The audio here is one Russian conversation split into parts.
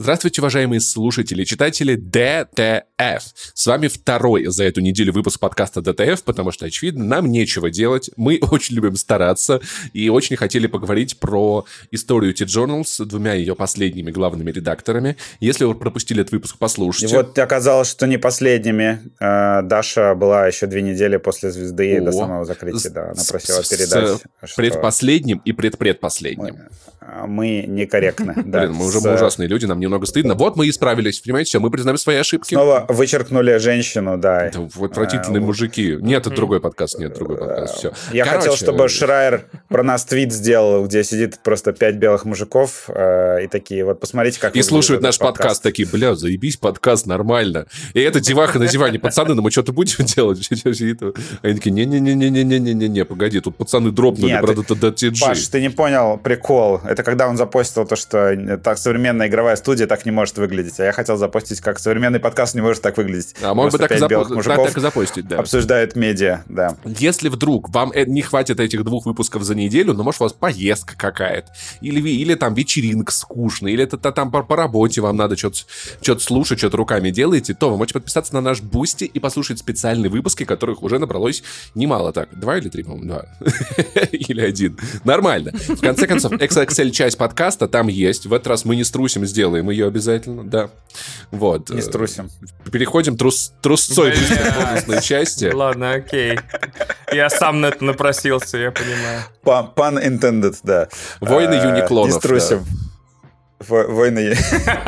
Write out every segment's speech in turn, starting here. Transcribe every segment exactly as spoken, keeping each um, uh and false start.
Здравствуйте, уважаемые слушатели и читатели ди ти эф. С вами второй за эту неделю выпуск подкаста ди ти эф, потому что, очевидно, нам нечего делать. Мы очень любим стараться и очень хотели поговорить про историю T-Journal с двумя ее последними главными редакторами. Если вы пропустили этот выпуск, послушайте. И вот оказалось, что не последними. Даша была еще две недели после «Звезды» О, до самого закрытия. Да, она просила с, передать. С что... предпоследним и предпредпоследним. Мы, мы некорректны. Да, Блин, мы уже мы ужасные люди, нам немного стыдно. Вот мы и справились, понимаете, все, мы признаем свои ошибки. Снова вычеркнули женщину, да. Это отвратительные а, мужики. Нет, это другой подкаст, нет, другой подкаст, все. Я Короче, хотел, чтобы Шрайер про нас твит сделал, где сидит просто пять белых мужиков э, и такие, вот посмотрите, как... И слушают наш подкаст. подкаст, такие, бля, заебись, подкаст, нормально. И это деваха на диване, пацаны, ну мы что-то будем делать? Они такие, не-не-не-не-не-не-не-не, погоди, тут пацаны дропнули, правда, это ти джи. Паш, ты не понял прикол. Это когда он запостил то, что так современная игровая студия так не может выглядеть. А я хотел запостить, как современный подкаст не может так выглядеть. А мог бы так и, запо- так, так и запостить, да. Обсуждают медиа, да. Если вдруг вам не хватит этих двух выпусков за неделю, ну, может, у вас поездка какая-то, или, или там вечеринка скучная, или это там по, по работе вам надо что-то, что-то слушать, что-то руками делаете, то вы можете подписаться на наш Бусти и послушать специальные выпуски, которых уже набралось немало. Так, два или три, по-моему, два. Или один. Нормально. В конце концов, икс икс эль-часть подкаста там есть. В этот раз мы не струсим, сделаем ее обязательно, да. Вот. Не струсим. Переходим трус, трусцой к бонусной части. Ладно, окей. Я сам на это напросился, я понимаю. Pun intended, да. Войны юниклонов. Не струсим. Войны.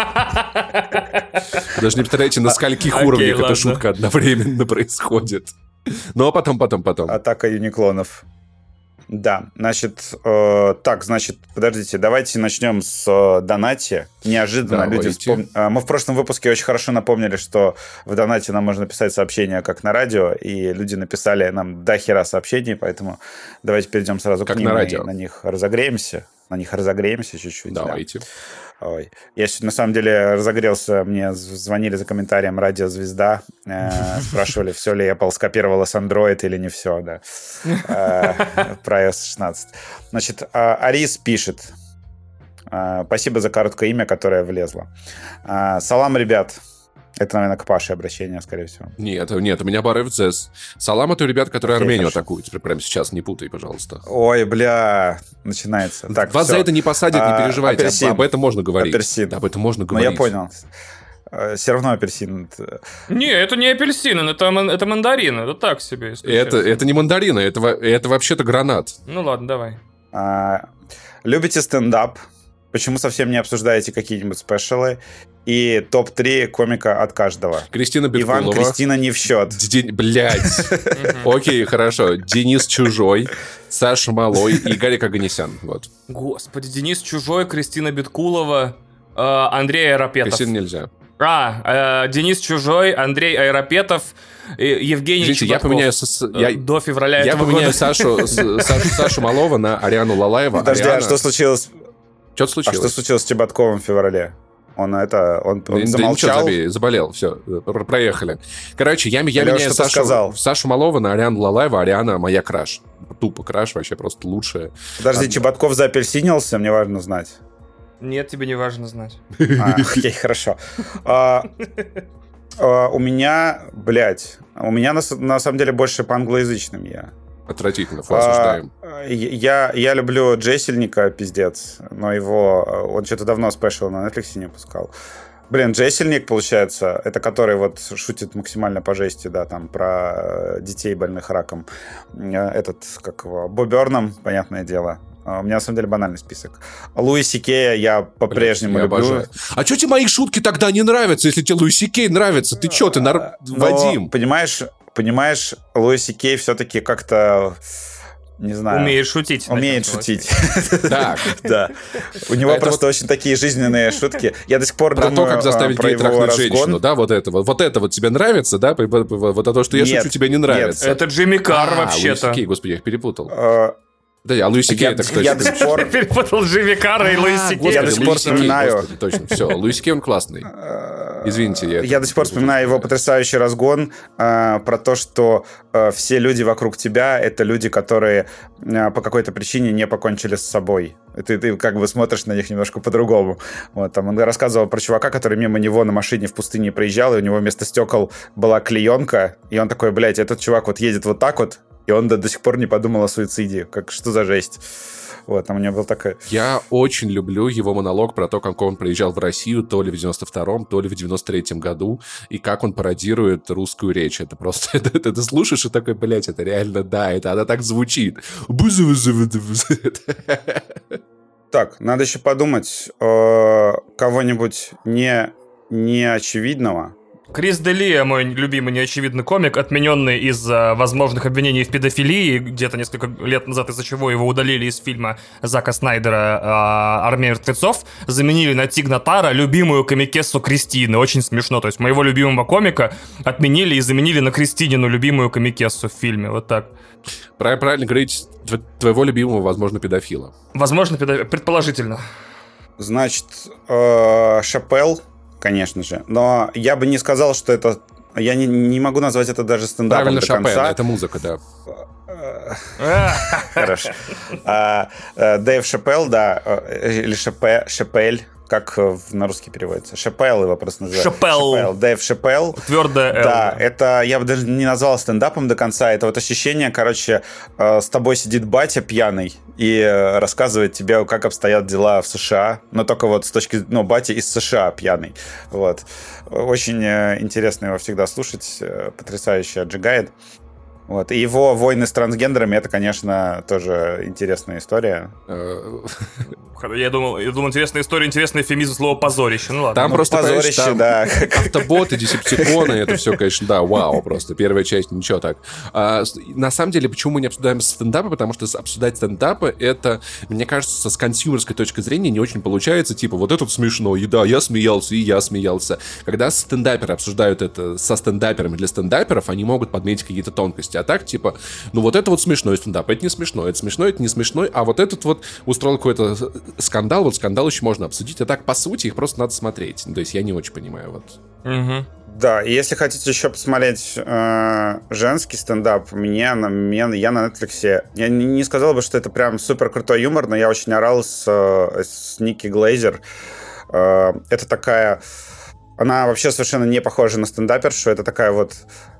Даже не представляете, на скольких уровнях эта шутка одновременно происходит. Ну, а потом, потом, потом. Атака юниклонов. Да, значит, э, так, значит, подождите, давайте начнем с э, донати. Неожиданно давайте. Люди вспомнили. Э, мы в прошлом выпуске очень хорошо напомнили, что в донате нам можно писать сообщения, как на радио, и люди написали нам до хера сообщений, поэтому давайте перейдем сразу как к ним на радио. И на них разогреемся. На них разогреемся чуть-чуть. Давайте. Да. Ой. Я сегодня, на самом деле, разогрелся. Мне звонили за комментарием «Радио Звезда». Э, спрашивали, все ли Apple скопировала с Android или не все, да. Э, про ай о эс шестнадцать. Значит, Арис пишет. Э, спасибо за короткое имя, которое влезло. Э, салам, ребят. Это, наверное, к Паше обращение, скорее всего. Нет, нет, у меня бар эф зэс. Салам — это ребят, которые Окей, Армению хорошо. атакуют. Теперь прямо сейчас не путай, пожалуйста. Ой, бля, начинается. Так, Вас все. за это не посадят, не переживайте. Апельсин. Об, об этом можно говорить. Апельсин. Об этом можно Ну, говорить. я понял. Все равно апельсин. Не, это не апельсин, это, это мандарин. Это так себе. Это, это не мандарины, это, это вообще-то гранат. Ну ладно, давай. А, любите стендап? Почему совсем не обсуждаете какие-нибудь спешалы? И топ три комика от каждого. Кристина Беткулова. Иван, Кристина не в счет. Ди- Блядь. Окей, хорошо. Денис Чужой, Саша Малой и Гарик Оганесян. Вот. Господи, Денис Чужой, Кристина Беткулова, Андрей Айрапетов. Кристина нельзя. А, Денис Чужой, Андрей Айрапетов, Евгений Видите, Чеботков. Я поменяю, с... я... до февраля я этого поменяю года. Сашу, Сашу, Сашу Малова на Ариану Лалаева. Подожди, Ариана... а что случилось? Что случилось? А что случилось с Чеботковым в феврале? Он это, он, он да, замолчал. Да ничего, заболел, все, проехали. Короче, я, я меняю Сашу, Сашу Малова на Ариану Лалаева. Ариана моя краш. Тупо краш, вообще просто лучшая. Подожди, а... Чеботков заапельсинился, мне важно знать. Нет, тебе не важно знать. А, окей, хорошо. У меня, блядь, у меня на самом деле больше по англоязычным я. Отвратительно, осуждаем. А, я, я люблю Джессельника, пиздец, но его... Он что-то давно спешл на Netflix не выпускал. Блин, Джессельник, получается, это который вот шутит максимально по жести, да, там, про детей, больных раком. Этот, как его, Бо Бёрнам, понятное дело. У меня, на самом деле, банальный список. Луи Си Кея я по-прежнему Блин, я люблю. Обожаю. А что тебе мои шутки тогда не нравятся, если тебе Луи Си Кей нравится? Ты что, ты, нар... Но, Вадим? Понимаешь... Понимаешь, Луи Си Кей все-таки как-то, не знаю... Умеет шутить. Умеет шутить. Так. Да. У него просто очень такие жизненные шутки. Я до сих пор думаю про то, как заставить гея трахнуть женщину, да, вот это вот. Вот это вот тебе нравится, да? Вот а то, что я шучу, тебе не нравится. Это Джимми Карр вообще-то. Луи Си Кей, господи, я их перепутал. Да, а Луи Си Кей это кто? Я до сих пор... перепутал Джимми Карра и Луи Си Кей. Я до сих пор вспоминаю. Точно, все, Луи Си Кей он классный. Извините, я... Я до сих пор вспоминаю его потрясающий разгон э, про то, что э, все люди вокруг тебя — это люди, которые э, по какой-то причине не покончили с собой. Ты, ты как бы смотришь на них немножко по-другому. Вот, там он рассказывал про чувака, который мимо него на машине в пустыне проезжал, и у него вместо стекол была клеенка, и он такой, блядь, этот чувак вот едет вот так вот, и он до, до сих пор не подумал о суициде. Как, что за жесть? Вот, там у него был такой... Я очень люблю его монолог про то, как он приезжал в Россию то ли в девяносто втором, то ли в девяносто третьем году, и как он пародирует русскую речь. Это просто... Это, это, ты слушаешь и такой, блядь, это реально, да, это она так звучит. Так, надо еще подумать э, кого-нибудь не, не очевидного. Крис Делия, мой любимый неочевидный комик, отмененный из-за возможных обвинений в педофилии, где-то несколько лет назад, из-за чего его удалили из фильма Зака Снайдера «Армия мертвецов», заменили на Тиг Нотара любимую комикессу Кристины. Очень смешно. То есть моего любимого комика отменили и заменили на Кристинину любимую комикессу в фильме. Вот так. Правильно говорить, твоего любимого, возможно, педофила. Возможно, педофила. Предположительно. Значит, э, Шапел... Конечно же. Но я бы не сказал, что это... Я не, не могу назвать это даже стендапом Правильно, до Шопен, конца. это музыка, да. Хорошо. Дэйв Шапел, да, или Шапель, как на русский переводится. Шапел его просто называют. Шапел. Дэйв Шапел. Твердое Л. Да, это я бы даже не назвал стендапом до конца. Это вот ощущение, короче, с тобой сидит батя пьяный и рассказывает тебе, как обстоят дела в США, но только вот с точки, ну, батя из США пьяный. Вот. Очень интересно его всегда слушать, потрясающе отжигает. Вот. И его войны с трансгендерами, это, конечно, тоже интересная история. Я думал, я думал, интересная история, интересный эфемизм слова «позорище». Ну ладно. Там ну, просто, позорище, там да. автоботы, десептиконы, это все, конечно, да, вау, просто первая часть, ничего так. А, на самом деле, почему мы не обсуждаем стендапы? Потому что обсуждать стендапы, это, мне кажется, с консюмерской точки зрения не очень получается, типа, вот это смешно, и да, я смеялся, и я смеялся. Когда стендаперы обсуждают это со стендаперами для стендаперов, они могут подметить какие-то тонкости. А так, типа, ну вот это вот смешной стендап, это не смешно, это смешно, это не смешно, а вот этот вот устроил какой-то скандал, вот скандал еще можно обсудить, а так, по сути, их просто надо смотреть. То есть я не очень понимаю, вот. Угу. Да, и если хотите еще посмотреть э, женский стендап, мне, на, мне, я на Netflix, я не, не сказал бы, что это прям супер крутой юмор, но я очень орал с, с Ники Глейзер. Э, это такая... Она вообще совершенно не похожа на стендапершу, это такая вот...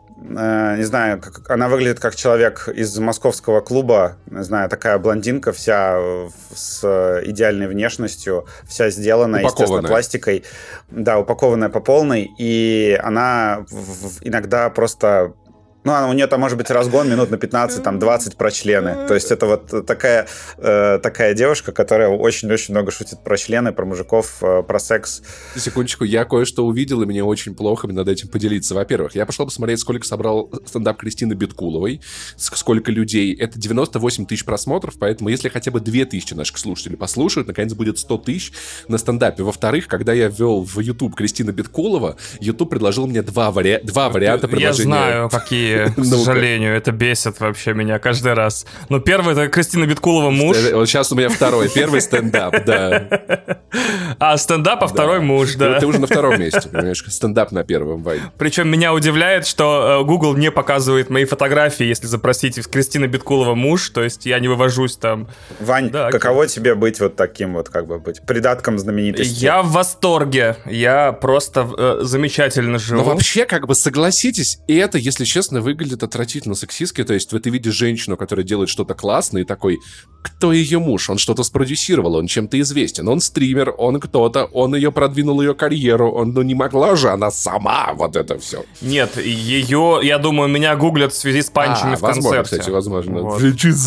не знаю, как, она выглядит как человек из московского клуба, не знаю, такая блондинка, вся с идеальной внешностью, вся сделана, естественно, пластикой, да, упакованная по полной, и она в, иногда просто... Ну, у нее там может быть разгон минут на пятнадцать, там, двадцать про члены. То есть это вот такая, э, такая девушка, которая очень-очень много шутит про члены, про мужиков, э, про секс. Секундочку, я кое-что увидел, и мне очень плохо надо этим поделиться. Во-первых, я пошел посмотреть, сколько собрал стендап Кристины Биткуловой, сколько людей. Это девяносто восемь тысяч просмотров, поэтому если хотя бы две тысячи наших слушателей послушают, наконец будет сто тысяч на стендапе. Во-вторых, когда я ввел в YouTube Кристина Биткулова, YouTube предложил мне два, вари... два варианта предложения. Я знаю, какие... К сожалению, это бесит вообще меня каждый раз. Ну, первый — это Кристина Биткулова муж. Вот сейчас у меня второй. Первый стендап, да. А стендап, а второй муж, да. Ты уже на втором месте, понимаешь? Стендап на первом, Вань. Причем меня удивляет, что Google не показывает мои фотографии, если запросить Кристина Биткулова муж, то есть я не вывожусь там. Вань, да, каково окей. тебе быть вот таким вот, как бы быть придатком знаменитости? Я в восторге. Я просто э, замечательно живу. Но вообще, как бы, согласитесь, и это, если честно, выглядит отвратительно сексистски, то есть ты видишь женщину, которая делает что-то классное, и такой, кто ее муж? Он что-то спродюсировал, он чем-то известен, он стример, он кто-то, он ее продвинул, ее карьеру, он, ну не могла же она сама вот это все. Нет, ее, я думаю, меня гуглят в связи с панчами а, в возможно, концерте. Кстати, возможно. Вот.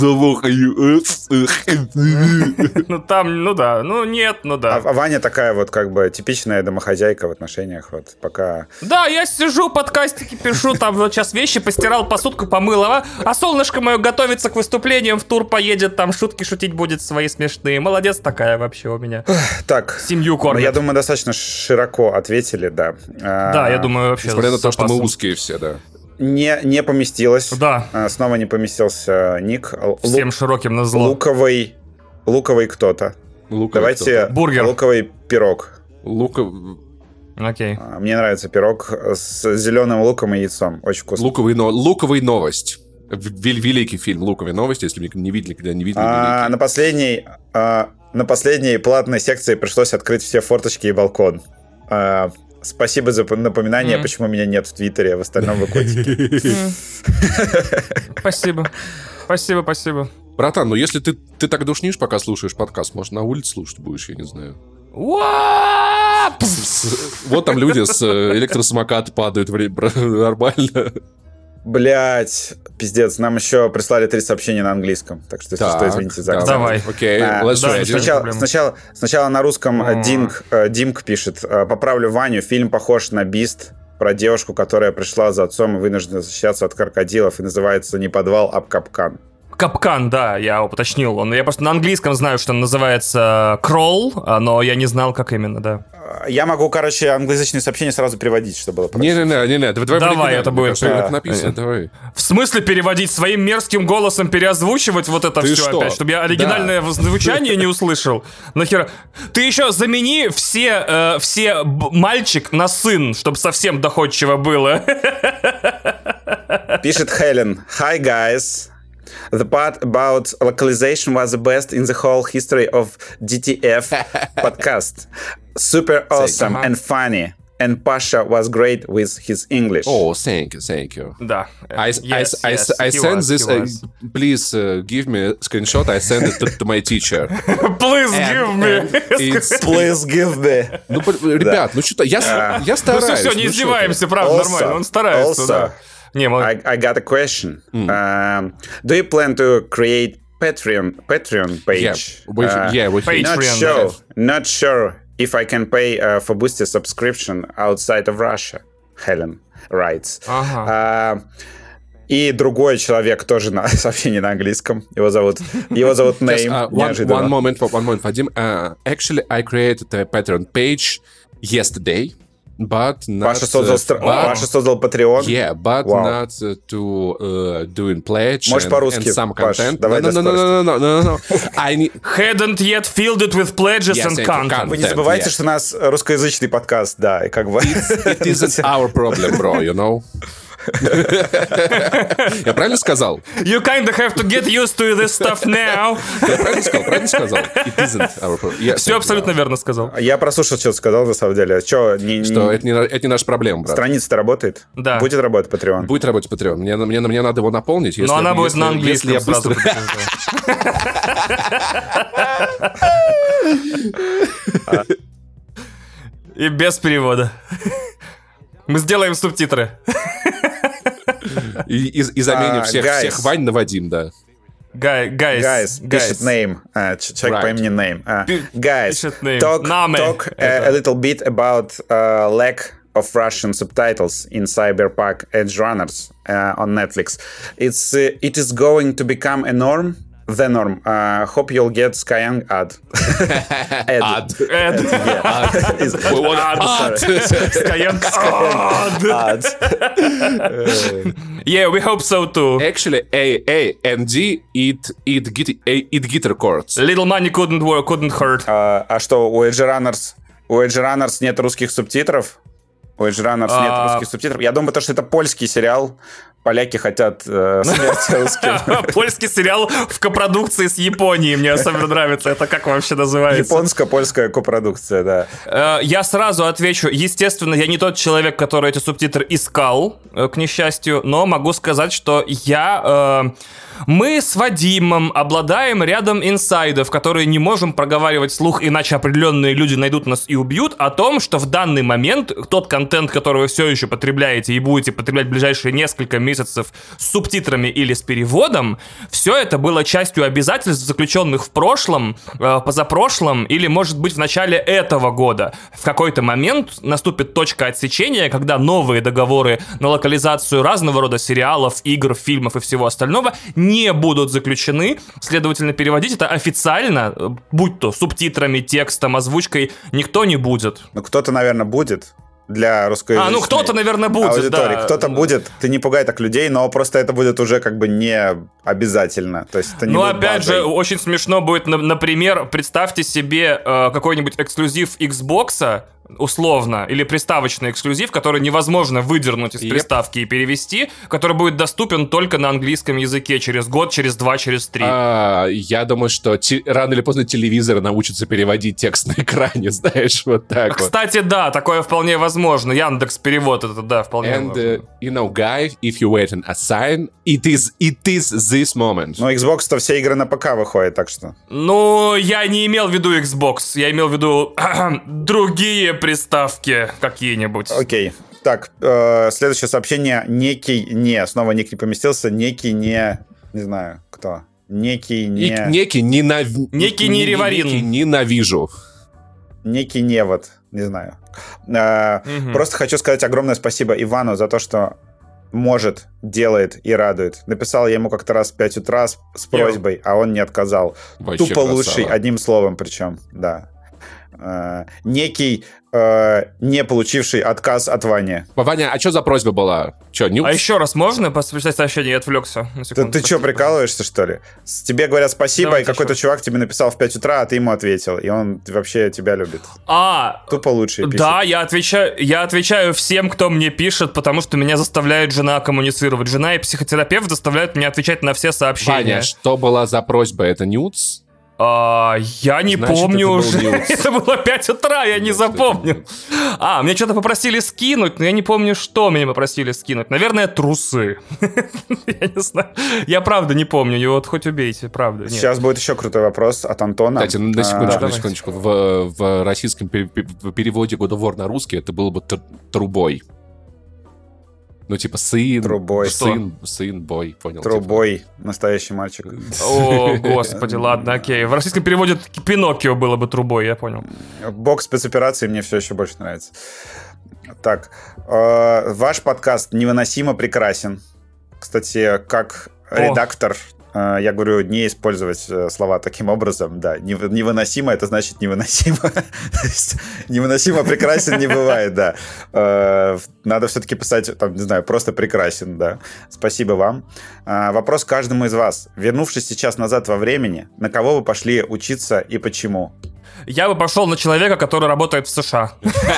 Ну там, ну да, ну нет, ну да. А Ваня такая вот как бы типичная домохозяйка в отношениях, вот пока... Да, я сижу, подкастики пишу, там вот сейчас вещи постирал, посудку помыл, а, а солнышко мое готовится к выступлениям, в тур поедет, там шутки шутить будет свои смешные. Молодец такая вообще у меня. Так, семью кормит. Я думаю, достаточно широко ответили, да. Да, я думаю, вообще. Несмотря на то, что мы узкие все, да. Не, не поместилось. Да. Снова не поместился ник. Всем Лу... широким назло. Луковый, луковый кто-то. Луковый Давайте кто-то. Бургер. Луковый пирог. Луков... Окей. Мне нравится пирог с зеленым луком и яйцом. Очень вкусно. Луковый, но... Луковый новость. Вел- великий фильм «Луковые новости», если не видели, когда не видели. А, на последней, а, на последней платной секции пришлось открыть все форточки и балкон. А, спасибо за напоминание, mm. почему меня нет в Твиттере, а в остальном вы котики. Спасибо. Спасибо, спасибо. Братан, ну если ты, ты так душнишь, пока слушаешь подкаст, может, на улице слушать будешь, я не знаю. Вот там люди с электросамоката падают, нормально. Блять, пиздец, нам еще прислали три сообщения на английском, так что, так, что извините за акцент. Давай. Окей, а, let's да, сначала, сначала, сначала на русском О. Динг, Димк пишет: поправлю Ваню, фильм похож на Бист, про девушку, которая пришла за отцом и вынуждена защищаться от крокодилов, и называется не подвал, а капкан. Капкан, да, я уточнил. Он, я просто на английском знаю, что он называется кролл, но я не знал, как именно, да. Я могу, короче, англоязычные сообщения сразу переводить, чтобы было проще. Не-не-не, не-не, давай, давай это будет. Как написано, давай. В смысле переводить? Своим мерзким голосом переозвучивать вот это Ты все что? опять, чтобы я оригинальное да. звучание не услышал? Нахера? Ты еще замени все, э, все б- мальчик на сын, чтобы совсем доходчиво было. Пишет Хелен. Hi, guys. The part about localization was the best in the whole history of ди ти эф podcast. Super awesome and funny. And Pasha was great with his English. Oh, thank you, thank you. Да. I, yes, I, yes, I, I send was, this. Uh, please uh, give me a screenshot. I send it to, to my teacher. Please and, give me. Please give me. Ну, ребят, ну что-то я, я стараюсь. Ну все, все, не издеваемся, правда, нормально. Он старается, да. Не, мы... I, I got a question. Mm. Um, do you plan to create Patreon Patreon page? Yeah, we, uh, yeah, we Patreon. Not sure. Not sure if I can pay uh, for Boosty subscription outside of Russia. Helen writes. Ага. Uh, и другой человек тоже на сообщение на английском. Его зовут его зовут Name. Uh, one, one moment, one moment, Vadim. Uh, actually, I created a Patreon page yesterday. But not, Паша создал, uh, but, Паша создал Patreon. Yeah, but wow. not uh, to uh, doing pledge Можешь and, по-русски, and some Паш, content. давай no, no, no, no, no, no, no, no. I need... Hadn't yet filled it with pledges yes, and content. Вы не забывайте, yeah. что у нас русскоязычный подкаст, да, и как бы... It, it isn't our problem, bro, you know? Я правильно сказал? You kind of have to get used to this stuff now. Я правильно сказал? Правильно сказал? It isn't our problem. Yeah, Все абсолютно верно сказал. Я прослушал, что ты сказал, на самом деле. Че, не, что не... Это, не, это не наша проблема, брат. Страница-то работает? Да. Будет работать Patreon? Будет работать Patreon. Мне, мне, мне надо его наполнить. Если, Но она будет если, на английском если я быстро... И без перевода. Мы сделаем субтитры. И, и, и заменим uh, всех, всех Вань на Вадим, да. Guys, guys, guys, пишет name, uh, человек right. по имени name. Uh, guys, name. talk, Name. talk uh, a little bit about uh, lack of Russian subtitles in Cyberpunk Edge Runners uh, on Netflix. It's uh, it is going to become a norm. The norm. Uh, hope you'll get Skyeng ad. Ad. Ad. Ad. Yeah. Ad. Is, we want ad. Ad. Skyeng ad. ad. Yeah, we hope so too. Actually, A, A, and D eat, eat, eat, eat guitar chords. Little money couldn't work, couldn't hurt. Uh, а что, у Edge Runners, у Edge Runners нет русских субтитров? У Edge Runners uh, нет русских субтитров? Я думаю, потому что это польский сериал. Поляки хотят э, смерти русским. Польский сериал в копродукции с Японией. Мне особенно нравится. Это как вообще называется? Японско-польская копродукция, да. Я сразу отвечу. Естественно, я не тот человек, который эти субтитры искал, к несчастью, но могу сказать, что я... Э, мы с Вадимом обладаем рядом инсайдов, которые не можем проговаривать вслух, иначе определенные люди найдут нас и убьют, о том, что в данный момент тот контент, который вы все еще потребляете и будете потреблять в ближайшие несколько месяцев с субтитрами или с переводом, все это было частью обязательств, заключенных в прошлом, э, позапрошлом или, может быть, в начале этого года. В какой-то момент наступит точка отсечения, когда новые договоры на локализацию разного рода сериалов, игр, фильмов и всего остального не будут заключены, следовательно, переводить это официально, будь то субтитрами, текстом, озвучкой, никто не будет. Ну, кто-то, наверное, будет для русскоязычной А, ну кто-то, наверное, будет, аудитории. да. Кто-то будет, ты не пугай так людей, но просто это будет уже как бы не обязательно. То есть это не Ну, будет опять базой. же, очень смешно будет, например, представьте себе э, какой-нибудь эксклюзив Xbox'а, условно, или приставочный эксклюзив, который невозможно выдернуть из Yep. приставки и перевести, который будет доступен только на английском языке через год, через два, через три. А, я думаю, что те- рано или поздно телевизор научится переводить текст на экране, знаешь, вот так вот. Кстати, да, такое вполне возможно. Яндекс.Перевод, это, да, вполне And, возможно. uh, you know, guy, if you wait a sign, it is, it is this moment. Но Xbox-то все игры на ПК выходят, так что... Ну, я не имел в виду Xbox, я имел в виду другие приставки какие-нибудь. Окей. Так, э, следующее сообщение. Некий не... Снова ник не поместился. Некий не... Не знаю, кто. Некий не... И некий ненав... Некий не Реварин. Некий ненавижу. Некий невод. Не знаю. Э, Мгм. Просто хочу сказать огромное спасибо Ивану за то, что может, делает и радует. Написал я ему как-то раз в пять утра с, с просьбой, а он не отказал. Вообще Тупо красава. лучший, одним словом причем, да. Э, некий, э, не получивший отказ от Вани. Ваня, а что за просьба была? Че, нюкс? А еще раз можно прочитать сообщение? Я отвлекся на Ты, секунду. ты что, Простите, прикалываешься, что ли? С- Тебе говорят спасибо, Давайте и какой-то еще. чувак тебе написал в пять утра, а ты ему ответил. И он вообще тебя любит. пожалуйста. А, Тупо лучший пишет. да, я отвечаю, я отвечаю всем, кто мне пишет, потому что меня заставляет жена коммуницировать. Жена и психотерапевт заставляют меня отвечать на все сообщения. Ваня, что была за просьба? Это нюц? А, я не Значит, помню это был уже. нюц. Это было пять утра, я не Значит, запомнил. А, мне что-то попросили скинуть, но я не помню, что меня попросили скинуть. Наверное, трусы. Я не знаю. Я правда не помню. И вот хоть убейте, правда. Нет. Сейчас будет еще крутой вопрос от Антона. Кстати, на А, секундочку, на давайте. секундочку. В, в российском пере- пере- в переводе God of War на русский это было бы тр- трубой. Ну, типа, сын, Трубой. сын, сын, бой, понял? Трубой, настоящий мальчик. О, господи, ладно, окей. В российском переводе Пиноккио было бы трубой, я понял. Бог спецоперации мне все еще больше нравится. Так, э, ваш подкаст невыносимо прекрасен. Кстати, как редактор, э, я говорю, не использовать э, слова таким образом. Да, Нев- невыносимо, это значит невыносимо. То есть невыносимо прекрасен не бывает, да. Э, Надо все-таки писать, там, не знаю, просто прекрасен, да. Спасибо вам. Э, Вопрос каждому из вас. Вернувшись сейчас назад во времени, на кого вы пошли учиться и почему? Я бы пошел на человека, который работает в США.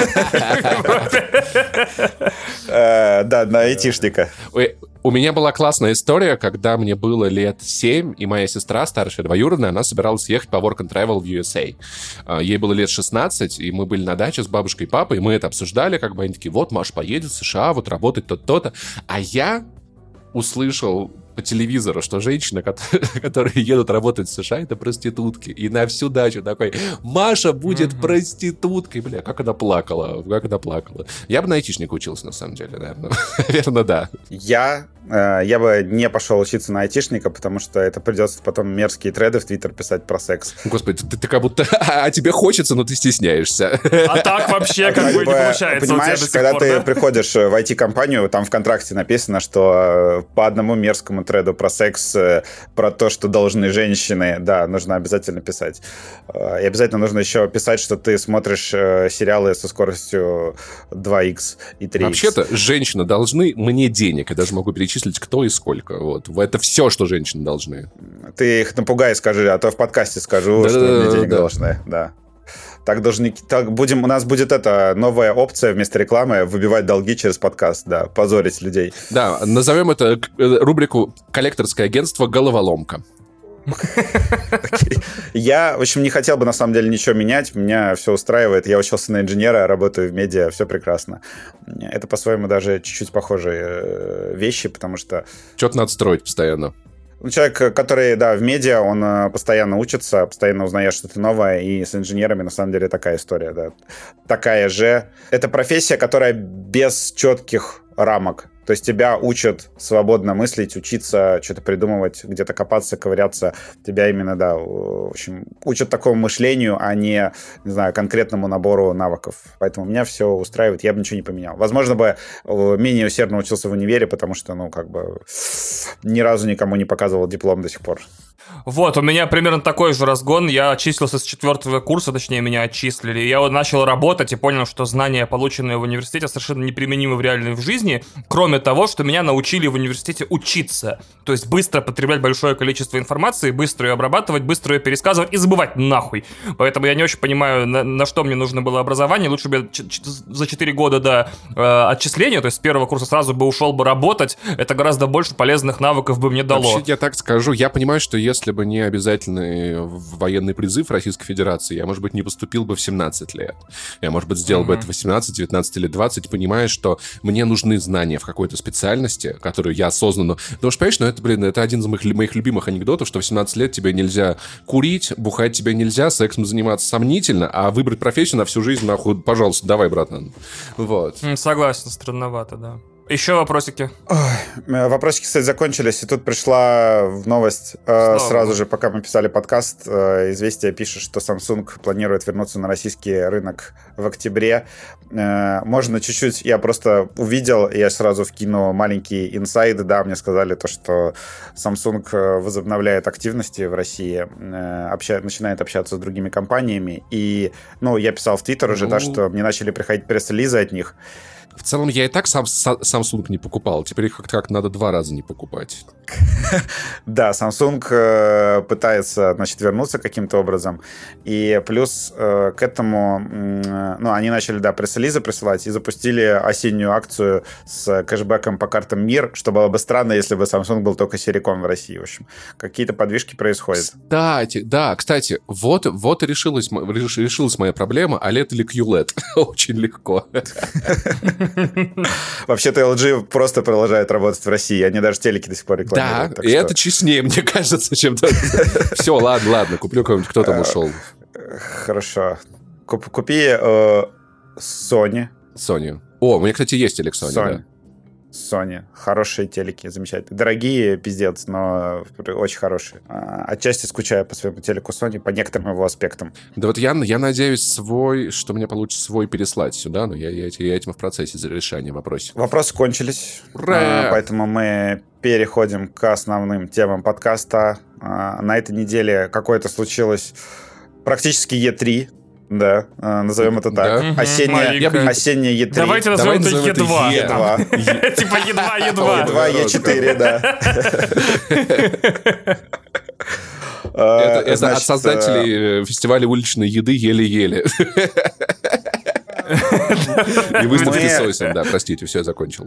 Э, Да, на айтишника. Ой, у меня была классная история, когда мне было лет семь, и моя сестра, старшая двоюродная, она собиралась ехать по Work and Travel в ю эс эй. А, Ей было лет шестнадцать, и мы были на даче с бабушкой и папой, и мы это обсуждали, как бы они такие, вот, Маша поедет в США, вот работать то-то. А я услышал по телевизору, что женщины, кот- которые едут работать в США, это проститутки. И на всю дачу такой, Маша будет проституткой. Бля, как она плакала, как она плакала. Я бы на айтишника учился, на самом деле, наверное. Наверное, да. Я, э, я бы не пошел учиться на айтишника, потому что это придется потом мерзкие треды в Твиттер писать про секс. Господи, ты, ты как будто... А тебе хочется, но ты стесняешься. А так вообще как Как бы не бы, получается у тебя понимаешь, до сих когда пор, ты да? приходишь в ай ти-компанию, там в контракте написано, что э, по одному мерзкому треду про секс, э, про то, что должны женщины, да, нужно обязательно писать. Э, И обязательно нужно еще писать, что ты смотришь э, сериалы со скоростью два икс и три икс. Вообще-то, женщины должны мне денег. Я даже могу перечислить, кто и сколько. Вот. Это все, что женщины должны. Ты их напугай, скажи, а то в подкасте скажу, что Да-да-да-да-да. мне денег должны. Да. Так должники, так будем, у нас будет эта новая опция вместо рекламы выбивать долги через подкаст, да, позорить людей. Да, назовем это э, рубрику «Коллекторское агентство Головоломка». Я, в общем, не хотел бы на самом деле ничего менять, меня все устраивает. Я учился на инженера, работаю в медиа, все прекрасно. Это по-своему даже чуть-чуть похожие э, вещи, потому что Что-то надо строить постоянно. ну, человек, который, да, в медиа, он э, постоянно учится, постоянно узнает что-то новое, и с инженерами, на самом деле, такая история, да. Такая же. Это профессия, которая без четких рамок. То есть тебя учат свободно мыслить, учиться, что-то придумывать, где-то копаться, ковыряться. Тебя именно, да, в общем, учат такому мышлению, а не, не знаю, конкретному набору навыков. Поэтому меня все устраивает, я бы ничего не поменял. Возможно бы э, менее усердно учился в универе, потому что, ну, как бы, ни разу никому не показывал диплом до сих пор. Вот, у меня примерно такой же разгон. Я отчислился с четвертого курса, точнее, меня отчислили. Я вот начал работать и понял, что знания, полученные в университете, совершенно неприменимы в реальной жизни, кроме того, что меня научили в университете учиться. То есть быстро потреблять большое количество информации, быстро ее обрабатывать, быстро ее пересказывать и забывать нахуй. Поэтому я не очень понимаю, на, на что мне нужно было образование. Лучше бы я ч- ч- за четыре года до э, отчисления, то есть с первого курса сразу бы ушел бы работать. Это гораздо больше полезных навыков бы мне дало. Вообще, я так скажу, я понимаю, что если бы не обязательный военный призыв Российской Федерации, я, может быть, не поступил бы в семнадцать лет. Я, может быть, сделал mm-hmm. бы это в восемнадцать, девятнадцать или двадцать, понимая, что мне нужны знания в какой-то специальности, которую я осознанно... Потому что, понимаешь, ну это, блин, это один из моих, моих любимых анекдотов, что в семнадцать лет тебе нельзя курить, бухать тебе нельзя, сексом заниматься сомнительно, а выбрать профессию на всю жизнь, нахуй, пожалуйста, давай, братан. Вот. Согласен, странновато, да. Еще вопросики? Ой, вопросики, кстати, закончились, и тут пришла новость э, сразу же, пока мы писали подкаст. Э, Известия пишет, что Samsung планирует вернуться на российский рынок в октябре. Э, можно чуть-чуть, я просто увидел, я сразу вкину маленький инсайд, да, мне сказали то, что Samsung возобновляет активности в России, э, обща, начинает общаться с другими компаниями, и, ну, я писал в Твиттер уже, ну... да, что мне начали приходить пресс-релизы от них. В целом, я и так сам Samsung не покупал. Теперь их как-то надо два раза не покупать. Да, Samsung э, пытается, значит, вернуться каким-то образом. И плюс э, к этому, э, ну, они начали, да, пресс-релизы присылать и запустили осеннюю акцию с кэшбэком по картам МИР, что было бы странно, если бы Samsung был только сериком в России. В общем, какие-то подвижки происходят. Кстати, да, кстати, вот, вот и решилась, решилась моя проблема, о лед или кью лед. Очень легко. Вообще-то эл джи просто продолжает работать в России. Они даже телеки до сих пор рекламируют. Да, и что... это честнее, мне кажется, чем-то... Все, ладно, ладно, куплю кого-нибудь, кто там ушел. Хорошо. Купи Sony. Sony. О, у меня, кстати, есть телек Sony, да. Sony. Хорошие телеки, замечательные. Дорогие, пиздец, но очень хорошие. Отчасти скучаю по своему телеку Sony, по некоторым его аспектам. Да вот я, я надеюсь, свой, что мне получится свой переслать сюда, но я, я, я этим в процессе решения вопроса. Вопросы кончились. Ура! Поэтому мы переходим к основным темам подкаста. На этой неделе какое-то случилось практически и три. Да, назовем это так. Да. Осенняя, осенняя и три. Давайте назовем это и два. и два. Типа и два, и два. и два, и четыре, да. Это от создателей фестиваля уличной еды еле-еле. И выставки сосен, да, простите, все, я закончил.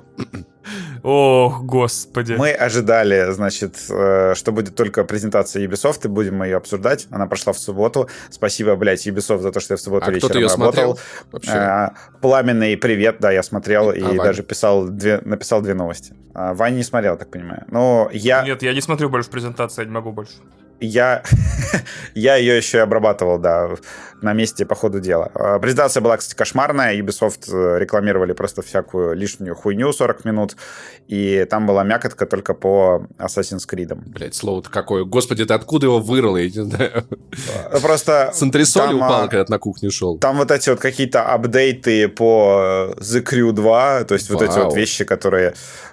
Ох, господи. Мы ожидали, значит, что будет только презентация Ubisoft, и будем мы ее обсуждать. Она прошла в субботу. Спасибо, блядь, Ubisoft за то, что я в субботу а вечером ее работал. Смотрел, пламенный привет, да, я смотрел и а, даже писал две, написал две новости. Ваня не смотрел, так понимаю. Но я... Нет, я не смотрю больше презентации, я не могу больше. Я, я ее еще и обрабатывал, да, на месте по ходу дела. Презентация была, кстати, кошмарная. Ubisoft рекламировали просто всякую лишнюю хуйню сорок минут, и там была мякотка только по Assassin's Creed. Блять, слово-то какое. Господи, ты откуда его вырыл? Я не знаю. Просто... С антресоли упал, когда на кухню шел. Там вот эти вот какие-то апдейты по The Crew два, то есть Вау. вот эти вот вещи, которые...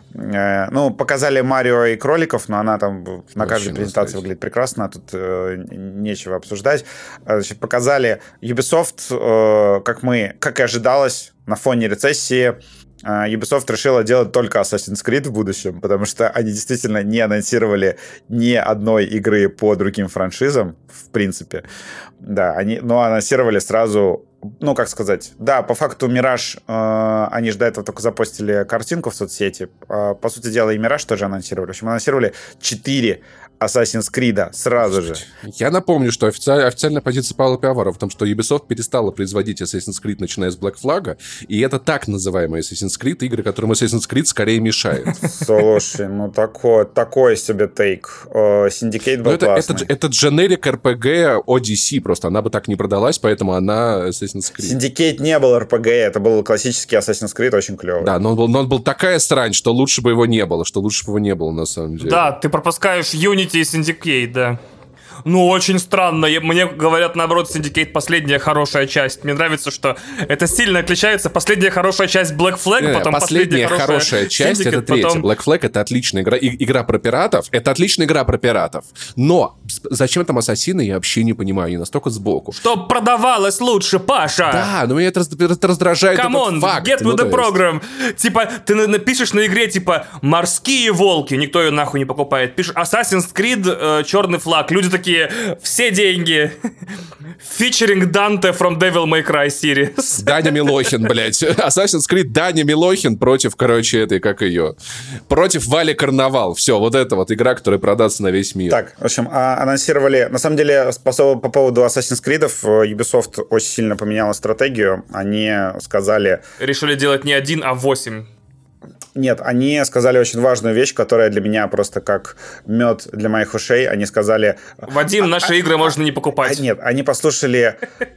Ну, показали Марио и кроликов, но она там на каждой Очень презентации выглядит прекрасно, тут э, нечего обсуждать. Значит, показали Ubisoft, э, как мы, как и ожидалось, на фоне рецессии, э, Ubisoft решила делать только Assassin's Creed в будущем, потому что они действительно не анонсировали ни одной игры по другим франшизам, в принципе. Да, они, но анонсировали сразу... Ну, как сказать, да, по факту Мираж, э, они же до этого только запостили картинку в соцсети. Э, по сути дела, и Мираж тоже анонсировали. В общем, анонсировали четыре Assassin's Creed сразу же. Я напомню, что официаль, официальная позиция Павла Пиавара в том, что Ubisoft перестала производить Assassin's Creed, начиная с Black Flag, и это так называемые Assassin's Creed, игры, которым Assassin's Creed скорее мешает. Слушай, ну такой, такой себе тейк. Syndicate был это, классный. Это, это дженерик эр пи джи Odyssey, просто она бы так не продалась, поэтому она Assassin's Creed. Syndicate не был эр пи джи, это был классический Assassin's Creed, очень клевый. Да, но он был, но он был такая срань, что лучше бы его не было, что лучше бы его не было на самом деле. Да, ты пропускаешь Unity и Syndicate, да. Ну, очень странно. Мне говорят, наоборот, Syndicate последняя хорошая часть. Мне нравится, что это сильно отличается. Последняя хорошая часть Black Flag, не, потом последняя, последняя хорошая, хорошая часть, Syndicate, это третья. Потом... Black Flag — это отличная игра. И, игра про пиратов. Это отличная игра про пиратов. Но зачем там ассасины, я вообще не понимаю, они настолько сбоку. Чтоб продавалось лучше, Паша! Да, но меня это раздражает Камон, этот факт. get with ну, the program. Типа, ты напишешь на игре, типа, морские волки, никто ее нахуй не покупает. Пишешь Assassin's Creed, э, черный флаг. Люди такие, все деньги. Featuring Dante from Devil May Cry series. Даня Милохин, блядь. Assassin's Creed Даня Милохин против, короче, этой, как ее, против Вали Карнавал. Все, вот это вот игра, которая продастся на весь мир. Так, в общем, анонсировали... На самом деле, по, по поводу Assassin's Creed, Ubisoft очень сильно поменяла стратегию. Они сказали... Решили делать не один, а восемь. Нет, они сказали очень важную вещь, которая для меня просто как мед для моих ушей. Они сказали... Вадим, наши а, игры а, можно не покупать. А, нет, они послушали...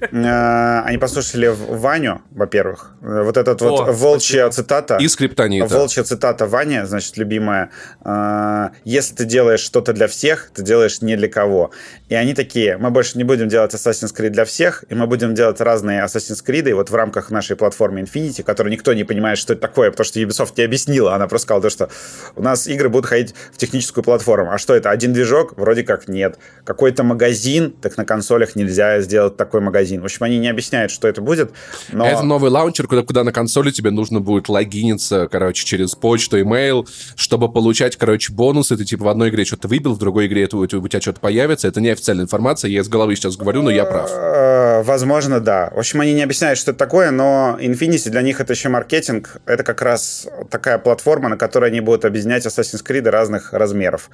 э, они послушали Ваню, во-первых. Вот этот О, вот волчья спасибо. цитата. И скриптонита. Волчья цитата Вани, значит, любимая. Э, Если ты делаешь что-то для всех, ты делаешь не для кого. И они такие, мы больше не будем делать Assassin's Creed для всех, и мы будем делать разные Assassin's Creed вот в рамках нашей платформы Infinity, которую никто не понимает, что это такое, потому что Ubisoft не объяснила. Она просто сказала, то, что у нас игры будут ходить в техническую платформу. А что это? Один движок? Вроде как нет. Какой-то магазин? Так на консолях нельзя сделать такой магазин. В общем, они не объясняют, что это будет. Но... Это новый лаунчер, куда, куда на консоли тебе нужно будет логиниться, короче, через почту, имейл, чтобы получать, короче, бонусы. Ты, типа, в одной игре что-то выбил, в другой игре это, у тебя что-то появится. Это неофициальная информация. Я из головы сейчас говорю, но я прав. Возможно, да. В общем, они не объясняют, что это такое, но Infinity для них это еще маркетинг. Это как раз такая платформа, на которой они будут объединять Assassin's Creed разных размеров.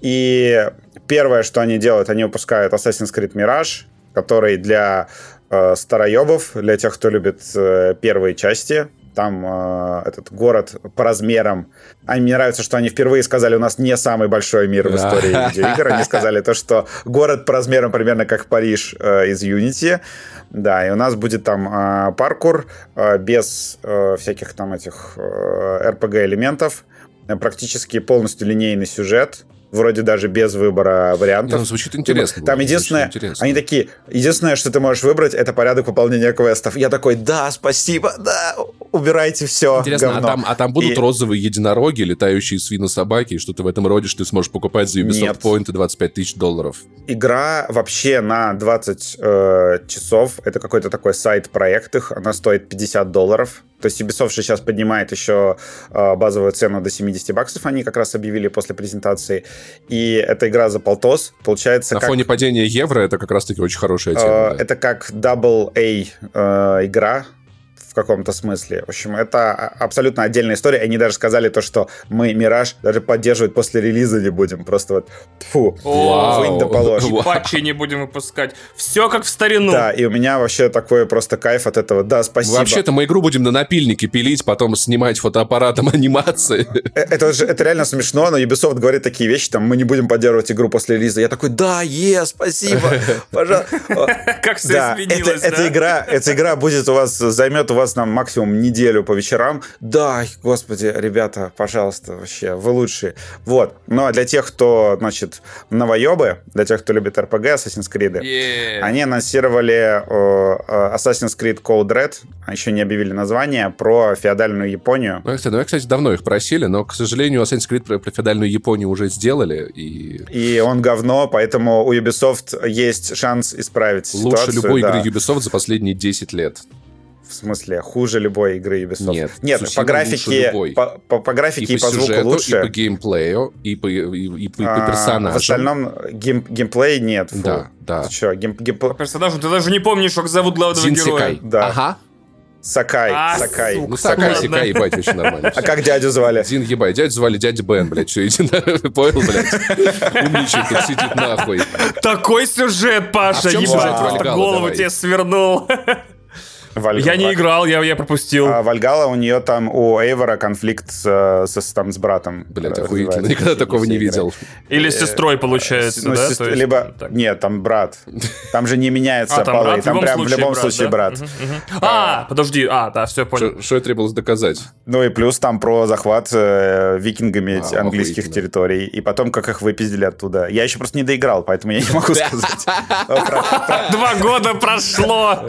И первое, что они делают, они выпускают Assassin's Creed Mirage, который для э, староебов, для тех, кто любит э, первые части. Там э, этот город по размерам. А мне нравится, что они впервые сказали, у нас не самый большой мир в истории видеоигр. Они сказали то, что город по размерам примерно как Париж э, из Unity. Да, и у нас будет там э, паркур э, без э, всяких там этих э, эр пи джи-элементов. Э, практически полностью линейный сюжет. Вроде даже без выбора вариантов. Ну, звучит интересно. Там единственное, интересно. Они такие, единственное, что ты можешь выбрать, это порядок выполнения квестов. Я такой, да, спасибо, да, убирайте все. Интересно, а там, а там будут и... розовые единороги, летающие свинособаки, и что-то в этом роде, что ты сможешь покупать за Ubisoft Point двадцать пять тысяч долларов? Игра вообще на двадцать э, часов, это какой-то такой сайт-проект их, она стоит пятьдесят долларов. То есть Ubisoft же сейчас поднимает еще э, базовую цену до семьдесят баксов, они как раз объявили после презентации. И эта игра за полтос, получается... На как, фоне падения евро это как раз-таки очень хорошая тема. Э, да. Это как дабл эй э, игра в каком-то смысле. В общем, это абсолютно отдельная история. Они даже сказали то, что мы Мираж даже поддерживать после релиза не будем. Просто вот, фу, вынь да положь. Патчи не будем выпускать. Все как в старину. Да, и у меня вообще такой просто кайф от этого. Да, спасибо. Вообще-то мы игру будем на напильнике пилить, потом снимать фотоаппаратом анимации. Это, же, это реально смешно, но Ubisoft говорит такие вещи, там, мы не будем поддерживать игру после релиза. Я такой, да, е, спасибо, пожалуйста. Как все изменилось, да? Эта игра, эта игра будет у вас, займет у вас нам максимум неделю по вечерам. Да, господи, ребята, пожалуйста, вообще, вы лучшие. Вот. Ну, а для тех, кто, значит, новоебы, для тех, кто любит эр пи джи, Assassin's Creed, yeah. они анонсировали uh, Assassin's Creed Code Red, еще не объявили название, про феодальную Японию. Ну, кстати, ну, кстати, давно их просили, но, к сожалению, Assassin's Creed про, про феодальную Японию уже сделали. И... и он говно, поэтому у Ubisoft есть шанс исправить Лучше ситуацию. Лучше любой да. игры Ubisoft за последние десять лет. В смысле, хуже любой игры Ubisoft? Нет, Нет по графике, по, по, по графике и, и по, по звуку сюжету, лучше. И по геймплею, и по, и, и по, а, по персонажам. В остальном гейм, геймплей нет. Фу. Да, да. Ты что, гейм, геймплей... По персонажу ты даже не помнишь, как зовут главного Зин героя. Секай. Да. Ага. Сакай, а, Сакай. Сука, ну, Сакай, ладно. Секай, ебать, вообще нормально. А как дядю звали? Зин, ебать, дядю звали дядя Бен, блядь, все, иди на... Понял, блядь? Умничай, тут сидит нахуй. Такой сюжет, Паша, а ебать, просто голову тебе свернул. Валь... Я не играл, я, я пропустил. А Вальгала, у нее там, у Эйвора конфликт с, с, там, с братом. Блядь, охуительно, никогда такого не видел. Или с сестрой, получается, ну, да? Сест... Либо... Так. Нет, там брат. Там же не меняется а, там полы, брат, там прям в любом брат, случае да? брат. Угу, угу. А, подожди, а, да, все, понял. Что требовалось доказать? Ну и плюс там про захват э, викингами а, английских охуительно. территорий, и потом как их выпиздили оттуда. Я еще просто не доиграл, поэтому я не могу сказать. Два года прошло!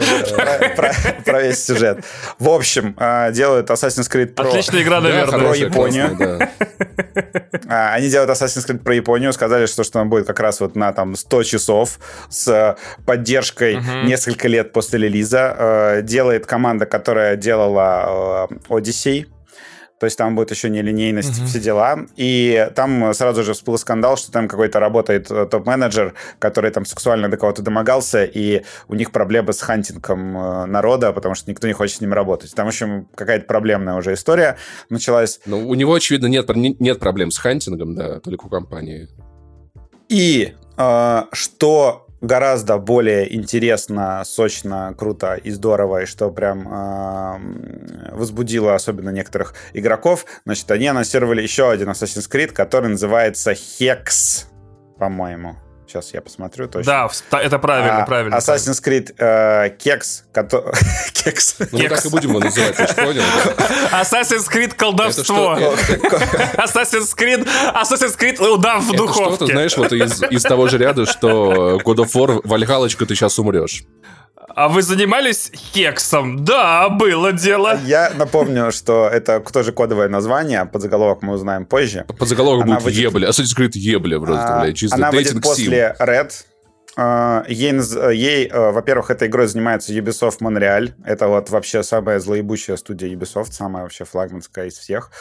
Про весь сюжет. В общем, делают Assassin's Creed про... Отличная игра, наверное. Про Японию. Они делают Assassin's Creed про Японию, сказали, что, что он будет как раз вот на там сто часов с поддержкой uh-huh. несколько лет после релиза. Делает команда, которая делала Odyssey. То есть там будет еще нелинейность, uh-huh. все дела. И там сразу же всплыл скандал, что там какой-то работает топ-менеджер, который там сексуально до кого-то домогался, и у них проблемы с хантингом народа, потому что никто не хочет с ним работать. Там, в общем, какая-то проблемная уже история началась. Ну, у него, очевидно, нет, нет проблем с хантингом, да, только у компании. И э, что... гораздо более интересно, сочно, круто и здорово, и что прям э, возбудило особенно некоторых игроков. Значит, они анонсировали еще один Assassin's Creed, который называется Hex, по-моему. Сейчас я посмотрю точно. Да, это правильно, а, правильно. Assassin's Creed э, Кекс. Кото... Кекс. Ну, мы так и будем его называть, ты же понял? Assassin's Creed колдовство. Assassin's Creed Assassin's Creed удав в духовке. Это что-то, знаешь, вот из, из того же ряда, что God of War, Вальгалочка, ты сейчас умрешь. А вы занимались Хексом? Да, было дело. Я напомню, что это тоже кодовое название, подзаголовок мы узнаем позже. Подзаголовок будет выйдет... Ебля, Assassin's Creed Ебля, просто, блядь, чисто она дейтинг выйдет после сим. Red. Ей, ей, во-первых, этой игрой занимается Ubisoft Montreal. Это вот вообще самая злоебучая студия Ubisoft, самая вообще флагманская из всех.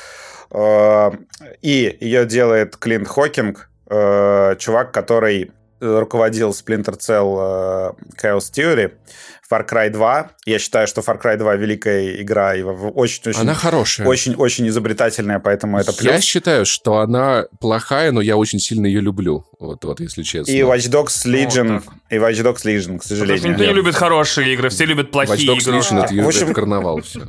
И ее делает Клинт Хокинг, чувак, который руководил Splinter Cell Chaos Theory, Far Cry два. Я считаю, что Far Cry два великая игра, и очень-очень... Она хорошая. Очень-очень изобретательная, поэтому это плюс. Я считаю, что она плохая, но я очень сильно ее люблю, вот, вот если честно. И Watch Dogs Legion, вот и Watch Dogs Legion, к сожалению. Никто не любит хорошие игры, все любят плохие Watch Dogs игры. Legion, это, в общем... это карнавал, все.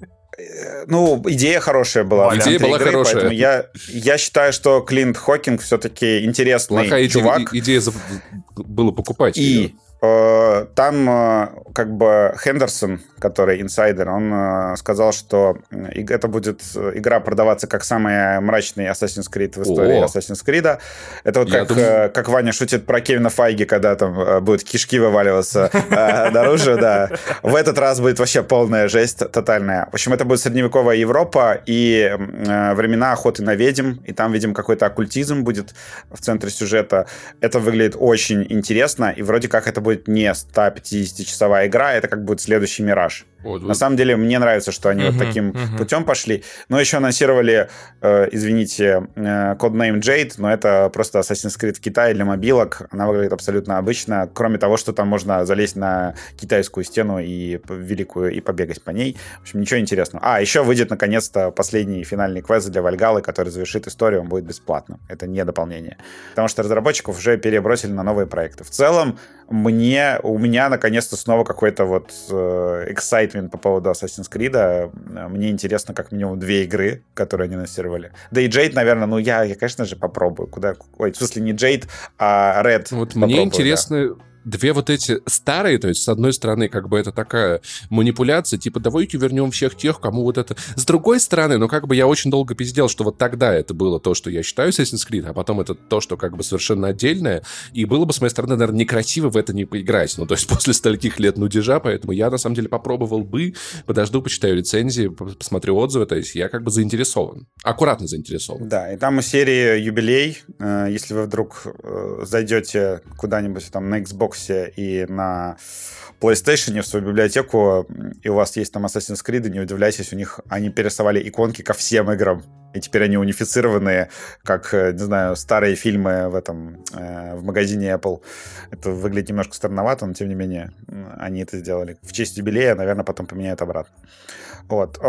Ну, идея хорошая была. Идея была игры, хорошая. Поэтому я, я считаю, что Клинт Хокинг все-таки интересный Плохая чувак. Идея, идея было покупать и ее. Э, там э, как бы Хендерсон, который инсайдер, он э, сказал, что это будет игра продаваться как самый мрачный Assassin's Creed в истории О. Assassin's Creed. Это вот как, думаю... э, как Ваня шутит про Кевина Файги, когда там э, будут кишки вываливаться э, наружу, да. В этот раз будет вообще полная жесть тотальная. В общем, это будет средневековая Европа и э, времена охоты на ведьм, и там, видимо, какой-то оккультизм будет в центре сюжета. Это выглядит очень интересно, и вроде как это будет будет не сто пятидесятичасовая игра, это как будет следующий «Мираж». Вот, вот. На самом деле, мне нравится, что они uh-huh, вот таким uh-huh. путем пошли. Но еще анонсировали, э, извините, э, Codename Jade, но это просто Assassin's Creed в Китае для мобилок. Она выглядит абсолютно обычно, кроме того, что там можно залезть на китайскую стену и великую и побегать по ней. В общем, ничего интересного. А, еще выйдет, наконец-то, последний финальный квест для Вальгаллы, который завершит историю, он будет бесплатным. Это не дополнение. Потому что разработчиков уже перебросили на новые проекты. В целом, мне, у меня, наконец-то, снова какой-то вот э, excitement по поводу Assassin's Creed. Мне интересно, как минимум, две игры, которые они анонсировали. Да и Jade, наверное, ну, я, я конечно же, попробую. Куда... Ой, в смысле, не Jade, а Red. Вот мне интересно... Да. Две вот эти старые, то есть, с одной стороны, как бы это такая манипуляция, типа, давайте вернем всех тех, кому вот это... С другой стороны, ну, как бы я очень долго пиздел, что вот тогда это было то, что я считаю Assassin's Creed, а потом это то, что как бы совершенно отдельное, и было бы, с моей стороны, наверное, некрасиво в это не поиграть. Ну, то есть, после стольких лет нудежа, поэтому я, на самом деле, попробовал бы, подожду, почитаю рецензии, посмотрю отзывы, то есть, я как бы заинтересован. Аккуратно заинтересован. Да, и там у серии юбилей, если вы вдруг зайдете куда-нибудь там на Xbox и на PlayStation в свою библиотеку, и у вас есть там Assassin's Creed, не удивляйтесь, у них они перерисовали иконки ко всем играм, и теперь они унифицированные, как, не знаю, старые фильмы в этом, э, в магазине Apple. Это выглядит немножко странновато, но тем не менее они это сделали. В честь юбилея, наверное, потом поменяют обратно. Вот.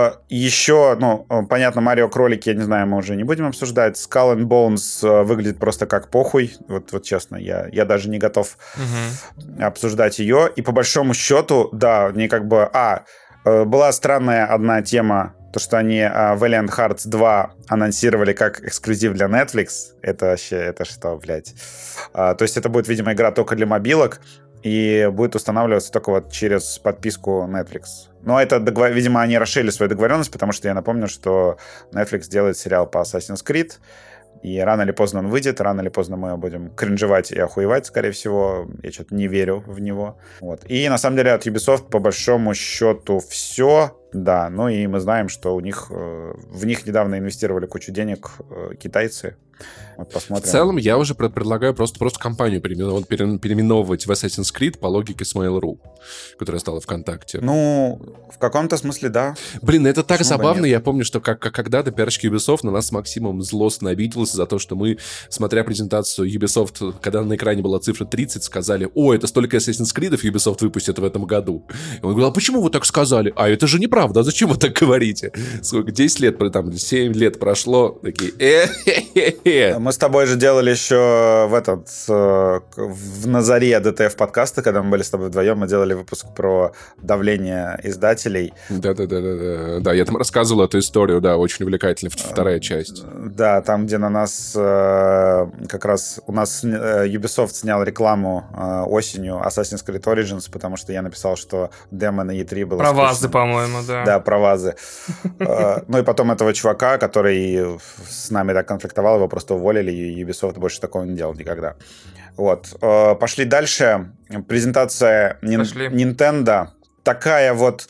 Еще, ну, понятно, Марио Кролик, я не знаю, мы уже не будем обсуждать. Skull and Bones выглядит просто как похуй. Вот, вот честно, я, я даже не готов угу. обсуждать ее. И по большому счету, да, не как бы... А, была странная одна тема, то, что они Valiant Hearts два анонсировали как эксклюзив для Netflix. Это вообще, это что, блядь? То есть это будет, видимо, игра только для мобилок. И будет устанавливаться только вот через подписку Netflix. Но это, видимо, они расширили свою договоренность, потому что я напомню, что Netflix делает сериал по Assassin's Creed, и рано или поздно он выйдет, рано или поздно мы будем кринжевать и охуевать, скорее всего. Я что-то не верю в него. Вот. И на самом деле от Ubisoft по большому счету все. Да, ну и мы знаем, что у них, в них недавно инвестировали кучу денег китайцы. Вот посмотрим. В целом, я уже предлагаю просто, просто компанию переименовать, переименовывать в Assassin's Creed по логике с Mail.ru, которая стала ВКонтакте. Ну, в каком-то смысле, да. Блин, это так Почему забавно. Я помню, что как, как когда-то пиарщики Ubisoft на нас с Максимом злостно обиделся за то, что мы, смотря презентацию Ubisoft, когда на экране была цифра тридцать, сказали: о, это столько Assassin's Creed Ubisoft выпустит в этом году. И он говорил: а почему вы так сказали? А это же неправда, а зачем вы так говорите? Сколько, десять лет, там, семь лет прошло, такие, э-хе-хе-хе. Мы с тобой же делали еще в этот, в на заре ди ти эф подкаста, когда мы были с тобой вдвоем, мы делали выпуск про давление издателей. Да-да-да, да, я там рассказывал эту историю, да, очень увлекательная вторая часть. Да, там, где на нас как раз, у нас Ubisoft снял рекламу осенью Assassin's Creed Origins, потому что я написал, что демо на и три было про скучно. вазы, по-моему, да. Да, про вазы. Ну и потом этого чувака, который с нами так конфликтовал, его просто уволили, и Ubisoft больше такого не делал никогда. Вот. Пошли дальше. Презентация Пошли. Nintendo. Такая вот...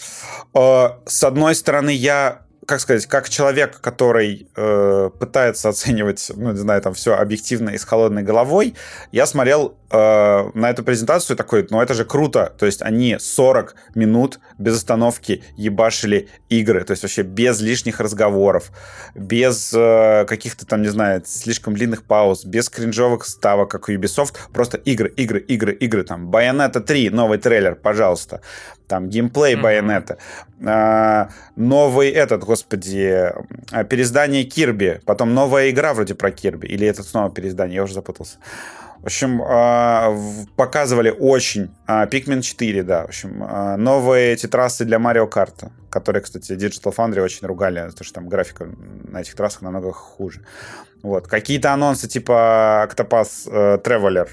С одной стороны, я... как сказать, как человек, который э, пытается оценивать, ну, не знаю, там, все объективно и с холодной головой, я смотрел э, на эту презентацию такой: ну, это же круто. То есть они сорок минут без остановки ебашили игры. То есть вообще без лишних разговоров, без э, каких-то там, не знаю, слишком длинных пауз, без кринжовых ставок, как у Ubisoft. Просто игры, игры, игры, игры. Там Bayonetta три, новый трейлер, пожалуйста. Там геймплей Bayonetta. Mm-hmm. Э, новый этот, господи, переиздание Кирби, потом новая игра вроде про Кирби, или это снова переиздание, я уже запутался. В общем, показывали очень... Pikmin четыре, да. В общем, новые эти трассы для Mario Kart, которые, кстати, Digital Foundry очень ругали, потому что там графика на этих трассах намного хуже. Вот. Какие-то анонсы типа Octopath э, Traveler,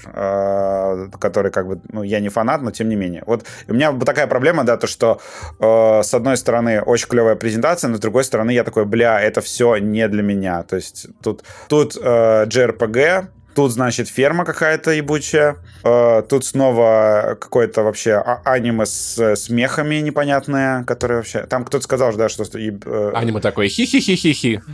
э, который как бы... Ну, я не фанат, но тем не менее. Вот у меня такая проблема, да, то, что э, с одной стороны очень клевая презентация, но с другой стороны я такой: бля, это все не для меня. То есть тут, тут э, джей ар пи джи, тут, значит, ферма какая-то ебучая. Э, тут снова какое-то вообще а- аниме с смехами непонятное, которое вообще... Там кто-то сказал, да, что... Э, аниме такое хи-хи-хи-хи-хи.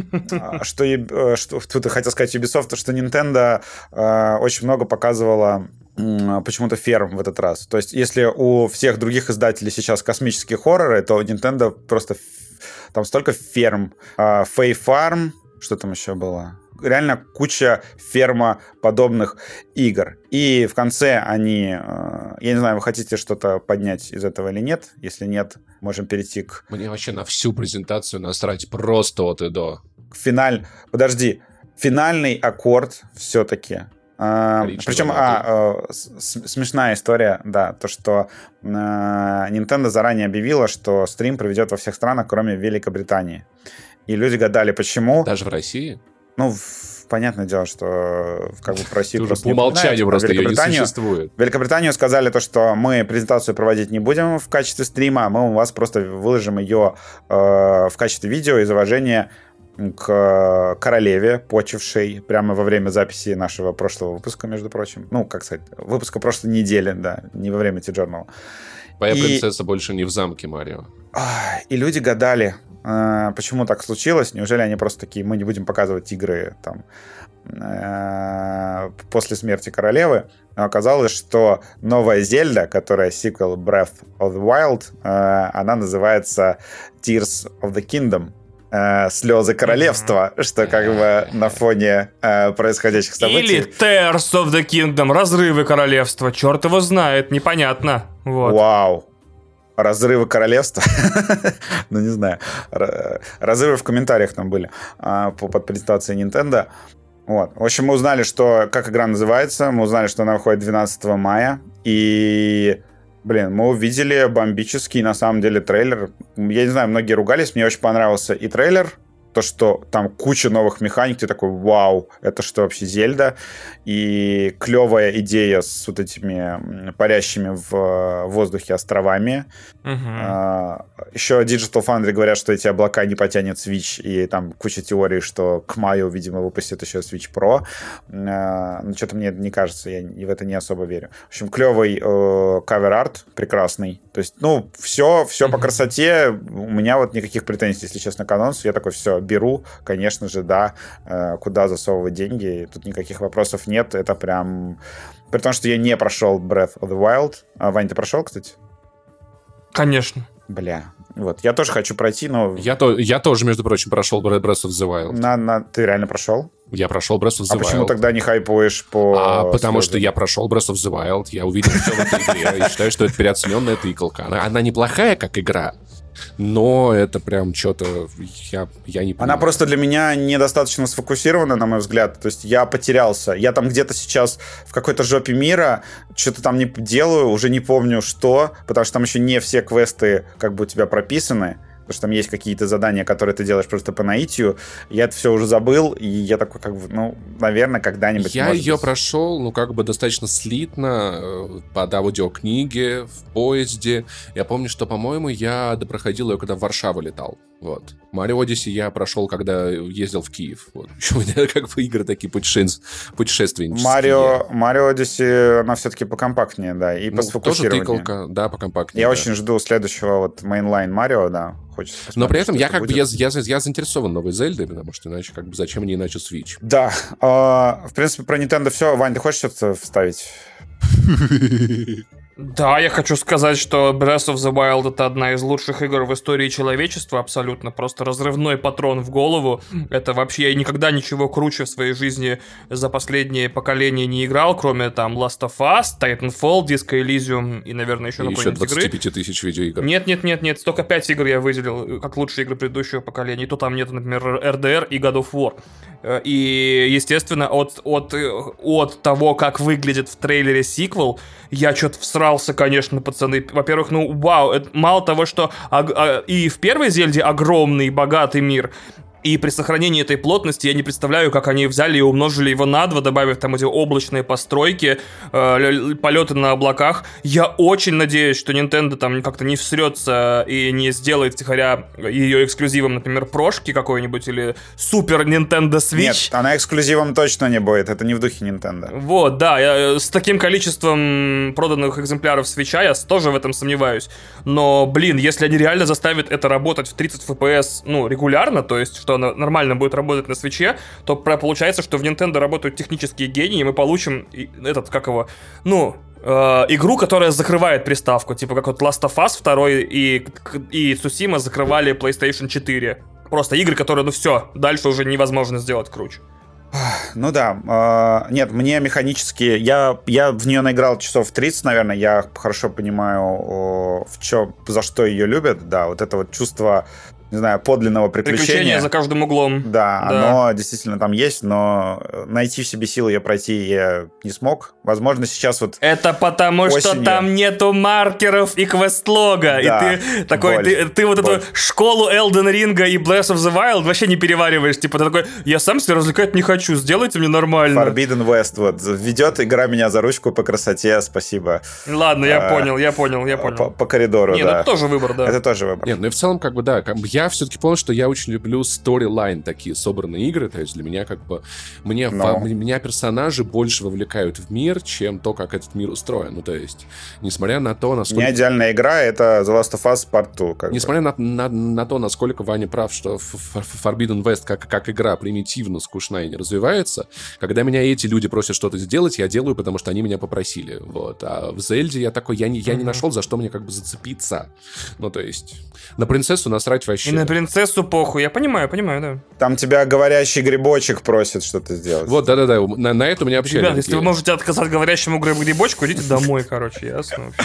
Что, э, что... Тут я хотел сказать Ubisoft, что Nintendo э, очень много показывала э, почему-то ферм в этот раз. То есть если у всех других издателей сейчас космические хорроры, то у Nintendo просто... Там столько ферм. Э, Fae Farm, что там еще было? Реально куча фермоподобных игр. И в конце они... Я не знаю, вы хотите что-то поднять из этого или нет? Если нет, можем перейти к... Мне вообще на всю презентацию насрать просто от и до. Финаль... Подожди. Финальный аккорд все-таки. Причем, а, с- смешная история, да, то, что э, Nintendo заранее объявила, что стрим проведет во всех странах, кроме Великобритании. И люди гадали, почему... Даже в России? Ну, в, понятное дело, что как бы про Россию просто по умолчанию просто ее не существует. Великобританию сказали то, что мы презентацию проводить не будем в качестве стрима, мы у вас просто выложим ее э, в качестве видео из уважения к королеве, почившей прямо во время записи нашего прошлого выпуска, между прочим. Ну, как сказать, выпуска прошлой недели, да, не во время T-Journal. Моя И... принцесса больше не в замке, Марио. И люди гадали, почему так случилось. Неужели они просто такие: мы не будем показывать игры там после смерти королевы? Но оказалось, что новая Зельда, которая сиквел Breath of the Wild, она называется Tears of the Kingdom. Слезы королевства, mm-hmm. что как бы на фоне э, происходящих событий. Или Tears of the Kingdom, разрывы королевства. Черт его знает, непонятно. Вот. Вау. Разрывы королевства. Ну, не знаю. Разрывы в комментариях там были под презентацией Nintendo. Вот. В общем, мы узнали, что как игра называется. Мы узнали, что она выходит двенадцатого мая. И... Блин, мы увидели бомбический, на самом деле, трейлер. Я не знаю, многие ругались, мне очень понравился и трейлер, то, что там куча новых механик, ты такой: вау, это что вообще, Зельда? И клевая идея с вот этими парящими в воздухе островами. Угу. еще Digital Foundry говорят, что эти облака не потянет Switch, и там куча теорий, что к маю, видимо, выпустят еще Switch Pro. Но что-то мне не кажется, я в это не особо верю. В общем, клевый кавер-арт, прекрасный. То есть, ну, все, все mm-hmm. по красоте. У меня вот никаких претензий, если честно, к анонсу. Я такой, все, беру, конечно же, да. Куда засовывать деньги? Тут никаких вопросов нет. Это прям... При том, что я не прошел Breath of the Wild. А, Вань, ты прошел, кстати? Конечно. Бля. Вот. Я тоже хочу пройти, но... Я, то, я тоже, между прочим, прошел Breath of the Wild. На, на... Ты реально прошел? Я прошел Breath of the а Wild. А почему тогда не хайпуешь по... А, потому что я прошел Breath of the Wild. Я увидел все в этой игре. И считаю, что это переоцененная тыкалка. Она, она неплохая, как игра. Но это прям что-то... Я, я не понимаю. Она просто для меня недостаточно сфокусирована, на мой взгляд. То есть я потерялся. Я там где-то сейчас в какой-то жопе мира что-то там не делаю, уже не помню что, потому что там еще не все квесты как бы у тебя прописаны. Потому что там есть какие-то задания, которые ты делаешь просто по наитию. Я это все уже забыл, и я такой, как бы, ну, наверное, когда-нибудь... Я ее быть... прошел, ну, как бы достаточно слитно, под аудиокниги, в поезде. Я помню, что, по-моему, я допроходил ее, когда в Варшаву летал. Вот. Марио Одиссе я прошел, когда ездил в Киев. Вот. У меня как бы игры такие путешеств... путешественнические. Марио, Марио Одиссе, она все-таки покомпактнее, да, и ну, по сфокусированию. Тоже тыкалка, да, покомпактнее. Я да. очень жду следующего вот мейнлайн Марио, да. Хочется посмотреть, но при этом я как будет. бы я, я, я заинтересован новой Зельдой, потому что иначе как бы зачем мне иначе Switch? Да. Э, в принципе, про Nintendo все. Вань, ты хочешь что-то вставить? Да, я хочу сказать, что Breath of the Wild — это одна из лучших игр в истории человечества, абсолютно. Просто разрывной патрон в голову. Это вообще, я никогда ничего круче в своей жизни за последние поколения не играл, кроме там Last of Us, Titanfall, Disco Elysium и, наверное, еще и какой-нибудь игры. еще двадцать пять тысяч видеоигр. Нет, нет, нет, нет, только пять игр я выделил как лучшие игры предыдущего поколения. И то там нет, например, эр ди ар и God of War. И, естественно, от, от, от того, как выглядит в трейлере сиквел, я что-то всрался, конечно, пацаны. Во-первых, ну, вау, это мало того, что а, а, и в первой Зельде огромный, богатый мир, и при сохранении этой плотности я не представляю, как они взяли и умножили его на два, добавив там эти облачные постройки, э, полеты на облаках. Я очень надеюсь, что Nintendo там как-то не всрется и не сделает, втихаря, ее эксклюзивом, например, прошки какой-нибудь или Super Nintendo Switch. Нет, она эксклюзивом точно не будет, это не в духе Nintendo. Вот, да, я, с таким количеством проданных экземпляров Switch'а я тоже в этом сомневаюсь. Но, блин, если они реально заставят это работать в тридцать эф пи эс, ну, регулярно, то есть что она нормально будет работать на Switch'е, то получается, что в Nintendo работают технические гении, и мы получим этот, как его, ну, э, игру, которая закрывает приставку, типа как вот Last of Us два и, и Tsushima закрывали PlayStation четыре. Просто игры, которые, ну все, дальше уже невозможно сделать круче. Ну да, э, нет, мне механически, я, я в нее наиграл часов тридцать, наверное, я хорошо понимаю, о, в чё, за что ее любят, да, вот это вот чувство, не знаю, подлинного приключения. Приключения за каждым углом. Да, да, оно действительно там есть, но найти в себе силы ее пройти я не смог. Возможно, сейчас вот это потому, осенью... что там нету маркеров и квестлога. Да, и ты такой, ты, ты вот боль. Эту школу Elden Ring и Breath of the Wild вообще не перевариваешь. Типа ты такой, я сам себя развлекать не хочу, сделайте мне нормально. Forbidden West, вот, ведет игра меня за ручку по красоте, спасибо. Ладно, я а, понял, я понял, я понял. По, по коридору, Нет, да. ну это тоже выбор, да. Это тоже выбор. Нет, ну и в целом, как бы, да, как бы я все-таки понял, что я очень люблю сторилайн, такие собранные игры, то есть для меня как бы, мне, Но... меня персонажи больше вовлекают в мир, чем то, как этот мир устроен, ну то есть, несмотря на то, насколько... Не идеальная игра, это The Last of Us Part два. Как несмотря бы. на, на, на то, насколько Ваня прав, что Forbidden West как, как игра примитивно, скучна и не развивается, когда меня эти люди просят что-то сделать, я делаю, потому что они меня попросили, вот, а в Зельде я такой, я не, я не нашел, за что мне как бы зацепиться, ну то есть, на принцессу насрать вообще. И на принцессу похуй, я понимаю, понимаю, да. Там тебя говорящий грибочек просит что-то сделать. Вот, да-да-да, на, на это у меня вообще... Ребят, если вы можете отказать говорящему грибочку, идите домой, короче, ясно вообще.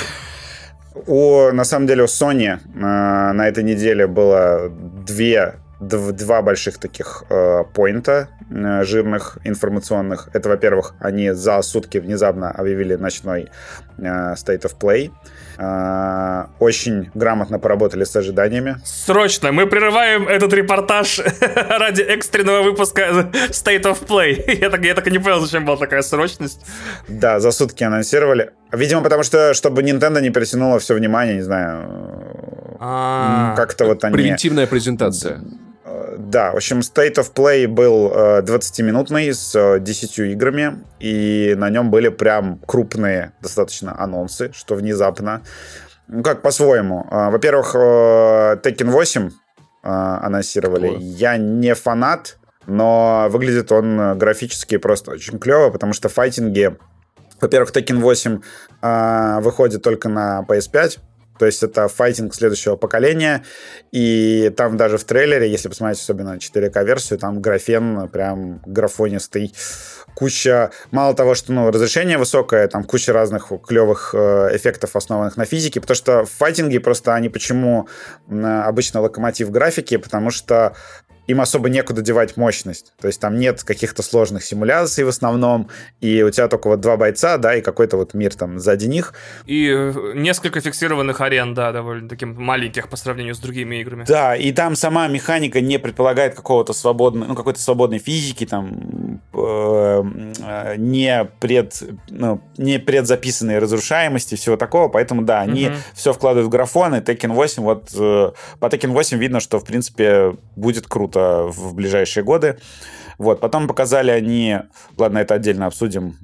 У, на самом деле у Sony э, на этой неделе было две, дв, два больших таких э, поинта э, жирных, информационных. Это, во-первых, они за сутки внезапно объявили ночной э, State of Play. Э, очень грамотно поработали с ожиданиями. Срочно, мы прерываем этот репортаж ради экстренного выпуска State of Play. Я так, я так и не понял, зачем была такая срочность. Да, за сутки анонсировали. Видимо, потому что, чтобы Nintendo не перетянуло все внимание, не знаю... А, Как-то вот они... Превентивная презентация. Да, в общем, State of Play был двадцатиминутный с десятью играми, и на нем были прям крупные достаточно анонсы, что внезапно. Ну, как по-своему. Во-первых, Tekken восемь анонсировали. О. Я не фанат, но выглядит он графически просто очень клево, потому что файтинги... Во-первых, Tekken восемь выходит только на пи эс пять, то есть это файтинг следующего поколения, и там даже в трейлере, если посмотреть особенно четыре ка-версию, там графен прям графонистый. Куча, мало того, что ну, разрешение высокое, там куча разных клевых э, эффектов, основанных на физике, потому что в файтинге просто они почему э, обычно локомотив графики, потому что им особо некуда девать мощность. То есть там нет каких-то сложных симуляций в основном, и у тебя только вот два бойца, да, и какой-то вот мир там сзади них. И несколько фиксированных арен, да, довольно таким маленьких по сравнению с другими играми. Да, и там сама механика не предполагает какого-то свободной, ну, какой-то свободной физики, там, э, э, не, пред, ну, не предзаписанной разрушаемости, всего такого, поэтому, да, они угу. все вкладывают в графон, и Tekken восемь, вот, э, по Tekken восемь видно, что, в принципе, будет круто в ближайшие годы. Вот. Потом показали они... Ладно, это отдельно обсудим.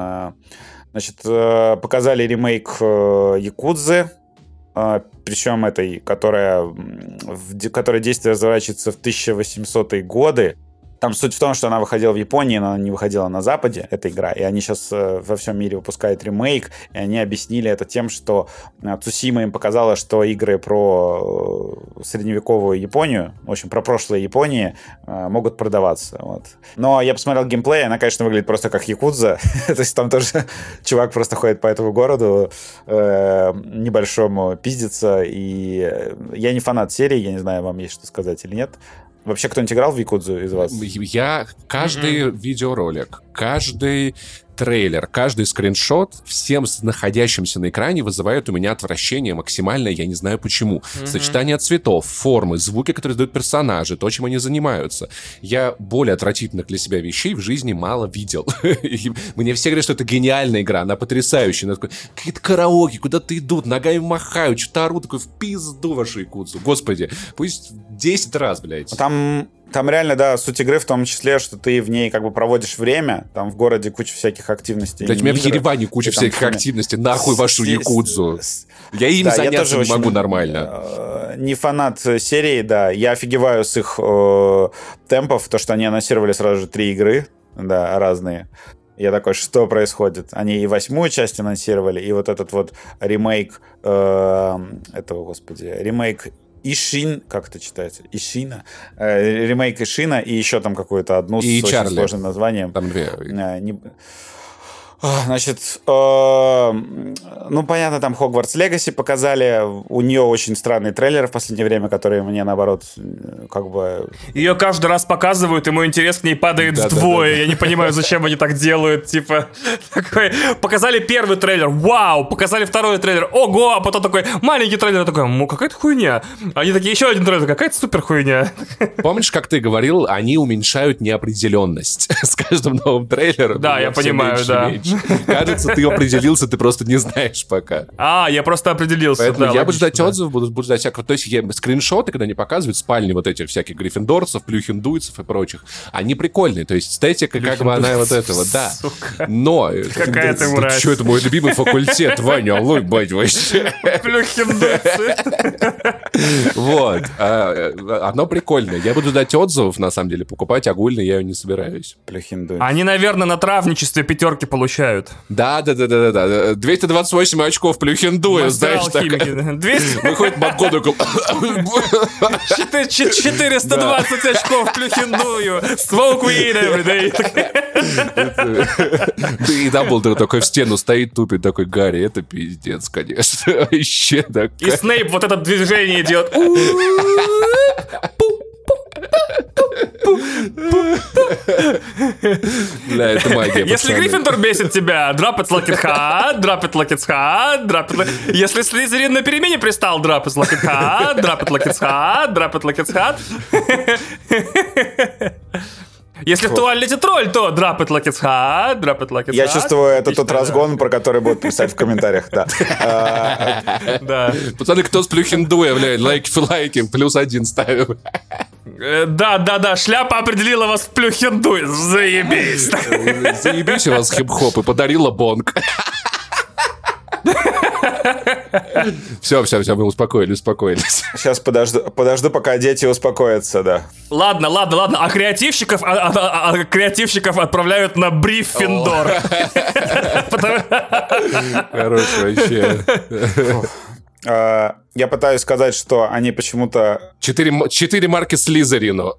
Значит, показали ремейк Якудзы, причем этой, которая, которая действие разворачивается в тысяча восьмисотые годы. Там суть в том, что она выходила в Японии, но она не выходила на Западе, эта игра, и они сейчас э, во всем мире выпускают ремейк, и они объяснили это тем, что э, Цусима им показала, что игры про э, средневековую Японию, в общем, про прошлое Японии э, могут продаваться. Вот. Но я посмотрел геймплей, она, конечно, выглядит просто как Якудза, то есть там тоже чувак просто ходит по этому городу э, небольшому, пиздится, и я не фанат серии, я не знаю, вам есть что сказать или нет. Вообще, кто-нибудь играл в Якудзу из вас? Я каждый mm-hmm. видеоролик, каждый трейлер, каждый скриншот всем находящимся на экране вызывает у меня отвращение максимальное, я не знаю почему. Mm-hmm. Сочетание цветов, формы, звуки, которые издают персонажи, то, чем они занимаются. Я более отвратительных для себя вещей в жизни мало видел. Мне все говорят, что это гениальная игра, она потрясающая. Какие-то караоке, куда-то идут, ногами махают, что-то орут, такой в пизду вашу Якудзу. Господи, пусть десять раз, блядь. Там... Там реально, да, суть игры в том числе, что ты в ней как бы проводишь время, там в городе куча всяких активностей. Блядь, у меня в Ереване куча всяких там, активностей, нахуй вашу Якудзу. Я им да, заняться не могу нормально. Не фанат серии, да, я офигеваю с их э, темпов, то, что они анонсировали сразу же три игры, да, разные. Я такой, что происходит? Они и восьмую часть анонсировали, и вот этот вот ремейк э, этого, господи, ремейк Ишин, как это читается? Ишина. Э, ремейк Ишина и еще там какую-то одну и с Чарли. Очень сложным названием. Там две. Э, не... Значит, э, ну, понятно, там Хогвартс Легаси показали. У нее очень странный трейлер в последнее время, который мне, наоборот, как бы... Ее каждый раз показывают, и мой интерес к ней падает да, вдвое. Да, да, да. Я не понимаю, зачем они так делают. Типа, такой... Показали первый трейлер, вау! Показали второй трейлер, ого! А потом такой маленький трейлер, такой, ну, какая-то хуйня. Они такие, еще один трейлер, какая-то супер хуйня. Помнишь, как ты говорил, они уменьшают неопределенность с каждым новым трейлером? Да, я понимаю, меньше, да. Меньше. Кажется, ты определился, ты просто не знаешь пока. А, я просто определился. Поэтому да, я логично, буду ждать да. отзывов, буду, буду ждать всякого. То есть я, скриншоты, когда они показывают спальни вот этих всяких гриффиндорцев, плюхендуйцев и прочих, они прикольные. То есть эстетика, как бы она вот этого, да. Сука. Но... Какая ты мразь. Что, это мой любимый факультет, Ваня, алло, бать, вообще. Плюхендуйцы. Вот. Оно прикольное. Я буду ждать отзывов, на самом деле, покупать огульно я ее не собираюсь. Плюхендуйцы. Они, наверное, на травничестве пятерки получают. Да, да, да, да, да, да. двести двадцать восемь очков плюхендуя, знаешь, так. двести Выходит Бабко такой... четыреста двадцать очков плюхендую. Smoke weed every day. И Дамблдор такой в стену стоит, тупит, такой, Гарри, это пиздец, конечно. Вообще так. И Снейп вот это движение делает. Бля, это магия, Если Гриффиндор бесит тебя, drop it like it hot, drop it like it's hot, drop it like... Если Слизерин на перемене пристал, drop it like it hot, drop it like it's hot, drop it like it's hot. Если в туалете тролль, то drop it like it's hot, drop it like it's hot. Я чувствую, это тот разгон, про который будут писать в комментариях, да. Да. Пацаны, кто с плюхиндуя, блядь, лайки, лайки, плюс один ставим. Да, да, да, шляпа определила вас в плюхиндуй. Заебись. Заебись у вас хип-хоп и подарила бонг. Все, все, все, мы успокоились, успокоились. Сейчас подожду, подожду, пока дети успокоятся, да. Ладно, ладно, ладно. А креативщиков, а, а, а креативщиков отправляют на Бриффиндор. Короче, вообще. Я пытаюсь сказать, что они почему-то... Четыре, четыре марки Слизерину.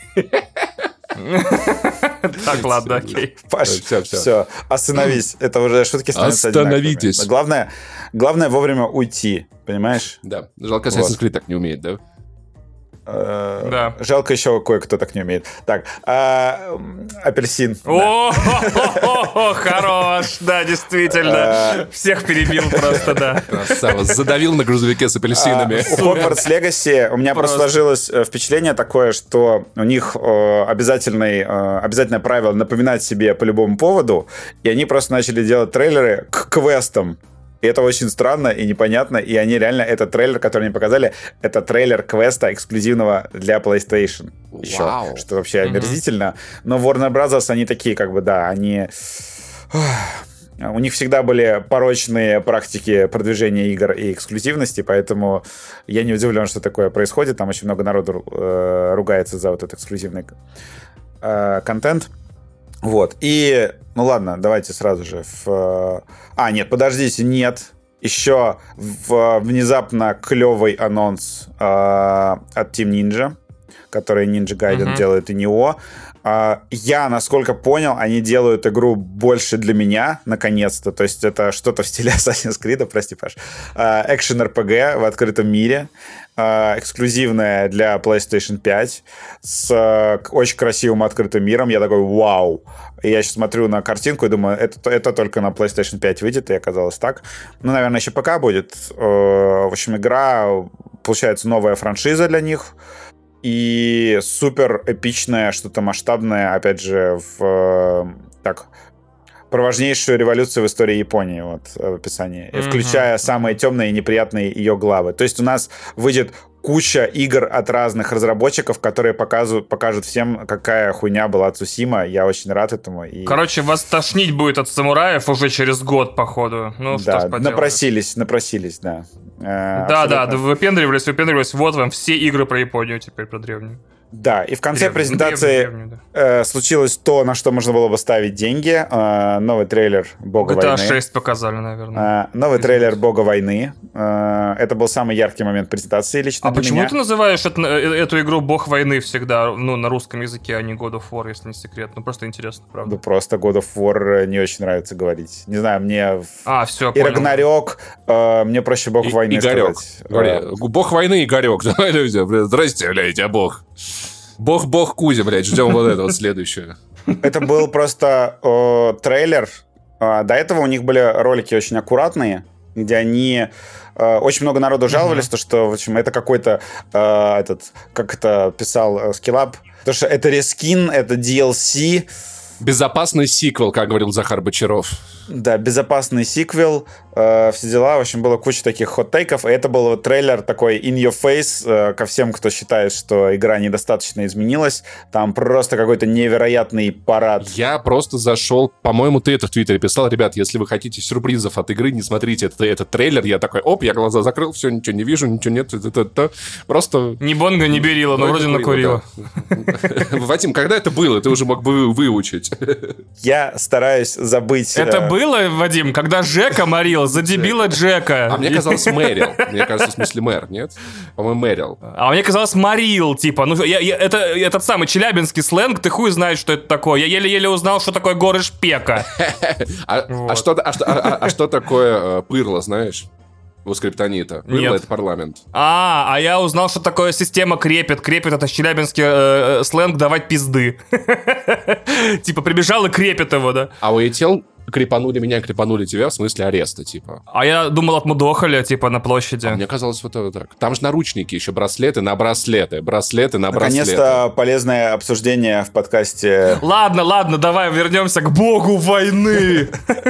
Так, ладно, окей. Паш, все, все. все, остановись. Это уже шутки становятся Остановитесь. Главное, главное вовремя уйти, понимаешь? Да. Жалко, Assassin's Creed так не умеет, да? Да. Жалко, еще кое-кто так не умеет. Так, апельсин. О, хорош, да, действительно. Всех перебил просто, да. Красава, задавил на грузовике с апельсинами. У Hogwarts Legacy у меня просто сложилось впечатление такое, что у них обязательное правило напоминать себе по любому поводу, и они просто начали делать трейлеры к квестам. И это очень странно и непонятно, и они реально, этот трейлер, который они показали, это трейлер квеста эксклюзивного для PlayStation. Еще, Вау. что вообще омерзительно. Mm-hmm. Но Warner Bros., они такие, как бы, да, они... У них всегда были порочные практики продвижения игр и эксклюзивности, поэтому я не удивлен, что такое происходит. Там очень много народу э, ругается за вот этот эксклюзивный э, контент. Вот, и, ну ладно, давайте сразу же в... А, нет, подождите, нет. Еще в внезапно клевый анонс э, от Team Ninja, который Ninja Gaiden uh-huh. делает и НИО. Uh, я, насколько понял, они делают игру больше для меня, наконец-то. То есть это что-то в стиле Assassin's Creed, прости, Паш. Uh, Action-эр пи джи в открытом мире. Uh, эксклюзивная для PlayStation пять. С uh, очень красивым открытым миром. Я такой, вау. И я сейчас смотрю на картинку и думаю, это, это только на PlayStation пять выйдет. И оказалось так. Ну, наверное, еще пока будет. Uh, в общем, игра, получается, новая франшиза для них. И супер эпичное, что-то масштабное, опять же, в так, про важнейшую революцию в истории Японии, вот в описании, mm-hmm. включая самые темные и неприятные ее главы. То есть у нас выйдет куча игр от разных разработчиков, которые показывают, покажут всем, какая хуйня была Цусима. Я очень рад этому. И... Короче, вас тошнить будет от самураев уже через год, походу. Ну, да, что ж поделать. напросились, напросились, да. Э, да, да, да, выпендривались, выпендривались. Вот вам все игры про Японию теперь, про древнюю. Да, и в конце древнюю, презентации древнюю, древнюю, да. э, случилось то, на что можно было бы ставить деньги. Э, новый трейлер Бога джи ти эй войны. шесть показали, наверное. Э, новый Извините. трейлер Бога войны. Э, это был самый яркий момент презентации лично а для почему меня. ты называешь это, эту игру Бог войны всегда, ну, на русском языке, а не God of War, если не секрет? Ну, просто интересно, правда. Ну, просто God of War не очень нравится говорить. Не знаю, мне... А, все, И Рагнарёк, э, мне проще Бог и, войны Игорёк. сказать. Говори, Бог войны, Игорек. Давай, люди, здрасте, блядь, я бог. Бог-бог Кузя, блядь, ждем вот это вот следующее. Это был просто э, трейлер. Э, до этого у них были ролики очень аккуратные, где они... Э, очень много народу жаловались, mm-hmm. то, что, в общем, это какой-то... Э, этот, как это писал э, Skillab, то, что это рескин, это ди эл си. Безопасный сиквел, как говорил Захар Бочаров. Да, безопасный сиквел, э, все дела. В общем, было куча таких хот-тейков. И это был вот трейлер такой in your face э, ко всем, кто считает, что игра недостаточно изменилась. Там просто какой-то невероятный парад. Я просто зашел, по-моему, ты это в Твиттере писал. Ребят, если вы хотите сюрпризов от игры, не смотрите этот, этот трейлер. Я такой, оп, я глаза закрыл, все, ничего не вижу, ничего нет. Это, это, это. Просто... Ни бонга, ни берила, но вроде накурила. Вадим, когда это было? Ты уже мог бы выучить. Я стараюсь забыть... Это было, Вадим, когда Джека морил за дебила Джека. А мне казалось Мэрил. Мне кажется, в смысле мэр, нет? По-моему, Мэрил. А мне казалось морил, типа. Ну, я, я, это этот самый челябинский сленг, ты хуй знаешь, что это такое. Я еле-еле узнал, что такое горы Шпека. А что такое пырло, знаешь? У скриптонита. Пырло — это парламент. А, а я узнал, что такое система крепит. Крепит — это челябинский э, сленг давать пизды. Типа прибежал и крепит его, да. А улетел крепанули меня, крепанули тебя, в смысле ареста, типа. А я думал, отмудохали, типа, на площади. А мне казалось вот это так. Там же наручники еще, браслеты на браслеты, браслеты на браслеты. Наконец-то полезное обсуждение в подкасте. Ладно, ладно, давай вернемся к богу войны.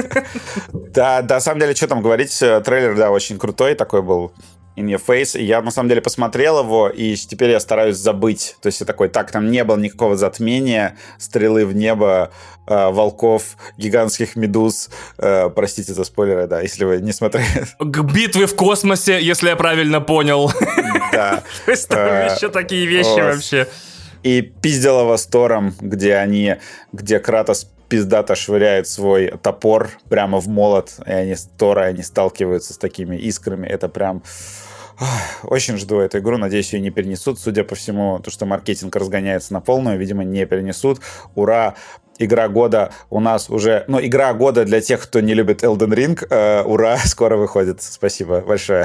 Да, на самом деле, что там говорить, трейлер, да, очень крутой такой был. In Your Face. И я, на самом деле, посмотрел его, и теперь я стараюсь забыть. То есть я такой, так, там не было никакого затмения, стрелы в небо, э, волков, гигантских медуз. Э, простите за спойлеры, да, если вы не смотрели. К битве в космосе, если я правильно понял. Да. То есть там еще такие вещи вообще. И пизделово с Тором, где они, где Кратос пиздато швыряет свой топор прямо в молот, и они с Тора, они сталкиваются с такими искрами. Это прям... Очень жду эту игру, надеюсь, ее не перенесут. Судя по всему, то, что маркетинг разгоняется на полную, видимо, не перенесут. Ура! Игра года у нас уже... Ну, игра года для тех, кто не любит Elden Ring. Э, ура, скоро выходит. Спасибо большое.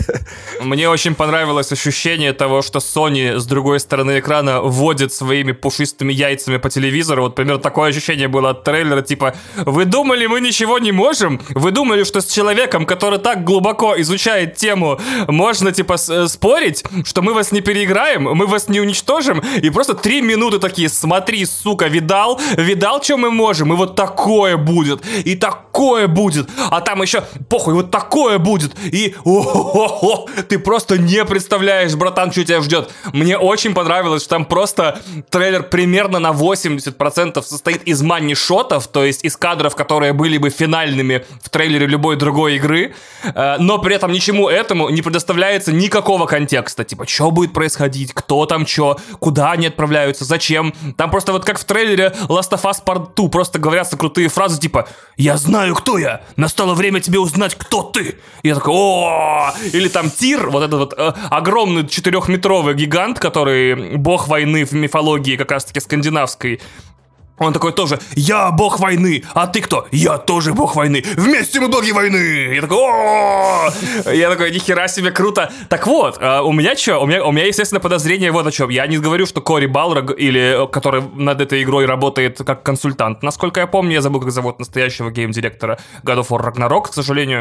Мне очень понравилось ощущение того, что Sony с другой стороны экрана водит своими пушистыми яйцами по телевизору. Вот примерно такое ощущение было от трейлера. Типа, вы думали, мы ничего не можем? Вы думали, что с человеком, который так глубоко изучает тему, можно, типа, спорить, что мы вас не переиграем, мы вас не уничтожим? И просто три минуты такие, смотри, сука, видал? Видал? Что мы можем, и вот такое будет, и такое будет, а там еще, похуй, вот такое будет, и о-хо-хо, ты просто не представляешь, братан, что тебя ждет. Мне очень понравилось, что там просто трейлер примерно на восемьдесят процентов состоит из манни-шотов, то есть из кадров, которые были бы финальными в трейлере любой другой игры, но при этом ничему этому не предоставляется никакого контекста, типа, что будет происходить, кто там что, куда они отправляются, зачем. Там просто вот как в трейлере Last of Us Part два просто говорятся крутые фразы типа «Я знаю, кто я! Настало время тебе узнать, кто ты!» И я такой «О!» Или там Тир, вот этот вот э, огромный четырехметровый гигант, который бог войны в мифологии как раз-таки скандинавской. Он такой тоже «Я бог войны, а ты кто?» «Я тоже бог войны, вместе мы боги войны!» Я такой «О!» Я такой «Нихера себе, круто!» Так вот, у меня что? У меня, у меня, естественно, подозрение вот о чем. Я не говорю, что Кори Балрог, или, который над этой игрой работает как консультант. Насколько я помню, я забыл, как зовут настоящего гейм-директора God of War Ragnarok, к сожалению.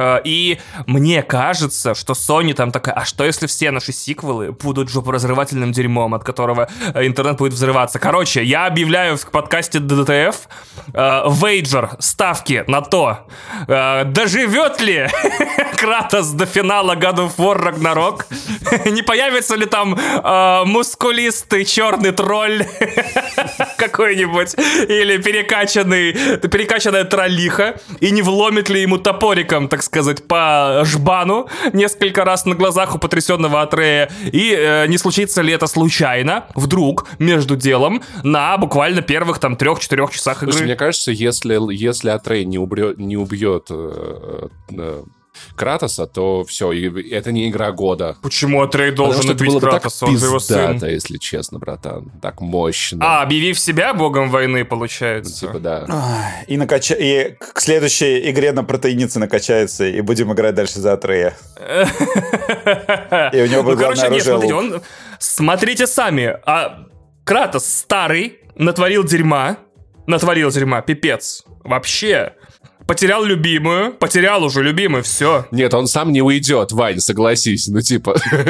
И мне кажется, что Sony там такая «А что, если все наши сиквелы будут жопоразрывательным дерьмом, от которого интернет будет взрываться?» Короче, я объявляю в подкасте ДТФ вейджер, ставки на то, э, доживет ли Кратос до финала God of War Ragnarok, не появится ли там э, мускулистый черный тролль какой-нибудь, или перекачанный, перекачанная троллиха, и не вломит ли ему топориком, так сказать, по жбану несколько раз на глазах у потрясенного Атрея, и э, не случится ли это случайно, вдруг, между делом, на буквально первых там трех-четырех часах игры. Слушай, мне кажется, если, если Атрей не, убрет, не убьет э, э, Кратоса, то все, это не игра года. Почему Атрей должен убить Кратоса? Он же его сын. Да, если честно, братан. Так мощно. А, объявив себя богом войны, получается. Ну, типа, да. И, накача... и к следующей игре на протеинице накачается, и будем играть дальше за Атрея. И у него будет главное оружие лук. Смотрите сами. Кратос старый, натворил дерьма. Натворил дерьма, пипец. Вообще. Потерял любимую, потерял уже любимую, все. Нет, он сам не уйдет, Вань, согласись. Ну, типа...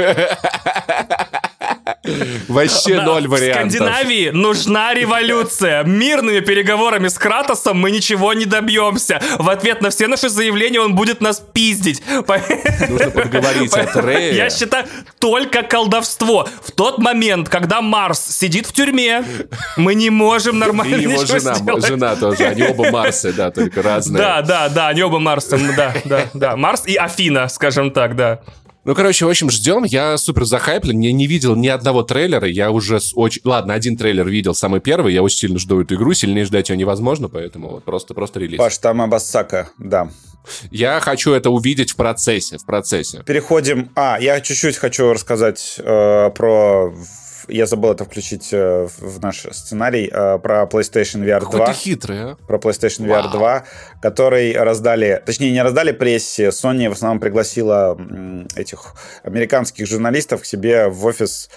Вообще ноль вариантов. В Скандинавии нужна революция. Мирными переговорами с Кратосом мы ничего не добьемся. В ответ на все наши заявления он будет нас пиздить. Нужно подговорить Атрея. Я считаю, только колдовство. В тот момент, когда Марс сидит в тюрьме, мы не можем нормально и его ничего жена, сделать. жена тоже. Они оба Марсы, да, только разные. Да, да, да, они оба Марсы. Да, да, да. Марс и Афина, скажем так, да. Ну, короче, в общем, ждем. Я супер захайплен. Я не видел ни одного трейлера. Я уже с очень... Ладно, один трейлер видел, самый первый. Я очень сильно жду эту игру. Сильнее ждать ее невозможно, поэтому вот просто, просто релиз. Паш, там Абассака, да. Я хочу это увидеть в процессе, в процессе. Переходим... А, я чуть-чуть хочу рассказать э, про... Я забыл это включить э, в наш сценарий э, про PlayStation ви ар два. Какой ты хитрый, а? Про PlayStation ви ар два, который раздали... Точнее, не раздали прессе. Sony в основном пригласила м, этих американских журналистов к себе в офис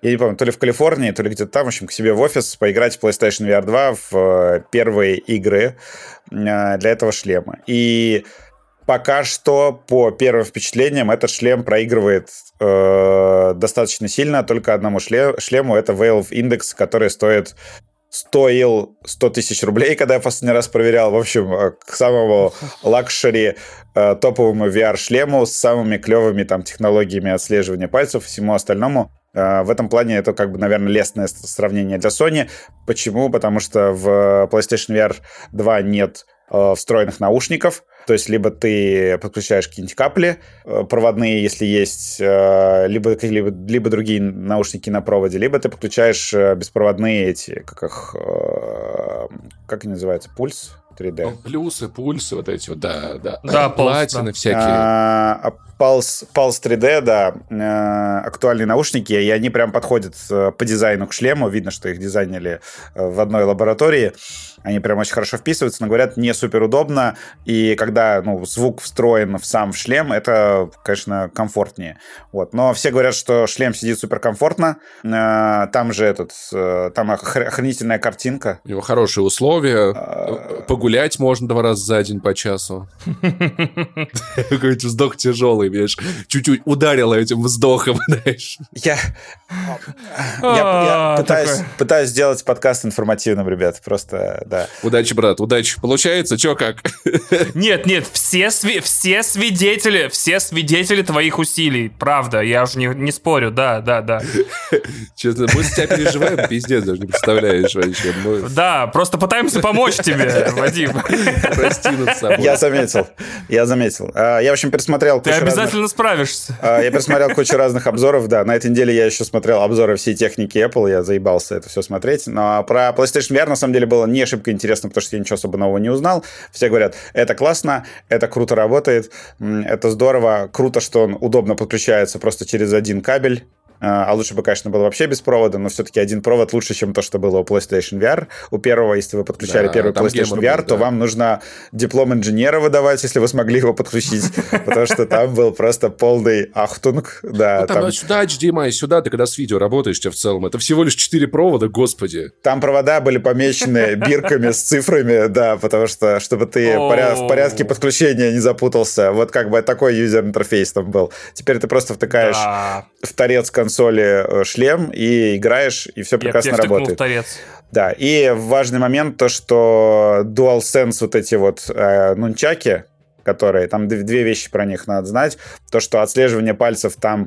я не помню, то ли в Калифорнии, то ли где-то там, в общем, к себе в офис поиграть в PlayStation ви ар два в первые игры для этого шлема. И пока что, по первым впечатлениям, этот шлем проигрывает э, достаточно сильно только одному шле- шлему. Это Valve Index, который стоит... стоил сто тысяч рублей, когда я последний раз проверял. В общем, к самому лакшери э, топовому ви ар-шлему с самыми клевыми там технологиями отслеживания пальцев и всему остальному. Э, в этом плане это, как бы, наверное, лестное сравнение для Sony. Почему? Потому что в PlayStation ви ар два нет э, встроенных наушников. То есть либо ты подключаешь какие-нибудь капли э, проводные, если есть, э, либо, либо, либо другие наушники на проводе, либо ты подключаешь э, беспроводные эти, как их, э, как они называются, пульс три дэ. Плюсы, пульсы, вот эти вот, да, да. Да, платины да. всякие. А, Pulse, Pulse три дэ, да, э, актуальные наушники, и они прям подходят э, по дизайну к шлему. Видно, что их дизайнили э, в одной лаборатории. Они прям очень хорошо вписываются, но, говорят, не супер удобно. И когда, ну, звук встроен в сам в шлем, это, конечно, комфортнее. Вот. Но все говорят, что шлем сидит супер комфортно. Э, там же этот, э, там охр- охренительная картинка. У него хорошие условия. Погулять можно два раза за день по часу. Какой-то вздох тяжелый, видишь. Чуть-чуть ударило этим вздохом, знаешь. Я, я, я пытаюсь, пытаюсь сделать подкаст информативным, ребят. Просто, да. Удачи, брат, удачи. Получается? Чё, как? Нет, нет, все, сви- все свидетели, все свидетели твоих усилий. Правда, я уже не, не спорю, да, да, да. Честно, мы за тебя переживаем, пиздец, даже не представляешь вообще. Мы... Да, просто пытаемся помочь тебе, Вадим. Прости над собой. Я заметил, я заметил. Я, в общем, пересмотрел Ты кучу обязательно разных... справишься. Я пересмотрел кучу разных обзоров, да. На этой неделе я еще смотрел обзоры всей техники Apple, я заебался это все смотреть. Но про PlayStation ви ар, на самом деле, было не шибко интересно, потому что я ничего особо нового не узнал. Все говорят, это классно, это круто работает, это здорово, круто, что он удобно подключается просто через один кабель. А лучше бы, конечно, было вообще без провода, но все-таки один провод лучше, чем то, что было у PlayStation ви ар. У первого, если вы подключали да, первый PlayStation ви ар, был, то да. вам нужно диплом инженера выдавать, если вы смогли его подключить, потому что там был просто полный ахтунг. Да, там сюда эйч ди эм ай, сюда, ты когда с видео работаешь, в целом, это всего лишь четыре провода, господи. Там провода были помечены бирками с цифрами, да, потому что, чтобы ты в порядке подключения не запутался. Вот как бы такой юзер-интерфейс там был. Теперь ты просто втыкаешь в торец консоли шлем и играешь, и все прекрасно я работает. Да, и важный момент то, что DualSense, вот эти вот э, нунчаки, которые, там две вещи про них надо знать, то, что отслеживание пальцев там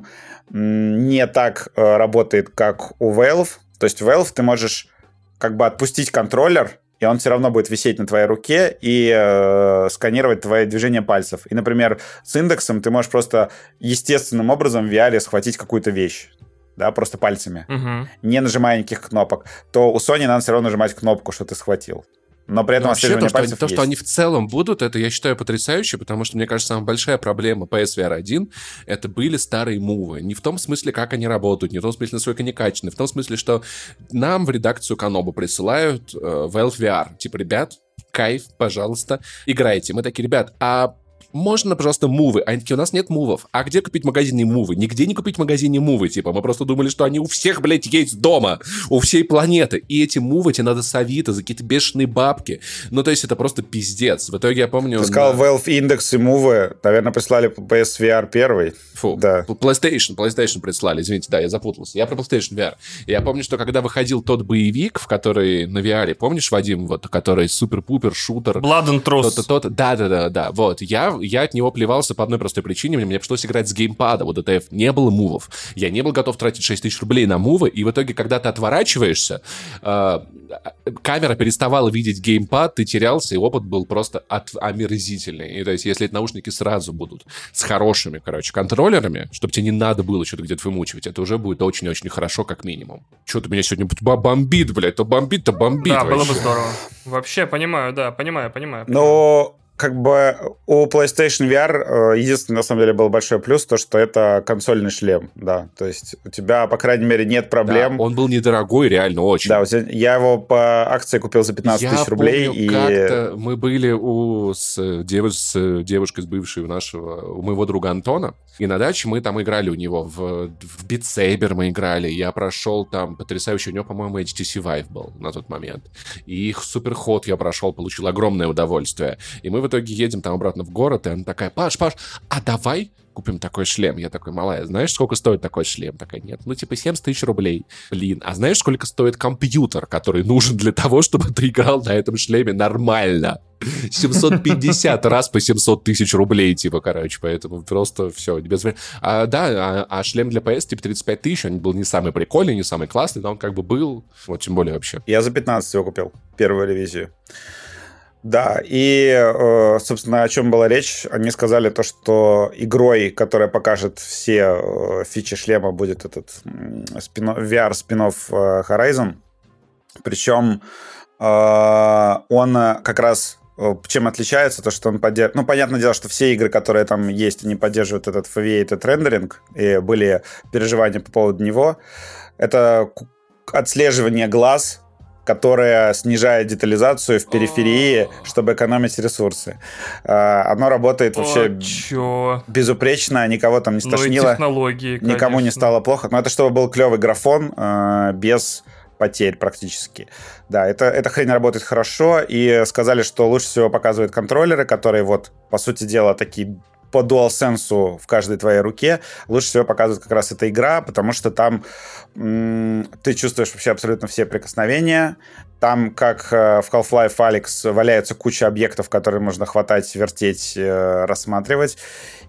м, не так э, работает, как у Valve. То есть в Valve ты можешь как бы отпустить контроллер, и он все равно будет висеть на твоей руке и э, сканировать твои движения пальцев. И, например, с индексом ты можешь просто естественным образом в ви ар схватить какую-то вещь, да, просто пальцами, угу. не нажимая никаких кнопок. То у Sony надо все равно нажимать кнопку, что ты схватил. Но при этом отслеживание то, пальцев что, есть. То, что они в целом будут, это, я считаю, потрясающе, потому что, мне кажется, самая большая проблема пи эс ви ар один — это были старые мувы. Не в том смысле, как они работают, не в том смысле, насколько они качественны, в том смысле, что нам в редакцию Канобу присылают э, Valve ви ар. Типа, ребят, кайф, пожалуйста, играйте. Мы такие, ребят, а... можно, пожалуйста, мувы? А они такие, у нас нет мувов. А где купить в магазине мувы? Нигде не купить в магазине мувы. Типа, мы просто думали, что они у всех, блядь, есть дома. У всей планеты. И эти мувы тебе надо с Авито за какие-то бешеные бабки. Ну, то есть, это просто пиздец. В итоге, я помню... Ты сказал, на... Valve Index и мувы, наверное, прислали пи эс ви ар первый. Фу. Да. PlayStation, PlayStation прислали. Извините, да, я запутался. Я про PlayStation ви ар. Я помню, что когда выходил тот боевик, в который на ви ар, помнишь, Вадим, вот, который супер-пупер, шутер... Blood and Truth. То-то, Да-да-да, вот. Я, я от него плевался по одной простой причине. Мне пришлось играть с геймпада. Вот ди ти эф не было мувов. Я не был готов тратить шесть тысяч рублей на мувы, и в итоге, когда ты отворачиваешься, э, камера переставала видеть геймпад, ты терялся, и опыт был просто от... омерзительный. И то есть, если эти наушники сразу будут с хорошими, короче, контроллерами, чтобы тебе не надо было что-то где-то вымучивать, это уже будет очень-очень хорошо, как минимум. Что-то меня сегодня бомбит, блядь, то бомбит, то бомбит. Да, вообще. было бы здорово. Вообще, понимаю, да, понимаю, понимаю. Но... как бы у PlayStation ви ар единственный, на самом деле, был большой плюс, то, что это консольный шлем, да, то есть у тебя, по крайней мере, нет проблем. Да, он был недорогой, реально, очень. Да, я его по акции купил за пятнадцать тысяч рублей. Помню, и как-то мы были у, с, девуш, с девушкой, с бывшей у нашего, у моего друга Антона, и на даче мы там играли у него, в, в Beat Saber мы играли, я прошел там потрясающий, у него, по-моему, эйч ти си Vive был на тот момент, и их Суперход я прошел, получил огромное удовольствие, и мы в итоге едем там обратно в город, и она такая: Паш, Паш, а давай купим такой шлем. Я такой: малая, знаешь, сколько стоит такой шлем? Такая: нет, ну типа семьдесят тысяч рублей. Блин, а знаешь, сколько стоит компьютер, который нужен для того, чтобы ты играл на этом шлеме нормально? семьсот пятьдесят раз по семьсот тысяч рублей, типа, короче, поэтому просто все. Без... А, да, а, а шлем для пи эс, типа, тридцать пять тысяч, он был не самый прикольный, не самый классный, но он как бы был, вот тем более вообще. Я за пятнадцать его купил, первую ревизию. Да, и, собственно, о чем была речь? Они сказали то, что игрой, которая покажет все фичи шлема, будет этот ви ар спин-офф Horizon. Причем он как раз чем отличается, то, что он поддерживает... Ну, понятное дело, что все игры, которые там есть, они поддерживают этот foveated рендеринг, и были переживания по поводу него. Это отслеживание глаз, которая снижает детализацию в периферии, чтобы экономить ресурсы. Оно работает вообще О, безупречно, никого там не стошнило. Ну и технологии, никому конечно. Не стало плохо. Но это чтобы был клевый графон без потерь практически. Да, это, эта хрень работает хорошо, и сказали, что лучше всего показывают контроллеры, которые вот, по сути дела, такие по DualSense в каждой твоей руке. Лучше всего показывает как раз эта игра, потому что там м- ты чувствуешь вообще абсолютно все прикосновения. Там, как в Half-Life Alyx, валяется куча объектов, которые можно хватать, вертеть, рассматривать.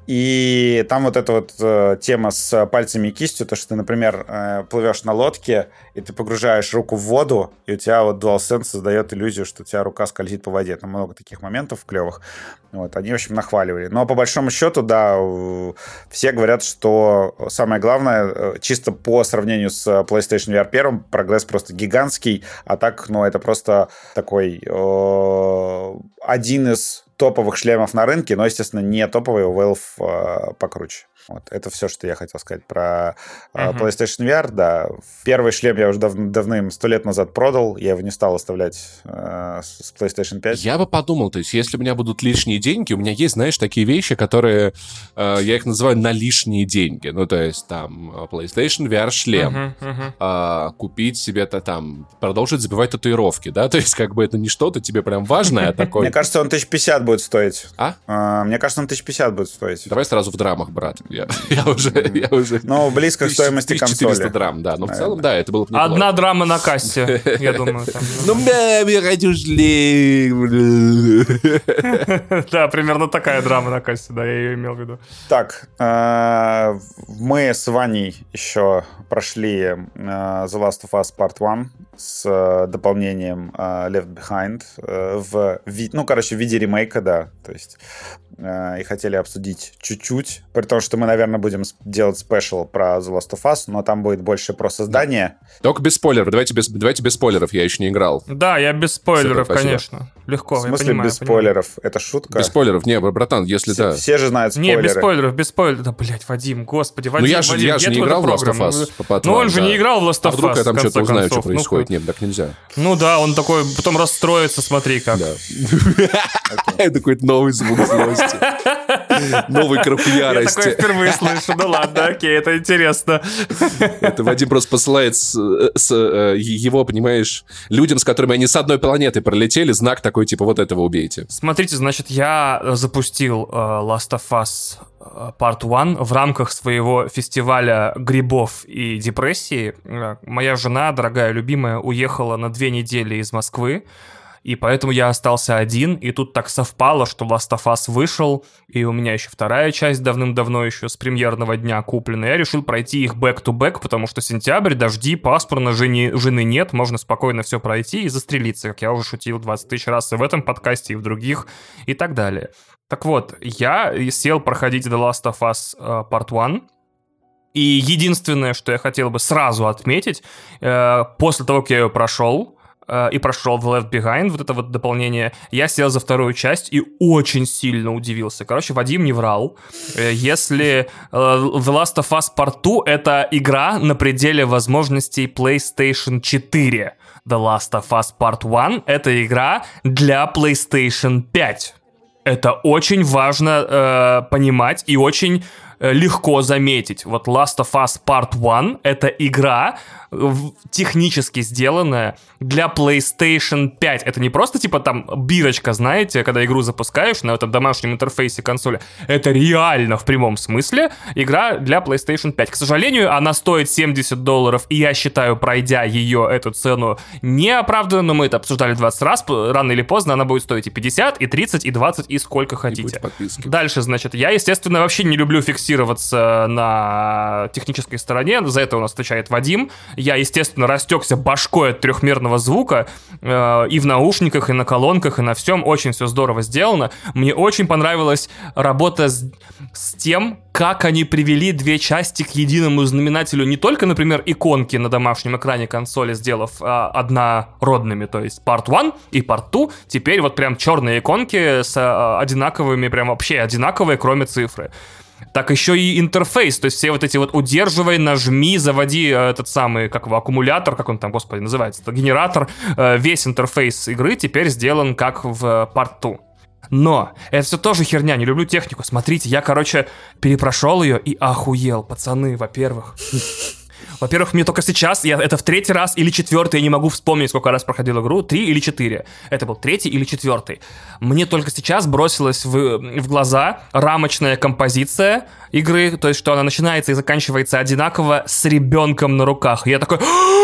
И там вот эта вот э, тема с пальцами и кистью, то, что ты, например, э, плывешь на лодке, и ты погружаешь руку в воду, и у тебя вот DualSense создает иллюзию, что у тебя рука скользит по воде. Там много таких моментов клевых. Вот, они, в общем, нахваливали. Но по большому счету, да, все говорят, что самое главное, чисто по сравнению с PlayStation ви ар один, прогресс просто гигантский, а так, ну, это просто такой э, один из топовых шлемов на рынке, но, естественно, не топовый, у Valve э, покруче. Вот. Это все, что я хотел сказать про э, uh-huh. PlayStation ви ар. Да. Первый шлем я уже дав- давным, сто лет назад продал, я его не стал оставлять э, с PlayStation пять. Я бы подумал, то есть, если у меня будут лишние деньги, у меня есть, знаешь, такие вещи, которые, э, я их называю на лишние деньги. Ну, то есть, там, PlayStation ви ар шлем, uh-huh, uh-huh. Э, купить себе-то там, продолжить забивать татуировки, да, то есть, как бы это не что-то тебе прям важное, а такое... Мне кажется, он тысяч пятьдесят будет стоить. А? Мне кажется, он тысяч пятьдесят будет стоить. Давай сразу в драмах, брат. Я, я уже, я уже... Ну, близко к стоимости консоли. тысяча четыреста драм, да. Но в целом, да, это было бы неплохо. Одна драма на кассе, я думаю. Ну, я хочу шлем. Да, примерно такая драма на кассе, да, я ее имел в виду. Так, мы с Ваней еще прошли The Last of Us Part один с дополнением Left Behind в, ну, короче, в виде ремейка, да, то есть и хотели обсудить чуть-чуть, при том, что мы, наверное, будем делать спешл про The Last of Us, но там будет больше про создание. Только без спойлеров, давайте без, давайте без спойлеров, я еще не играл. Да, я без спойлеров, Супер, конечно, легко, в смысле я понимаю, без спойлеров? Понимаю. Это шутка? Без спойлеров, не, братан, если все, да. Все же знают спойлеры. Не, без спойлеров, без спойлеров. Да, блядь, Вадим, господи, Вадим, Ну я же, Вадим, я же не играл в Last of Us. Ну он же да. не играл в Last of Us, а вдруг я там что-то узнаю, концов. что происходит? Ну, Нет, так нельзя. Ну да, он такой, потом расстроится, смотри как. Это какой-то новый звук злости. Новый крок ярости. Я такое впервые слышу, ну ладно, окей, это интересно. Это Вадим просто посылает с, с, его, понимаешь, людям, с которыми они с одной планеты пролетели, знак такой, типа, вот этого убейте. Смотрите, значит, я запустил uh, Last of Us Part один в рамках своего фестиваля грибов и депрессии. Моя жена, дорогая, любимая, уехала на две недели из Москвы, и поэтому я остался один, и тут так совпало, что Last of Us вышел, и у меня еще вторая часть давным-давно еще с премьерного дня куплена. Я решил пройти их back-to-back, потому что сентябрь, дожди, пасмурно, жени, жены нет, можно спокойно все пройти и застрелиться, как я уже шутил двадцать тысяч раз и в этом подкасте, и в других, и так далее. Так вот, я сел проходить The Last of Us uh, Part один, и единственное, что я хотел бы сразу отметить, uh, после того, как я ее прошел, э, и прошел The Left Behind, вот это вот дополнение, я сел за вторую часть и очень сильно удивился. Короче, Вадим не врал. Э, если э, The Last of Us Part два — это игра на пределе возможностей PlayStation четыре, The Last of Us Part один — это игра для PlayStation пять. Это очень важно э, понимать и очень э, легко заметить. Вот Last of Us Part один — это игра, технически сделанная для PlayStation пять. Это не просто типа там бирочка, знаете, когда игру запускаешь на этом домашнем интерфейсе консоли. Это реально в прямом смысле игра для PlayStation пять. К сожалению, она стоит семьдесят долларов, и я считаю, пройдя ее, эту цену неоправданно, но мы это обсуждали двадцать раз, рано или поздно она будет стоить и пятьдесят, и тридцать, и двадцать, и сколько хотите. Дальше, значит, я, естественно, вообще не люблю фиксироваться на технической стороне, за это у нас отвечает Вадим. Я, естественно, растекся башкой от трехмерного звука, э, и в наушниках, и на колонках, и на всем. Очень все здорово сделано. Мне очень понравилась работа с, с тем, как они привели две части к единому знаменателю. Не только, например, иконки на домашнем экране консоли, сделав э, однородными, то есть Part один и Part два. Теперь вот прям черные иконки с э, одинаковыми, прям вообще одинаковые, кроме цифры. Так еще и интерфейс, то есть все вот эти вот удерживай, нажми, заводи этот самый, как его, аккумулятор, как он там, господи, называется, это генератор, весь интерфейс игры теперь сделан как в Part два. Но это все тоже херня, не люблю технику. Смотрите, я, короче, перепрошел ее и охуел, пацаны, во-первых. Во-первых, мне только сейчас, я, это в третий раз или четвертый, я не могу вспомнить, сколько раз проходил игру, три или четыре. Это был третий или четвертый. Мне только сейчас бросилась в, в глаза рамочная композиция игры, то есть что она начинается и заканчивается одинаково с ребенком на руках. И я такой...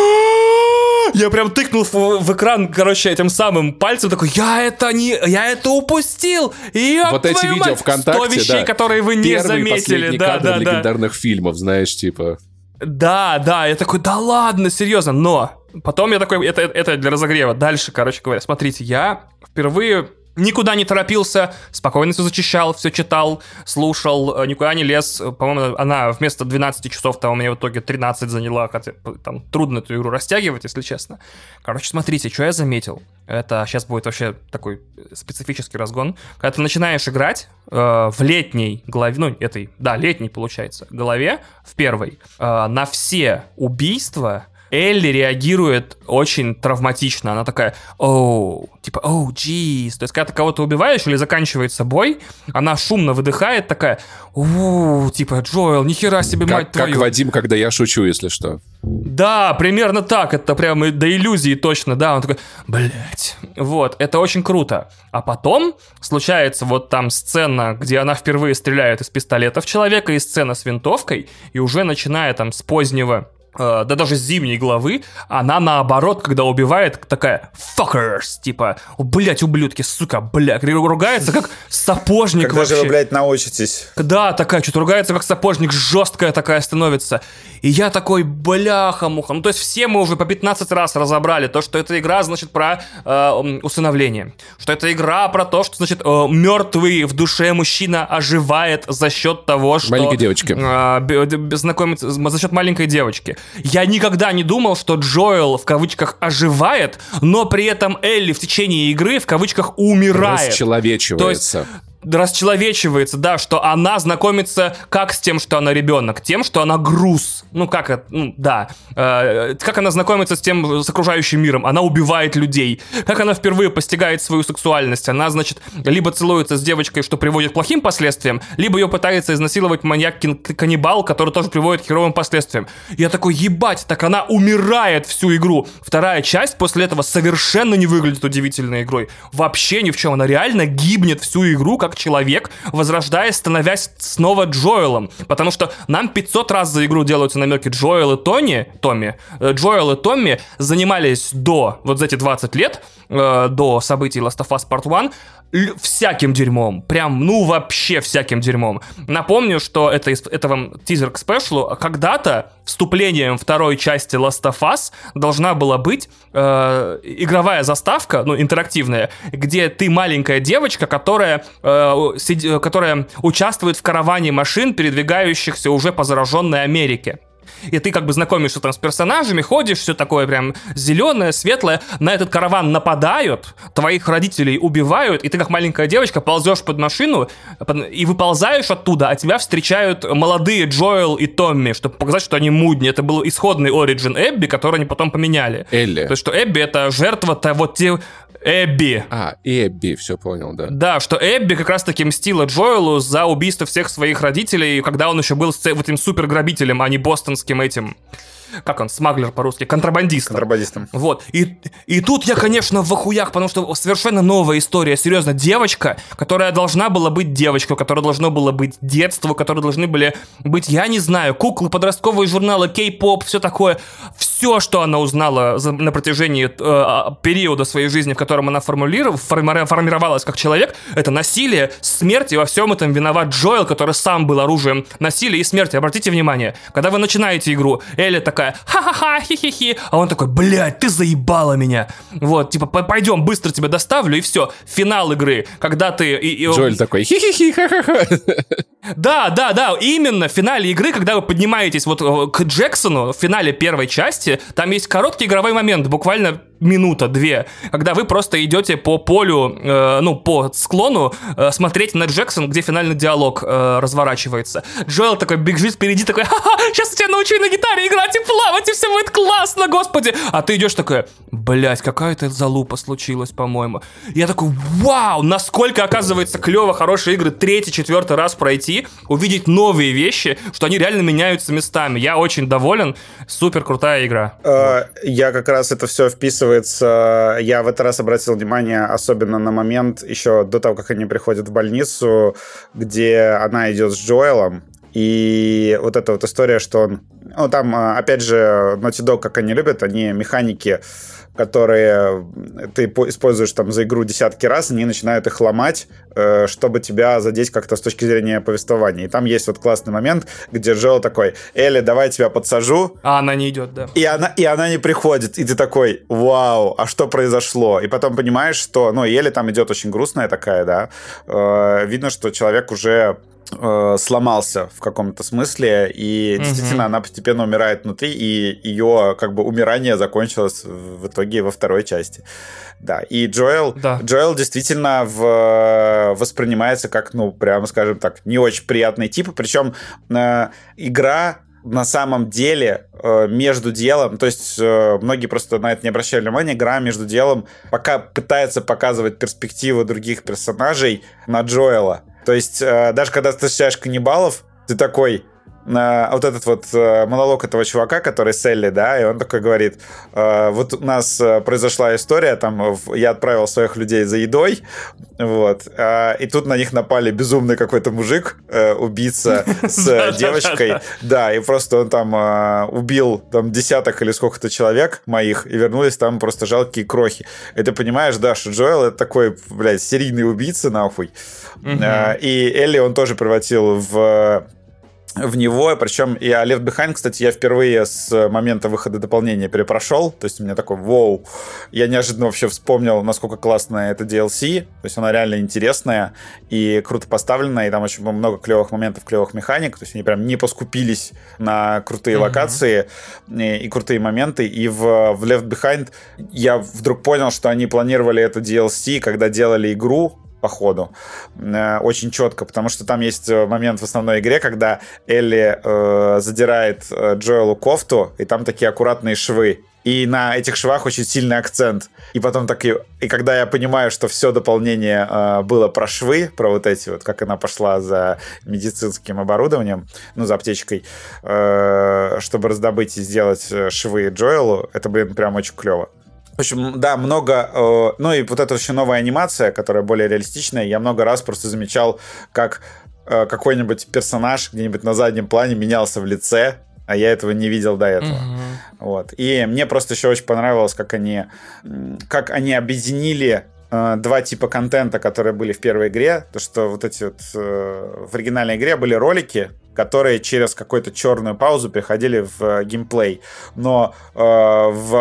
Я прям тыкнул в, в экран, короче, этим самым пальцем, такой, я это не, я это упустил. Ёб вот эти видео мать, ВКонтакте, сто вещей, да. которые вы не Первый, заметили. Да, кадр да, легендарных да. фильмов, знаешь, типа... Да, да, я такой, да ладно, серьезно, но потом я такой, это, это для разогрева. Дальше, короче говоря, смотрите, я впервые никуда не торопился, спокойно все зачищал, все читал, слушал, никуда не лез. По-моему, она вместо двенадцати часов там у меня в итоге тринадцать заняла, хотя там трудно эту игру растягивать, если честно. Короче, смотрите, что я заметил. Это сейчас будет вообще такой специфический разгон. Когда ты начинаешь играть э, в летней главе, ну, этой, да, летней, получается, голове, в первой, э, на все убийства Элли реагирует очень травматично. Она такая, оу, типа, оу, джиз. То есть, когда ты кого-то убиваешь или заканчивается бой, она шумно выдыхает, такая, ууу, типа, Джоэл, нихера себе, как, мать твою. Как Вадим, когда я шучу, если что. Да, примерно так. Это прямо до иллюзии точно, да. Он такой, блять. Вот, это очень круто. А потом случается вот там сцена, где она впервые стреляет из пистолета в человека, и сцена с винтовкой, и уже начиная там с позднего, да даже с зимней главы, она наоборот, когда убивает, такая fuckers, типа, блять, ублюдки, сука, блядь, ругается как сапожник. Когда вообще. же вы, блядь, научитесь? Да, такая, что-то ругается как сапожник, жесткая такая становится. И я такой, бляха-муха. Ну, то есть все мы уже по пятнадцать раз разобрали то, что эта игра, значит, про э, усыновление. Что это игра про то, что, значит, э, мертвый в душе мужчина оживает за счет того, что... Маленькой девочки. Э, знакомится, за счет маленькой девочки. Я никогда не думал, что Джоэл, в кавычках, оживает, но при этом Элли в течение игры, в кавычках, умирает. Расчеловечивается. То есть расчеловечивается, да, что она знакомится как с тем, что она ребенок, тем, что она груз. Ну, как это, ну, да. Э, как она знакомится с тем, с окружающим миром? Она убивает людей. Как она впервые постигает свою сексуальность? Она, значит, либо целуется с девочкой, что приводит к плохим последствиям, либо ее пытается изнасиловать маньяк-каннибал, который тоже приводит к херовым последствиям. Я такой, ебать, так она умирает всю игру. Вторая часть после этого совершенно не выглядит удивительной игрой. Вообще ни в чем. Она реально гибнет всю игру, как человек, возрождаясь, становясь снова Джоэлом. Потому что нам пятьсот раз за игру делаются намеки. Джоэл и Тони, Томми, Джоэл и Томми занимались до, вот за эти двадцать лет, э, до событий Last of Us Part один, всяким дерьмом. Прям, ну, вообще всяким дерьмом. Напомню, что это, это вам тизер к спешлу. Когда-то вступлением второй части Last of Us должна была быть э, игровая заставка, ну, интерактивная, где ты маленькая девочка, которая, э, сид, которая участвует в караване машин, передвигающихся уже по зараженной Америке. и ты как бы знакомишься там с персонажами, ходишь, все такое прям зеленое, светлое, на этот караван нападают, твоих родителей убивают, и ты как маленькая девочка ползешь под машину и выползаешь оттуда, а тебя встречают молодые Джоэл и Томми, чтобы показать, что они мудни. Это был исходный оригин Эбби, который они потом поменяли. Элли. То есть, что Эбби — это жертва-то вот те... Эбби. А, Эбби, все понял, да. Да, что Эбби как раз-таки мстила Джоэлу за убийство всех своих родителей, когда он еще был с вот этим суперграбителем, а не бостонским этим... Как он, смаглер по-русски, контрабандистом. Контрабандистом. Вот. И, и тут я, конечно, в охуях, потому что совершенно новая история. Серьезно, девочка, которая должна была быть девочкой, у которой должно было быть детство, у которой должны были быть, я не знаю, куклы, подростковые журналы, кей-поп, все такое. Все, что она узнала за, на протяжении э, периода своей жизни, в котором она формулировала, форми- формировалась как человек, это насилие, смерть, и во всем этом виноват Джоэл, который сам был оружием насилия и смерти. Обратите внимание, когда вы начинаете игру, Элли такая ха-ха-ха, хи-хи-хи, а он такой, блядь, ты заебала меня. Вот, типа, пойдем, быстро тебя доставлю, и все. Финал игры, когда ты... И, и... Джоэль такой, хи-хи-хи, ха-ха-ха. Да, да, да, именно в финале игры, когда вы поднимаетесь вот к Джексону, в финале первой части, там есть короткий игровой момент, буквально минута-две, когда вы просто идете по полю, э, ну, по склону, э, смотреть на Джексон, где финальный диалог э, разворачивается. Джоэл такой бежит впереди, такой, ха-ха, сейчас я тебя научу на гитаре играть и плавать, и все будет классно, господи! А ты идешь такая, блять, какая-то залупа случилась, по-моему. Я такой, вау, насколько, оказывается, клево, хорошие игры третий, четвертый раз пройти, увидеть новые вещи, что они реально меняются местами. Я очень доволен, супер крутая игра. Uh, я как раз это все вписывается. Я в этот раз обратил внимание особенно на момент еще до того, как они приходят в больницу, где она идет с Джоэлом. И вот эта вот история, что он... Ну, там, опять же, Naughty Dog, как они любят, они механики, которые ты используешь там за игру десятки раз, они начинают их ломать, чтобы тебя задеть как-то с точки зрения повествования. И там есть вот классный момент, где Джоэл такой, Элли, давай тебя подсажу. А она не идет, да. И она, и она не приходит. И ты такой, вау, а что произошло? И потом понимаешь, что... Ну, Элли там идет очень грустная такая, да. Видно, что человек уже... сломался в каком-то смысле, и mm-hmm. действительно она постепенно умирает внутри, и ее как бы умирание закончилось в итоге во второй части. Да, и Джоэл, да. Джоэл действительно в, воспринимается как, ну, прямо скажем так, не очень приятный тип, причем э, игра на самом деле между делом, то есть многие просто на это не обращали внимания, игра между делом пока пытается показывать перспективы других персонажей на Джоэла. То есть даже когда ты встречаешь каннибалов, ты такой... Вот этот вот монолог этого чувака, который с Элли, да, и он такой говорит, вот у нас произошла история, там, я отправил своих людей за едой, вот, и тут на них напали безумный какой-то мужик, убийца с девочкой, да, и просто он там убил там десяток или сколько-то человек моих, и вернулись там просто жалкие крохи. И ты понимаешь, да, что Джоэл это такой, блядь, серийный убийца, нахуй. И Элли он тоже превратил в... в него, причем и Left Behind, кстати, я впервые с момента выхода дополнения перепрошел, то есть у меня такой, вау, я неожиданно вообще вспомнил, насколько классная это ди эл си, то есть она реально интересная и круто поставленная, и там очень много клевых моментов, клевых механик, то есть они прям не поскупились на крутые mm-hmm. локации и, и крутые моменты, и в, в Left Behind я вдруг понял, что они планировали это ди эл си, когда делали игру, по ходу, э, очень четко, потому что там есть момент в основной игре, когда Элли э, задирает э, Джоэлу кофту, и там такие аккуратные швы. И на этих швах очень сильный акцент. И потом так и, и когда я понимаю, что все дополнение э, было про швы, про вот эти вот, как она пошла за медицинским оборудованием, ну, за аптечкой, э, чтобы раздобыть и сделать швы Джоэлу, это, блин, прям очень клево. В общем, да, много... Э, ну и вот эта еще новая анимация, которая более реалистичная, я много раз просто замечал, как э, какой-нибудь персонаж где-нибудь на заднем плане менялся в лице, а я этого не видел до этого. Mm-hmm. Вот. И мне просто еще очень понравилось, как они, как они объединили э, два типа контента, которые были в первой игре. То, что вот эти вот э, в оригинальной игре были ролики, которые через какую-то черную паузу переходили в э, геймплей. Но э, в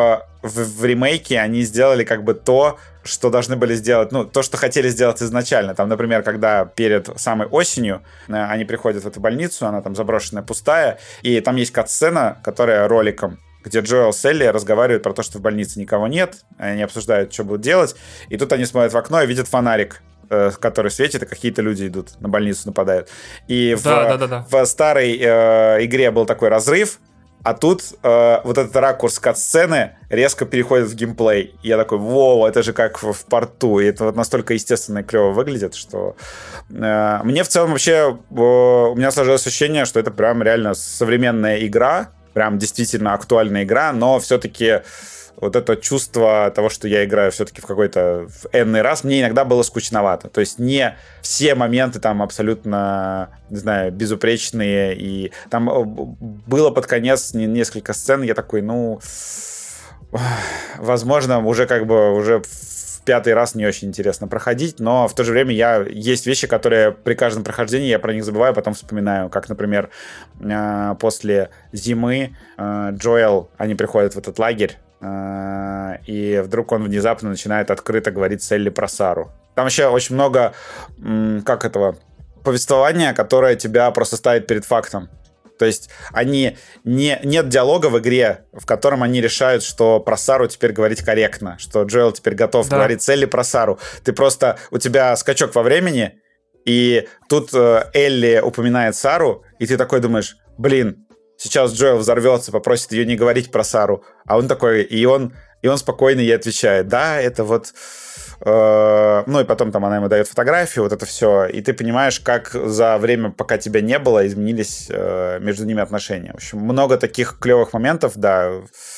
в, в ремейке они сделали как бы то, что должны были сделать, ну, то, что хотели сделать изначально. Там, например, когда перед самой осенью э, они приходят в эту больницу, она там заброшенная, пустая, и там есть кат-сцена, которая роликом, где Джоэл с Элли разговаривают про то, что в больнице никого нет, они обсуждают, что будут делать, и тут они смотрят в окно и видят фонарик, э, который светит, и какие-то люди идут, на больницу нападают. И да, в, да, да, да. в старой э, игре был такой разрыв, а тут э, вот этот ракурс кат-сцены резко переходит в геймплей. И я такой, воу, это же как в, в порту. И это вот настолько естественно и клево выглядит, что... Э, мне в целом вообще... Э, у меня сложилось ощущение, что это прям реально современная игра. Прям действительно актуальная игра, но все-таки... Вот это чувство того, что я играю все-таки в какой-то в энный раз, мне иногда было скучновато. То есть не все моменты там абсолютно, не знаю, безупречные. И там было под конец несколько сцен, я такой, ну, возможно, уже как бы уже в пятый раз не очень интересно проходить, но в то же время я, есть вещи, которые при каждом прохождении я про них забываю, потом вспоминаю, как, например, после зимы Джоэл, они приходят в этот лагерь, и вдруг он внезапно начинает открыто говорить с Элли про Сару. Там вообще очень много, как этого, повествования, которое тебя просто ставит перед фактом. То есть они не, нет диалога в игре, в котором они решают, что про Сару теперь говорить корректно, что Джоэл теперь готов да. говорить с Элли про Сару. Ты просто, у тебя скачок во времени, и тут э, Элли упоминает Сару, и ты такой думаешь, блин, сейчас Джоэл взорвется, попросит ее не говорить про Сару. А он такой, и он, и он спокойно ей отвечает, да, это вот... Э, ну и потом там она ему дает фотографию, вот это все. И ты понимаешь, как за время, пока тебя не было, изменились э, между ними отношения. В общем, много таких клевых моментов, да.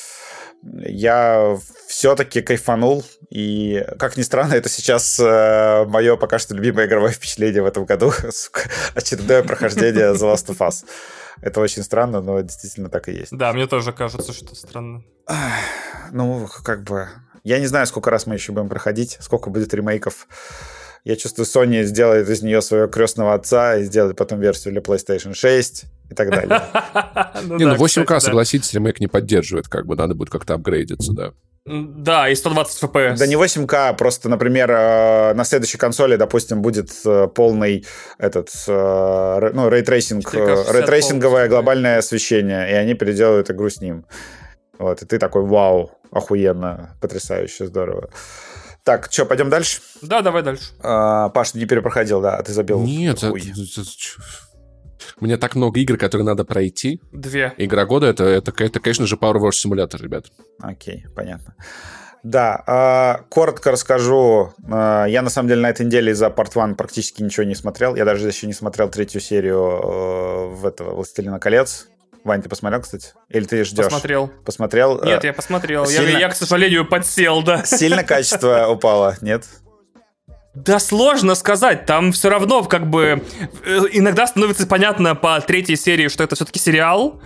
Я все-таки кайфанул. И, как ни странно, это сейчас э, мое пока что любимое игровое впечатление в этом году. Очередное прохождение The Last of Us. Это очень странно, но действительно так и есть. Да, мне тоже кажется, что странно. Ну, как бы... Я не знаю, сколько раз мы еще будем проходить, сколько будет ремейков. Я чувствую, Sony сделает из нее своего крестного отца и сделает потом версию для PlayStation шесть и так далее. Не, ну восемь ка, согласитесь, ремейк не поддерживает, как бы надо будет как-то апгрейдиться, да. Да, и сто двадцать эф пи эс. Да не восемь ка, просто, например, на следующей консоли, допустим, будет полный этот, ну, рейтрейсинг, рейтрейсинговое глобальное освещение, и они переделают игру с ним. Вот, и ты такой, вау, охуенно, потрясающе, здорово. Так, что, пойдем дальше? Да, давай дальше. А, Паш, ты не перепроходил, да, а ты забил. Нет, это, это, у меня так много игр, которые надо пройти. Две. Игра года, это, это, это конечно же, Power Wash Simulator, ребят. Окей, понятно. Да, а, коротко расскажу. А, я, на самом деле, на этой неделе из-за Part один практически ничего не смотрел. Я даже еще не смотрел третью серию э, в этого «Властелина колец». Вань, ты посмотрел, кстати? Или ты ждешь? Посмотрел. Посмотрел? Нет, я посмотрел. Сильно... Я, я, к сожалению, подсел, да. Сильно качество упало, нет? Да сложно сказать. Там все равно как бы... Иногда становится понятно по третьей серии, что это все-таки сериал.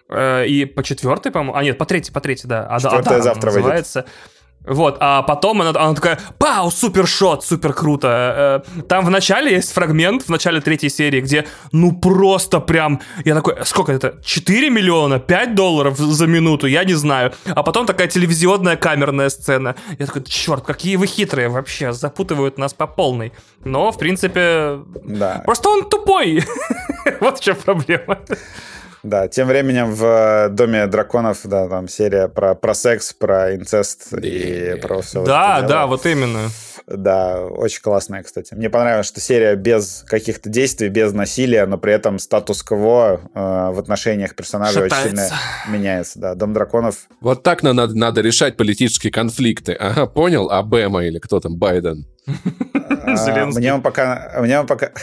И по четвертой, по-моему... А нет, по третьей, по третьей, да. А, Четвертая а, да, завтра называется. Выйдет. Вот, а потом она, она такая, пау, супер шот, супер круто. Там в начале есть фрагмент, в начале третьей серии, где, ну, просто прям, я такой, сколько это, четыре миллиона, пять долларов за минуту, я не знаю. А потом такая телевизионная камерная сцена. Я такой, черт, какие вы хитрые вообще, запутывают нас по полной. Но, в принципе, да. Просто он тупой. Вот в чем проблема. Да, тем временем в «Доме драконов», да, там серия про, про секс, про инцест и про все. Да, вот да, вот именно. Да, очень классная, кстати. Мне понравилось, что серия без каких-то действий, без насилия, но при этом статус-кво э, в отношениях персонажей очень сильно меняется. Да, «Дом драконов». Вот так надо, надо решать политические конфликты. Ага, понял? Обама или кто там, Байден? Мне он пока... Мне он пока...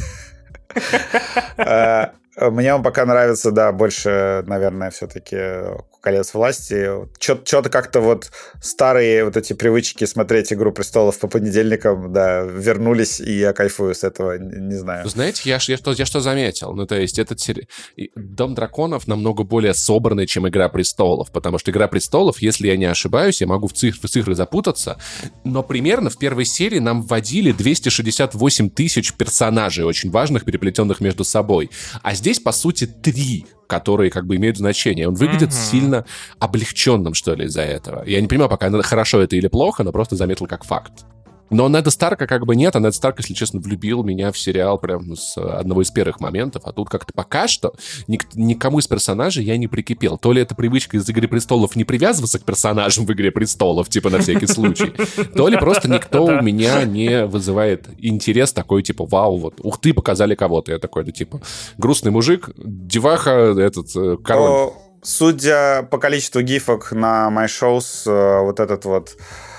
Мне он пока нравится, да, больше, наверное, все-таки «Колец власти». Что-то как-то вот старые вот эти привычки смотреть «Игру престолов» по понедельникам, да, вернулись, и я кайфую с этого, не знаю. Знаете, я, я, что, я что заметил? Ну, то есть этот сери... «Дом драконов» намного более собранный, чем «Игра престолов», потому что «Игра престолов», если я не ошибаюсь, я могу в цифры, в цифры запутаться, но примерно в первой серии нам вводили двести шестьдесят восемь тысяч персонажей, очень важных, переплетенных между собой. А здесь, по сути, три, которые как бы имеют значение. Он выглядит mm-hmm. сильно облегченным, что ли, из-за этого. Я не понимаю, пока хорошо это или плохо, но просто заметил как факт. Но Неда Старка как бы нет, а Нед Старк, если честно, влюбил меня в сериал прям с одного из первых моментов, а тут как-то пока что ник- никому из персонажей я не прикипел. То ли это привычка из «Игры престолов» не привязываться к персонажам в «Игре престолов», типа на всякий случай, то ли просто никто у меня не вызывает интерес такой, типа, вау, вот, ух ты, показали кого-то. Я такой, да, типа, грустный мужик, деваха, этот, король. Судя по количеству гифок на My Shows, вот этот вот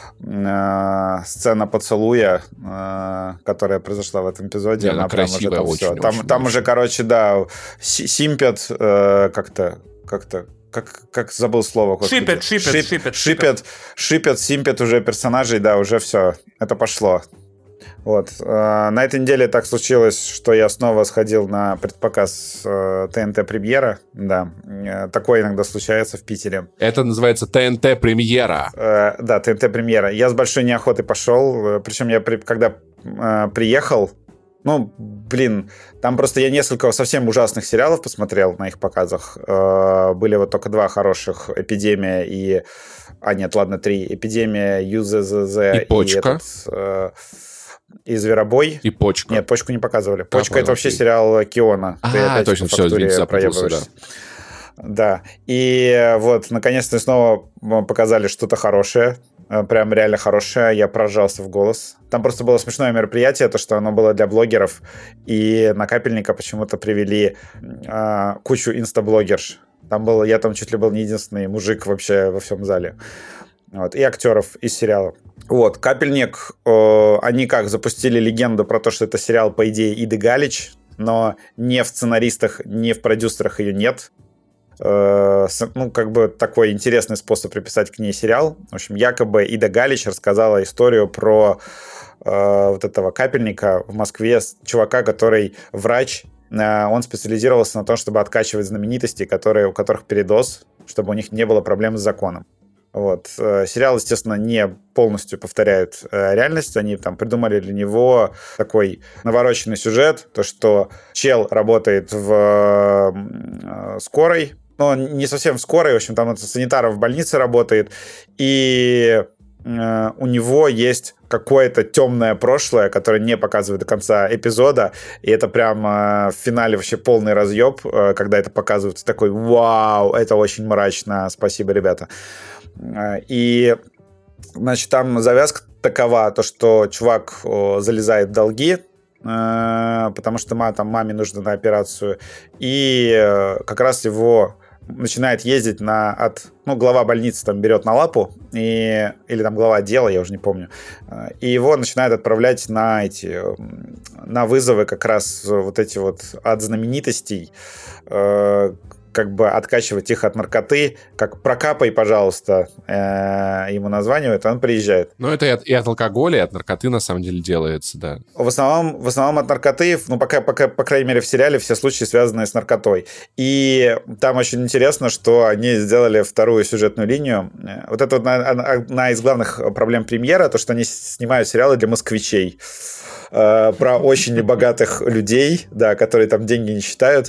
сцена поцелуя, которая произошла в этом эпизоде, она, она прям уже там очень, все. Там, очень, там очень. Уже, короче, да, симпет как-то, как-то, как, как забыл слово. Шипет, шипет, Шип, шипет, шипет, шипет, симпет уже персонажей, да, уже все, это пошло. Вот. На этой неделе так случилось, что я снова сходил на предпоказ ТНТ Премьера. Да, такое иногда случается в Питере. Это называется ТНТ Премьера. Да, ТНТ Премьера. Я с большой неохотой пошел. Причем я, когда приехал, ну, блин, там просто я несколько совсем ужасных сериалов посмотрел на их показах. Были вот только два хороших: «Эпидемия» и... А, нет, ладно, три. «Эпидемия», «ЮЗЗЗ» и, и «Почка». Этот... И «Зверобой». И «Почка». Нет, «Почку» не показывали. «Почка» — а, это вообще сериал Киона. А, Ты точно, все, извините, запутался, да. Да. И вот, наконец-то снова показали что-то хорошее. Прям реально хорошее. Я поражался в голос. Там просто было смешное мероприятие, то, что оно было для блогеров. И на Капельника почему-то привели а, кучу инстаблогерш. Там был, я там чуть ли был не единственный мужик вообще во всем зале. Вот, и актеров из сериала. Вот, «Капельник», э, они как, запустили легенду про то, что это сериал, по идее, Иды Галич, но ни в сценаристах, ни в продюсерах ее нет. Э, с, ну, как бы такой интересный способ приписать к ней сериал. В общем, якобы Ида Галич рассказала историю про э, вот этого Капельника в Москве, чувака, который врач. Э, он специализировался на том, чтобы откачивать знаменитостей, которые, у которых передоз, чтобы у них не было проблем с законом. Вот. Сериал, естественно, не полностью повторяет э, реальность. Они там придумали для него такой навороченный сюжет, то, что чел работает в э, скорой, но не совсем в скорой, в общем, там санитаром в больнице работает, и э, у него есть какое-то темное прошлое, которое не показывает до конца эпизода, и это прям э, в финале вообще полный разъеб, э, когда это показывают, такой, вау, это очень мрачно, спасибо, ребята. И, значит, там завязка такова, то, что чувак о, залезает в долги, э, потому что ма, там, маме нужно на операцию, и э, как раз его начинает ездить на от... Ну, глава больницы там берет на лапу, и, или там глава отдела, я уже не помню, и его начинают отправлять на эти... на вызовы как раз вот эти вот от знаменитостей, э, как бы откачивать их от наркоты, как «прокапай, пожалуйста», э, ему названивают, он приезжает. Ну, это и от, и от алкоголя, и от наркоты, на самом деле, делается, да. В основном, в основном от наркоты, ну, пока, пока, по крайней мере, в сериале все случаи, связанные с наркотой. И там очень интересно, что они сделали вторую сюжетную линию. Вот это вот одна из главных проблем премьера, то, что они снимают сериалы для москвичей. Про очень богатых людей, да, которые там деньги не считают.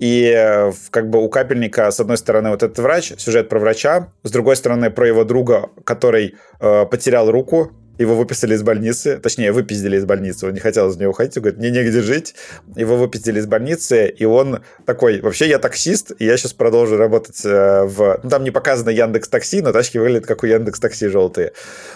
И как бы у Капельника, с одной стороны, вот этот врач, сюжет про врача, с другой стороны, про его друга, который э, потерял руку, его выписали из больницы, точнее, выпиздили из больницы, он не хотел из нее уходить, он говорит, мне негде жить, его выпиздили из больницы, и он такой, вообще я таксист, и я сейчас продолжу работать в... Ну, там не показано Яндекс.Такси, но тачки выглядят как у Яндекс.Такси желтые.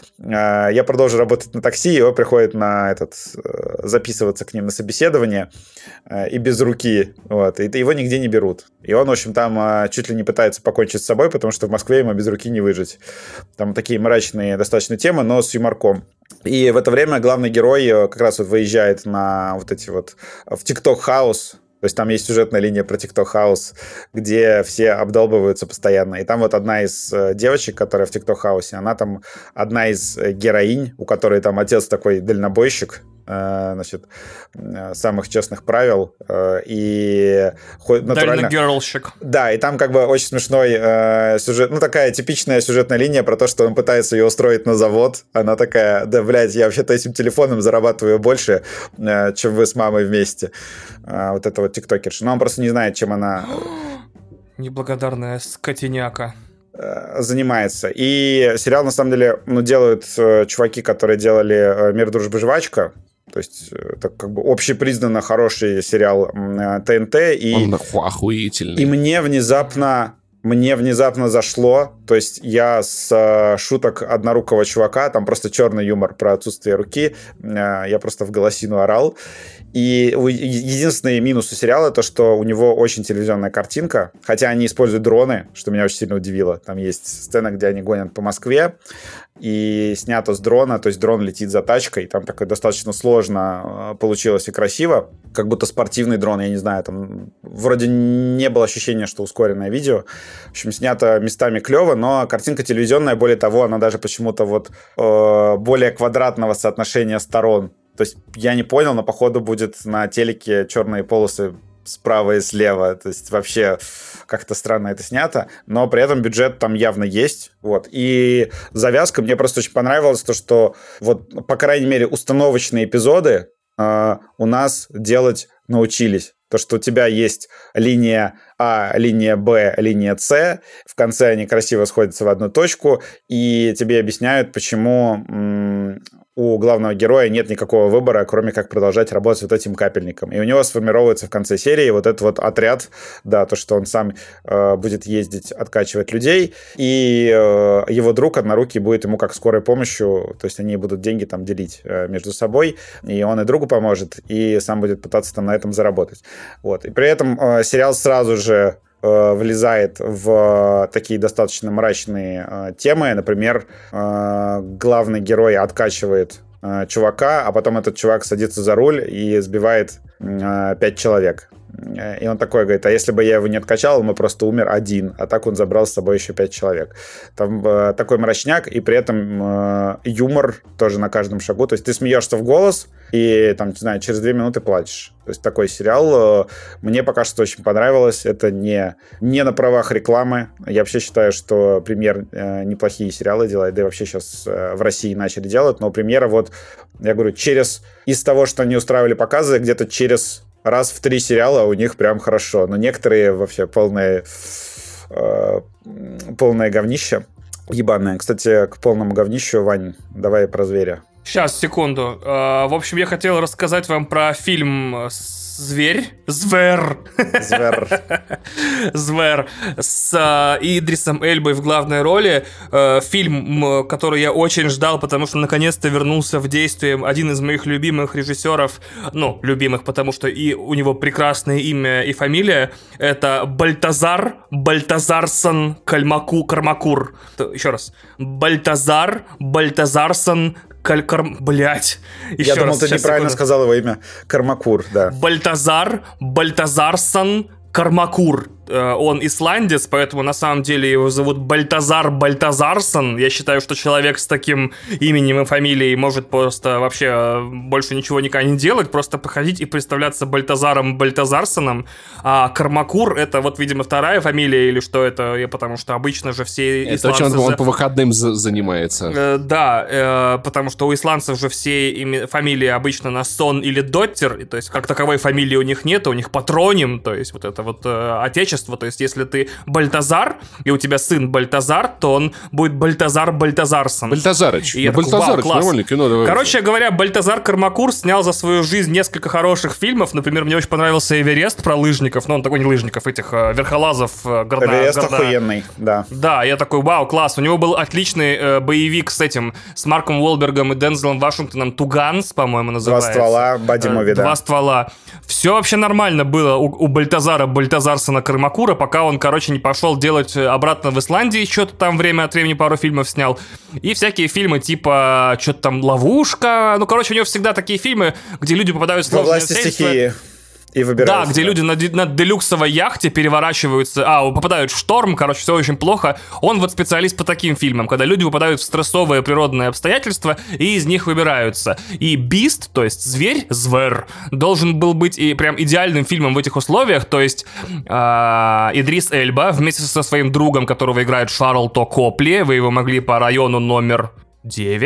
Я продолжу работать на такси, и он приходит на этот... записываться к ним на собеседование, и без руки, вот, и его нигде не берут. И он, в общем, там чуть ли не пытается покончить с собой, потому что в Москве ему без руки не выжить. Там такие мрачные достаточно темы, но с юморком. И в это время главный герой как раз вот выезжает на вот эти вот... в TikTok House. То есть там есть сюжетная линия про TikTok House, где все обдолбываются постоянно. И там вот одна из девочек, которая в TikTok House, она там одна из героинь, у которой там отец такой дальнобойщик, значит, самых честных правил, и натурально... Дальногерлщик. Да, и там как бы очень смешной э, сюжет, ну такая типичная сюжетная линия про то, что он пытается ее устроить на завод. Она такая, да, блядь, я вообще-то этим телефоном зарабатываю больше, э, чем вы с мамой вместе. Э, вот это вот тиктокерша. Но он просто не знает, чем она... Неблагодарная скотиняка. Занимается. И сериал, на самом деле, ну, делают э, чуваки, которые делали э, «Мир, дружба, жвачка». То есть это как бы общепризнанно хороший сериал э, ТНТ. И, Он охуительный. И мне внезапно... Мне внезапно зашло, то есть я с э, шуток однорукого чувака, там просто черный юмор про отсутствие руки, э, я просто в голосину орал. И единственный минус у сериала то, что у него очень телевизионная картинка, хотя они используют дроны, что меня очень сильно удивило. Там есть сцена, где они гонят по Москве, и снято с дрона, то есть дрон летит за тачкой, там такое достаточно сложно получилось и красиво, как будто спортивный дрон, я не знаю, там вроде не было ощущения, что ускоренное видео. В общем, снято местами клево, но картинка телевизионная, более того, она даже почему-то вот э, более квадратного соотношения сторон. То есть я не понял, но походу будет на телеке черные полосы справа и слева. То есть вообще как-то странно это снято. Но при этом бюджет там явно есть. Вот. И завязка мне просто очень понравилась, то, что вот, по крайней мере, установочные эпизоды э, у нас делать научились. То, что у тебя есть линия А, линия Б, линия С, в конце они красиво сходятся в одну точку, и тебе объясняют, почему м- у главного героя нет никакого выбора, кроме как продолжать работать вот этим капельником. И у него сформируется в конце серии вот этот вот отряд, да, то, что он сам э, будет ездить, откачивать людей, и э, его друг однорукий будет ему как скорой помощью, то есть они будут деньги там делить э, между собой, и он и другу поможет, и сам будет пытаться там на этом заработать. Вот. И при этом э, сериал сразу же э, влезает в такие достаточно мрачные э, темы. Например, э, главный герой откачивает э, чувака, а потом этот чувак садится за руль и сбивает э, пять человек. И он такой говорит, а если бы я его не откачал, он бы просто умер один, а так он забрал с собой еще пять человек. Там э, такой мрачняк, и при этом э, юмор тоже на каждом шагу. То есть ты смеешься в голос, и там, не знаю, через две минуты плачешь. То есть такой сериал э, мне пока что очень понравилось. Это не, не на правах рекламы. Я вообще считаю, что «Премьер» э, неплохие сериалы делает, да и вообще сейчас э, в России начали делать. Но «Премьера» вот, я говорю, через... Из того, что они устраивали показы, где-то через... раз в три сериала у них прям хорошо. Но некоторые вообще полные, э, полное говнище. Ебаное. Кстати, к полному говнищу, Вань, давай про зверя. Сейчас, секунду. Uh, в общем, я хотел рассказать вам про фильм «Зверь». Звер. Звер. Звер. С uh, Идрисом Эльбой в главной роли. Uh, фильм, который я очень ждал, потому что наконец-то вернулся в действие один из моих любимых режиссеров. Ну, любимых, потому что и у него прекрасное имя и фамилия. Это Бальтазар Бальтазарсон Кальмаку Кармакур. Еще раз. Бальтазар Бальтазарсон Калькарм... Блять. Я думал, ты неправильно сказал его имя. Кармакур, да. Бальтазар Бальтазарсон Кармакур. Он исландец, поэтому на самом деле его зовут Бальтазар Бальтазарсон. Я считаю, что человек с таким именем и фамилией может просто вообще больше ничего никогда не делать, просто походить и представляться Бальтазаром Бальтазарсоном. А Кармакур — это вот, видимо, вторая фамилия или что это, потому что обычно же все это исландцы... Это он, он по выходным за- занимается. Э, да, э, потому что у исландцев же все ими... фамилии обычно на сон или доттер, то есть как таковой фамилии у них нет, у них патроним, то есть вот это вот э, отечество. То есть, если ты Бальтазар, и у тебя сын Бальтазар, то он будет Бальтазар Бальтазарсон. Бальтазарыч. И ну, Бальтазарыч, нормальное кино. Давай. Короче говоря, Бальтазар Кармакур снял за свою жизнь несколько хороших фильмов. Например, мне очень понравился «Эверест» про лыжников. Ну, он такой не лыжников, этих э, верхолазов. Э, горна, «Эверест» горна... охуенный, да. Да, я такой, вау, класс. У него был отличный э, боевик с этим, с Марком Уолбергом и Дензелом Вашингтоном. «Туганс», по-моему, называется. Два ствола, бади-муви, э, да. Два ствола. Все вообще нормально было у, у Бальтазара Бальтазарсона Кармакура, пока он, короче, не пошел делать обратно в Исландии, что-то там время от времени пару фильмов снял. И всякие фильмы типа что-то там «Ловушка». Ну, короче, у него всегда такие фильмы, где люди попадают в сложные «Во власти стихии». И да, где да. люди на, на делюксовой яхте переворачиваются, а, попадают в шторм, короче, все очень плохо. Он вот специалист по таким фильмам, когда люди попадают в стрессовые природные обстоятельства и из них выбираются. И «Бист», то есть «Зверь», «Звер», должен был быть и прям идеальным фильмом в этих условиях, то есть э, Идрис Эльба вместе со своим другом, которого играет Шарлто Копли, вы его могли по району номер девять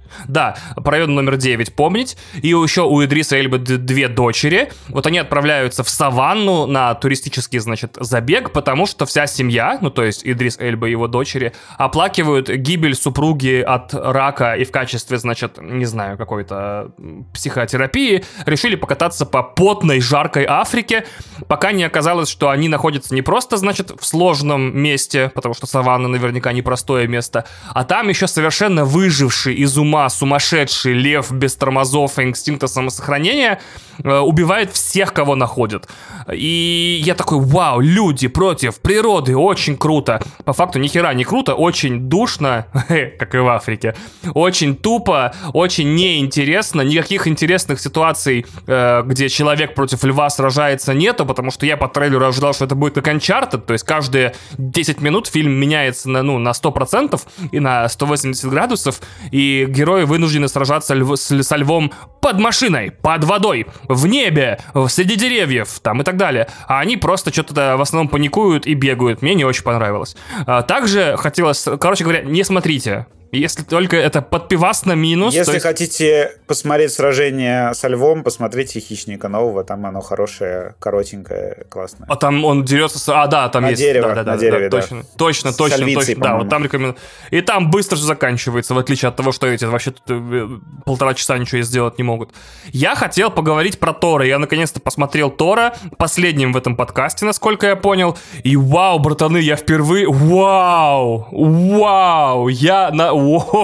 Да, про район номер девять помнить. И еще у Идриса Эльбы две дочери. Вот они отправляются в саванну на туристический, значит, забег, потому что вся семья, ну то есть Идрис Эльба и его дочери, оплакивают гибель супруги от рака и в качестве, значит, не знаю, какой-то психотерапии решили покататься по потной, жаркой Африке, пока не оказалось, что они находятся не просто, значит, в сложном месте, потому что саванна наверняка непростое место, а там еще совершенно выживший из ума сумасшедший лев без тормозов и инстинкта самосохранения э, убивает всех, кого находит. И я такой: вау, люди против природы, очень круто. По факту ни хера не круто, очень душно, как и в Африке, очень тупо, очень неинтересно, никаких интересных ситуаций, э, где человек против льва сражается, нету, потому что я по трейлеру ожидал, что это будет как Uncharted, то есть каждые десять минут фильм меняется на, ну, на сто процентов и на сто восемьдесят градусов, и герои вынуждены сражаться льв, с, со львом под машиной, под водой, в небе, среди деревьев, там и так далее. А они просто что-то в основном паникуют и бегают. Мне не очень понравилось. А, также хотелось, короче говоря, не смотрите. Если только это под пивас на минус. Если есть... хотите посмотреть сражение со львом, посмотрите «Хищника» нового. Там оно хорошее, коротенькое, классное. А там он дерется с... А, да, там на есть... Дерево, да, да, да, на дереве, да, да. Точно, точно, точно, Сальвицей, точно. Да, вот там рекомендую. И там быстро же заканчивается, в отличие от того, что эти вообще полтора часа ничего сделать не могут. Я хотел поговорить про Тора. Я наконец-то посмотрел Тора, последним в этом подкасте, насколько я понял. И вау, братаны, я впервые... Вау! Вау! Я на...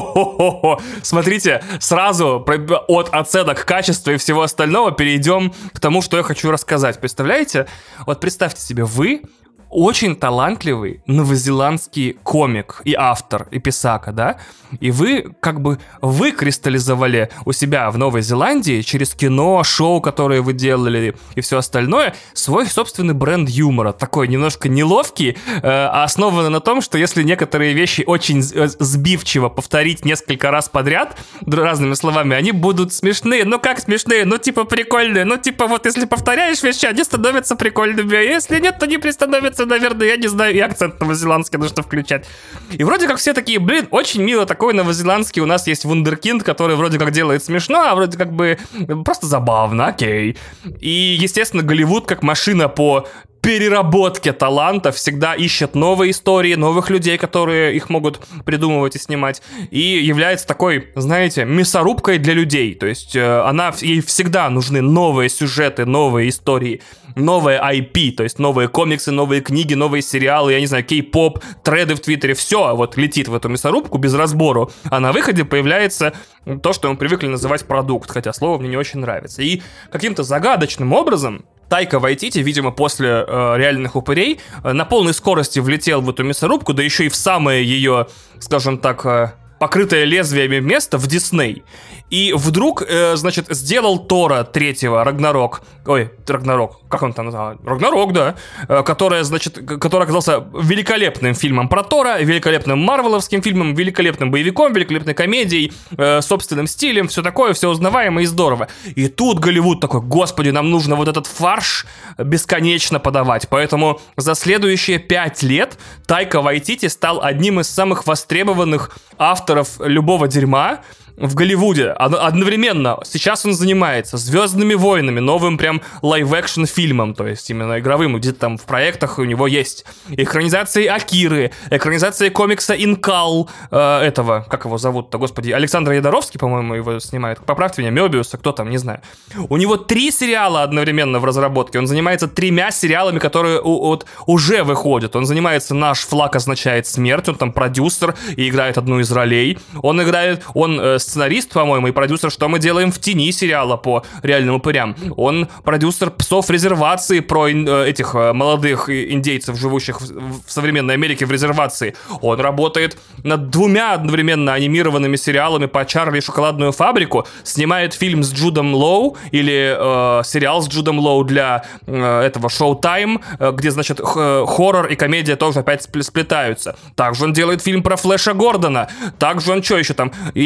Смотрите, сразу от оценок качества и всего остального перейдем к тому, что я хочу рассказать. Представляете? Вот представьте себе, вы очень талантливый новозеландский комик и автор, и писака, да? И вы как бы выкристаллизовали у себя в Новой Зеландии через кино, шоу, которые вы делали и все остальное, свой собственный бренд юмора. Такой немножко неловкий, э, основанный на том, что если некоторые вещи очень сбивчиво повторить несколько раз подряд разными словами, они будут смешные. Ну как смешные? Ну типа прикольные. Ну типа вот если повторяешь вещи, они становятся прикольными. А если нет, то не пристановятся, наверное, я не знаю, и акцент новозеландский нужно включать. И вроде как все такие, блин, очень мило, такой новозеландский, у нас есть вундеркинд, который вроде как делает смешно, а вроде как бы просто забавно, окей. И, естественно, Голливуд как машина по переработке таланта всегда ищет новые истории, новых людей, которые их могут придумывать и снимать, и является такой, знаете, мясорубкой для людей. То есть э, она, ей всегда нужны новые сюжеты, новые истории, новые ай пи, то есть новые комиксы, новые книги, новые сериалы, я не знаю, кей-поп, треды в Твиттере, все вот летит в эту мясорубку без разбору, а на выходе появляется то, что мы привыкли называть продукт, хотя слово мне не очень нравится. И каким-то загадочным образом Тайка Вайтити, видимо, после э, «Реальных упырей» э, на полной скорости влетел в эту мясорубку, да еще и в самое ее, скажем так, э, покрытое лезвиями место в Дисней. И вдруг, э, значит, сделал Тора третьего, Рагнарок. Ой, Рагнарок, как он там называл? Рагнарок, да. Э, которая, значит, который оказался великолепным фильмом про Тора, великолепным марвеловским фильмом, великолепным боевиком, великолепной комедией, э, собственным стилем, все такое, все узнаваемо и здорово. И тут Голливуд такой: господи, нам нужно вот этот фарш бесконечно подавать. Поэтому за следующие пять лет Тайка Вайтити стал одним из самых востребованных авторов любого дерьма в Голливуде. Одновременно сейчас он занимается «Звездными войнами», новым прям лайв-экшн фильмом, то есть именно игровым, где-то там в проектах у него есть экранизации Акиры, экранизации комикса Инкал, э, этого, как его зовут-то, господи, Александр Ядоровский, по-моему, его снимает, поправьте меня, Мёбиуса, кто там, не знаю. У него три сериала одновременно в разработке, он занимается тремя сериалами, которые у, вот, уже выходят. Он занимается «Наш флаг означает смерть», он там продюсер и играет одну из ролей. Он играет, он э, сценарист, по-моему, и продюсер «Что мы делаем в тени» сериала по «Реальным упырям». Он продюсер «Псов резервации» про э, этих э, молодых индейцев, живущих в, в современной Америке в резервации. Он работает над двумя одновременно анимированными сериалами по «Чарли и шоколадную фабрику», снимает фильм с Джудом Лоу или э, сериал с Джудом Лоу для э, этого Showtime, э, где, значит, х- хоррор и комедия тоже опять сплетаются. Также он делает фильм про Флэша Гордона. Также он что еще там? Я не знаю, что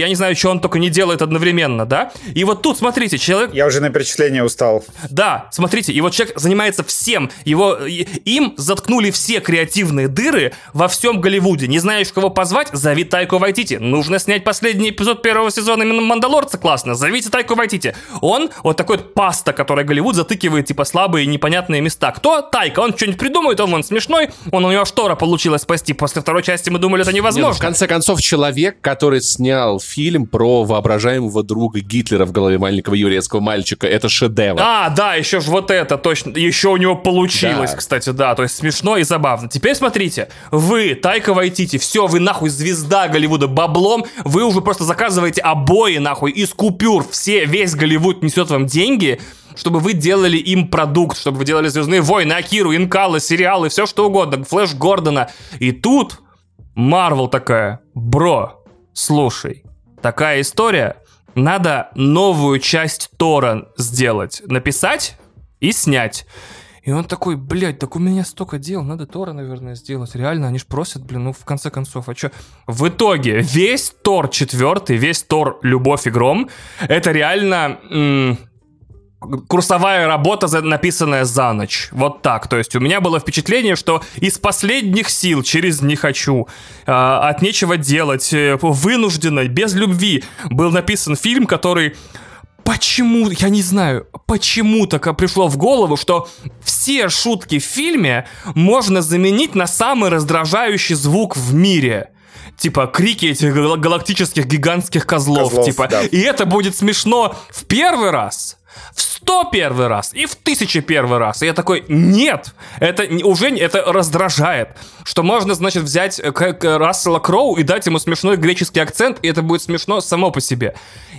что он только не делает одновременно, да? И вот тут, смотрите, человек... Я уже на перечисление устал. Да, смотрите, и вот человек занимается всем, его, им заткнули все креативные дыры во всем Голливуде. Не знаешь, кого позвать? Зови Тайку Вайтити. Нужно снять последний эпизод первого сезона именно «Мандалорца», классно, зовите Тайку Вайтити. Он вот такой вот паста, которая Голливуд затыкивает, типа, слабые и непонятные места. Кто? Тайка, он что-нибудь придумает, он, он смешной, он, у него штора получилось спасти. После второй части мы думали, это невозможно. Нет, в конце концов, человек, который снял фильм про воображаемого друга Гитлера в голове маленького еврейского мальчика, это шедевр. А, да, еще ж вот это, точно, еще у него получилось, да. Кстати, да, то есть смешно и забавно. Теперь смотрите, вы, Тайка Вайтити, все, вы нахуй звезда Голливуда баблом, вы уже просто заказываете обои нахуй из купюр, все, весь Голливуд несет вам деньги, чтобы вы делали им продукт, чтобы вы делали «Звездные войны», Акиру, Инкалла, сериалы, все что угодно, Флэш Гордона. И тут Марвел такая: бро, слушай, такая история, надо новую часть Тора сделать, написать и снять. И он такой: блядь, так у меня столько дел, надо Тора, наверное, сделать. Реально, они ж просят, блин, ну в конце концов, а чё? В итоге весь Тор четвертый, весь Тор «Любовь и гром» это реально... М- курсовая работа, написанная за ночь. Вот так. То есть у меня было впечатление, что из последних сил, через «не хочу», э, от нечего делать, э, вынужденно, без любви, был написан фильм, который... Почему, я не знаю, почему-то пришло в голову, что все шутки в фильме можно заменить на самый раздражающий звук в мире. Типа крики этих галактических гигантских козлов. Козлов, типа. Да. И это будет смешно в первый раз, в сто первый раз и в тысячу первый раз. И я такой: нет, это уже это раздражает. Что можно, значит, взять Рассела Кроу и дать ему смешной греческий акцент, и это будет смешно само по себе.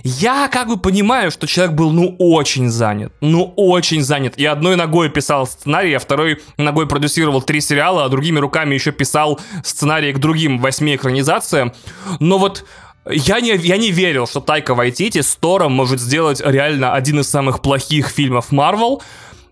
Я как бы понимаю, что человек был, ну, очень занят. Ну, очень занят. И одной ногой писал сценарий, а второй ногой продюсировал три сериала, а другими руками еще писал сценарии к другим восьми экранизациям. Но вот... Я не, я не верил, что Тайка Вайтити с Тором может сделать реально один из самых плохих фильмов Марвел,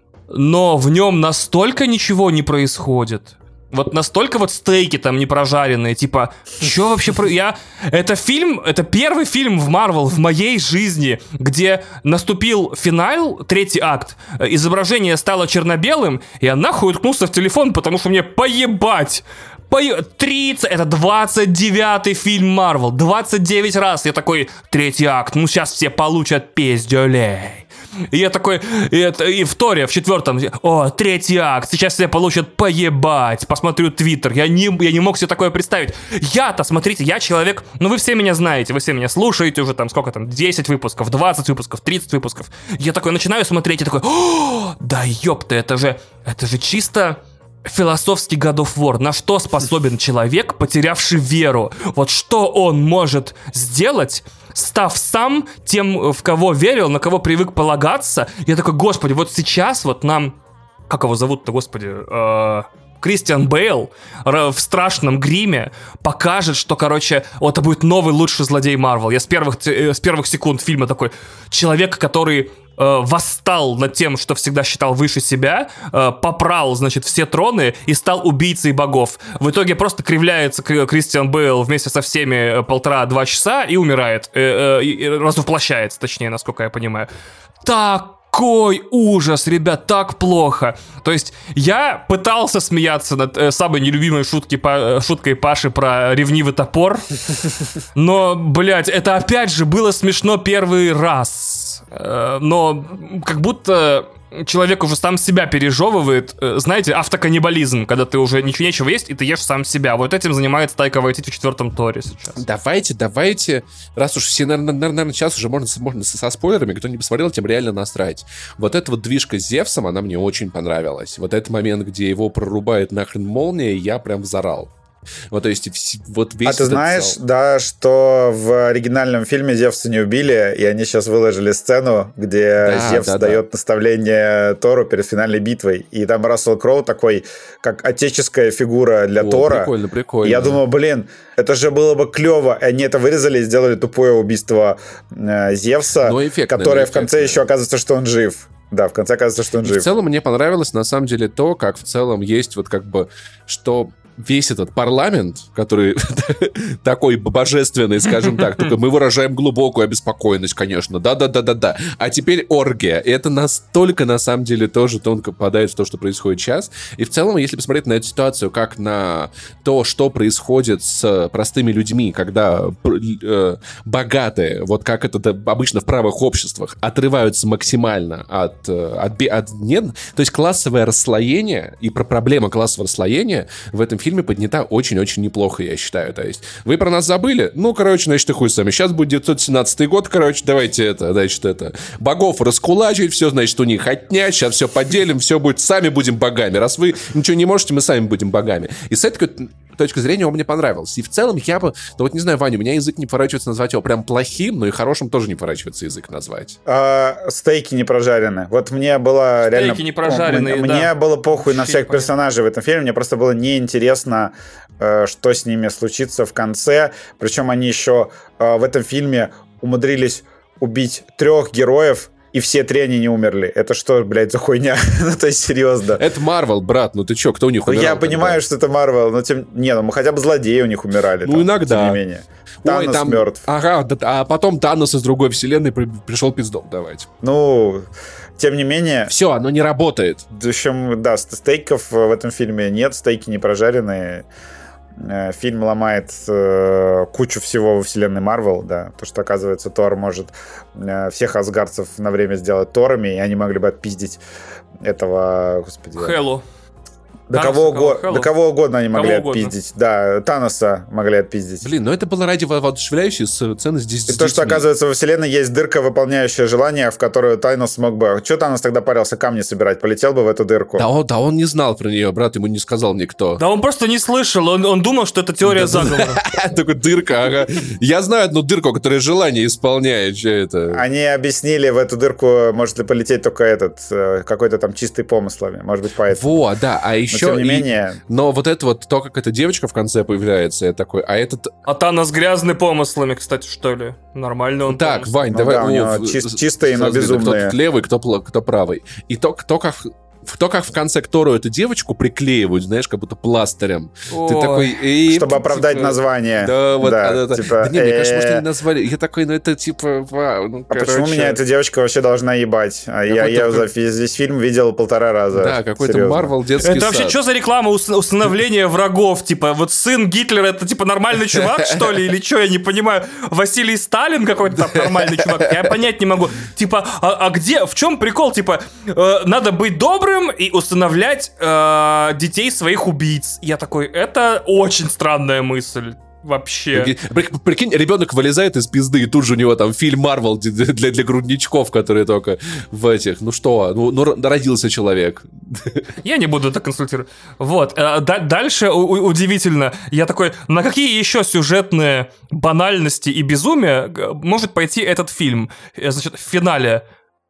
но в нем настолько ничего не происходит. Вот настолько вот стейки там не прожаренные, типа, что вообще про... Я... Это фильм, это первый фильм в Марвел в моей жизни, где наступил финал, третий акт, изображение стало черно-белым, и я нахуй уткнулся в телефон, потому что мне поебать. тридцать, это двадцать девятый фильм Марвел, двадцать девять раз я такой: третий акт, ну сейчас все получат пиздюлей. И я такой, и, это, и в Торе, в четвертом: о, третий акт, сейчас все получат поебать. Посмотрю Твиттер, я не, я не мог себе такое представить. Я-то, смотрите, я человек, ну вы все меня знаете, вы все меня слушаете уже там, сколько там, десять выпусков, двадцать выпусков, тридцать выпусков. Я такой начинаю смотреть и такой: о, да ёпта, это же, это же чисто... философский God of War. На что способен человек, потерявший веру? Вот что он может сделать, став сам тем, в кого верил, на кого привык полагаться? Я такой: господи, вот сейчас вот нам... Как его зовут-то, господи? Э- Кристиан Бейл в страшном гриме покажет, что, короче, вот это будет новый лучший злодей Марвел. Я с первых, с первых секунд фильма такой: человек, который э, восстал над тем, что всегда считал выше себя, э, попрал, значит, все троны и стал убийцей богов. В итоге просто кривляется Кристиан Бейл вместе со всеми полтора-два часа и умирает. Э, э, развоплощается, точнее, насколько я понимаю. Так. Какой ужас, ребят, так плохо. То есть я пытался смеяться над э, самой нелюбимой шутки, па, шуткой Паши про ревнивый топор, но, блядь, это опять же было смешно первый раз. Э, но как будто человек уже сам себя пережевывает. Э, знаете, автоканнибализм, когда ты уже ничего нечего есть, и ты ешь сам себя. Вот этим занимается Тайка Вайтити в четвертом Торе сейчас. Давайте, давайте, раз уж все, наверное, наверное сейчас уже можно, можно со спойлерами, кто не посмотрел, тем реально насрать. Вот эта вот движка с Зевсом, она мне очень понравилась. Вот этот момент, где его прорубает нахрен молния, я прям взорал. Вот, то есть, вот весь... А ты знаешь, зал... да, что в оригинальном фильме Зевса не убили, и они сейчас выложили сцену, где да, Зевс да, дает да. наставление Тору перед финальной битвой, и там Рассел Кроу такой, как отеческая фигура для О, Тора. Прикольно, прикольно. Я думал, блин, это же было бы клево, и они это вырезали и сделали тупое убийство э, Зевса, которое в конце еще оказывается, что он жив. Да, в конце оказывается, что он и жив. В целом мне понравилось, на самом деле, то, как в целом есть вот как бы, что... весь этот парламент, который такой божественный, скажем так, только мы выражаем глубокую обеспокоенность, конечно, да-да-да-да-да. А теперь оргия. И это настолько, на самом деле, тоже тонко попадает в то, что происходит сейчас. И в целом, если посмотреть на эту ситуацию, как на то, что происходит с простыми людьми, когда э, богатые, вот как это обычно в правых обществах, отрываются максимально от... от, от нет, то есть классовое расслоение и про проблема классового расслоения в этом фильме поднята очень-очень неплохо, я считаю. То есть вы про нас забыли? Ну, короче, значит, и хуй сами. Сейчас будет девятьсот семнадцатый год, короче, давайте это, значит, это, богов раскулачить, все, значит, у них отнять, сейчас все поделим, все будет, сами будем богами. Раз вы ничего не можете, мы сами будем богами. И с этой точки зрения он мне понравился. И в целом я бы, ну вот не знаю, Ваня, у меня язык не поворачивается назвать его прям плохим, но и хорошим тоже не поворачивается язык назвать. А, стейки не прожарены. Вот мне было стейки реально... Стейки не прожаренные, мне, да. Мне было похуй на всех персонажей в этом фильме, мне просто было неинтересно, э, что с ними случится в конце. Причем они еще э, в этом фильме умудрились убить трех героев, и все три они не умерли. Это что, блядь, за хуйня? Ну, то есть, серьезно. Это Марвел, брат, ну ты чё, кто у них умирал? Я понимаю, тогда? Что это Марвел, но тем... Не, ну хотя бы злодеи у них умирали. Ну, там, иногда. Тем не менее. Танос Ой, там... мертв. Ага, да, а потом Танос из другой вселенной при... пришел пиздом давать. Ну, тем не менее... Все, оно не работает. В общем, да, стейков в этом фильме нет, стейки не прожаренные. Фильм ломает э, кучу всего во вселенной Марвел, да, то, что, оказывается, Тор может э, всех асгардцев на время сделать Торами, и они могли бы отпиздить этого, господи... Хеллу. До кого, угодно, до кого угодно они могли кого отпиздить. Угодно. Да, Таноса могли отпиздить. Блин, но это было ради воодушевляющей сцены здесь. И то, что, оказывается, во вселенной есть дырка, выполняющая желание, в которую Танос мог бы... Че Танос тогда парился камни собирать? Полетел бы в эту дырку. Да он, да он не знал про нее, брат, ему не сказал никто. Да он просто не слышал, он, он думал, что это теория заговора. Такой дырка, ага. Я знаю одну дырку, которая желание исполняет. Что это? Они объяснили, в эту дырку может ли полететь только этот, какой-то там чистый помыслами. Может быть, поэтому. Во, да, а еще... Но, тем не менее... И... Но вот это вот, то, как эта девочка в конце появляется, я такой, а этот... А Танос грязный помыслами, кстати, что ли? Нормально он. Так, помысл. Вань, ну, давай... Да, у него чист, чистые, но безумные. Кто тут левый, кто, кто правый. И то, кто как... То, как в конце к Тору эту девочку приклеивают, знаешь, как будто пластырем. Ой. Ты такой... Эй, чтобы оправдать типа, название. Да, вот. Да, а, да, типа, да. Не, мне кажется, может, они назвали... Я такой, ну это типа... Вау, ну, а короче... почему меня эта девочка вообще должна ебать? А я я за весь фильм видел полтора раза. Да, какой-то Марвел детский Это сад. вообще что за реклама установления врагов? Типа, вот сын Гитлера, это типа нормальный чувак, что ли? Или что, я не понимаю. Василий Сталин какой-то там нормальный чувак? Я понять не могу. Типа, а, а где, в чем прикол? Типа, э, надо быть добрым и установлять э, детей своих убийц. Я такой, это очень странная мысль. Вообще. Прикинь, прикинь, ребенок вылезает из пизды, и тут же у него там фильм Марвел для, для, для грудничков, которые только в этих. Ну что, ну, ну родился человек. Я не буду это консультировать. Вот. Дальше у- удивительно. Я такой, на какие еще сюжетные банальности и безумия может пойти этот фильм? Значит, в финале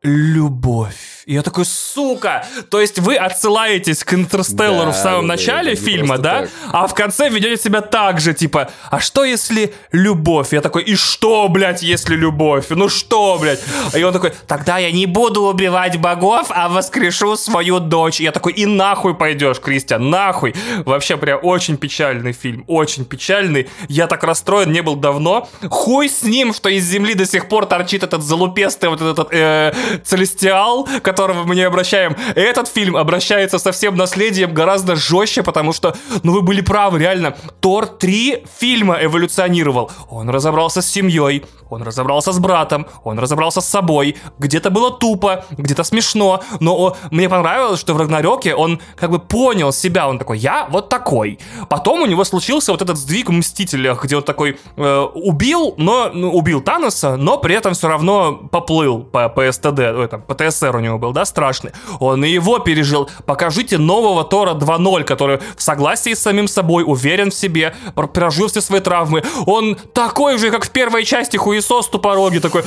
любовь. И я такой, сука! То есть вы отсылаетесь к Интерстеллару да, в самом да, начале да, фильма, да? Так. А в конце ведете себя так же, типа, а что если любовь? Я такой, и что, блядь, если любовь? Ну что, блядь? И он такой, тогда я не буду убивать богов, а воскрешу свою дочь. И я такой, и нахуй пойдешь, Кристиан, нахуй. Вообще прям очень печальный фильм, очень печальный. Я так расстроен, не был давно. Хуй с ним, что из земли до сих пор торчит этот залупестый вот этот э, Целестиал, которого мы не обращаем. Этот фильм обращается со всем наследием гораздо жестче, потому что, ну, вы были правы, реально. Тор три фильма эволюционировал. Он разобрался с семьей, он разобрался с братом, он разобрался с собой. Где-то было тупо, где-то смешно, но о, мне понравилось, что в Рагнарёке он как бы понял себя, он такой, я вот такой. Потом у него случился вот этот сдвиг в Мстителях, где он такой э, убил, но ну, убил Таноса, но при этом все равно поплыл по, по СТД, ой, там, по ТСР у него был, да, страшный. Он и его пережил. Покажите нового Тора два ноль, который в согласии с самим собой, уверен в себе, прожил все свои травмы. Он такой же, как в первой части, хуесос тупороги, такой...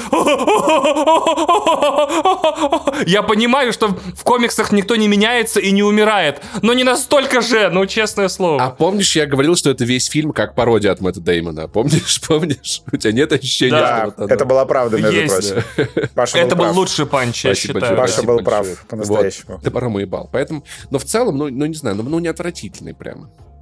Я понимаю, что в комиксах никто не меняется и не умирает, но не настолько же, ну, честное слово. А помнишь, я говорил, что это весь фильм как пародия от Мэтта Дэймона? Помнишь? Помнишь? У тебя нет ощущения, да, что вот оно... это была правда, между Есть. прочим. Паша Это был прав. лучший панч, я Спасибо считаю. большое. Паша был Спасибо прав, большое. по-настоящему. Вот. Ты парому ебал. Поэтому, но в целом, ну, ну не знаю, ну, ну не отвратительный прям.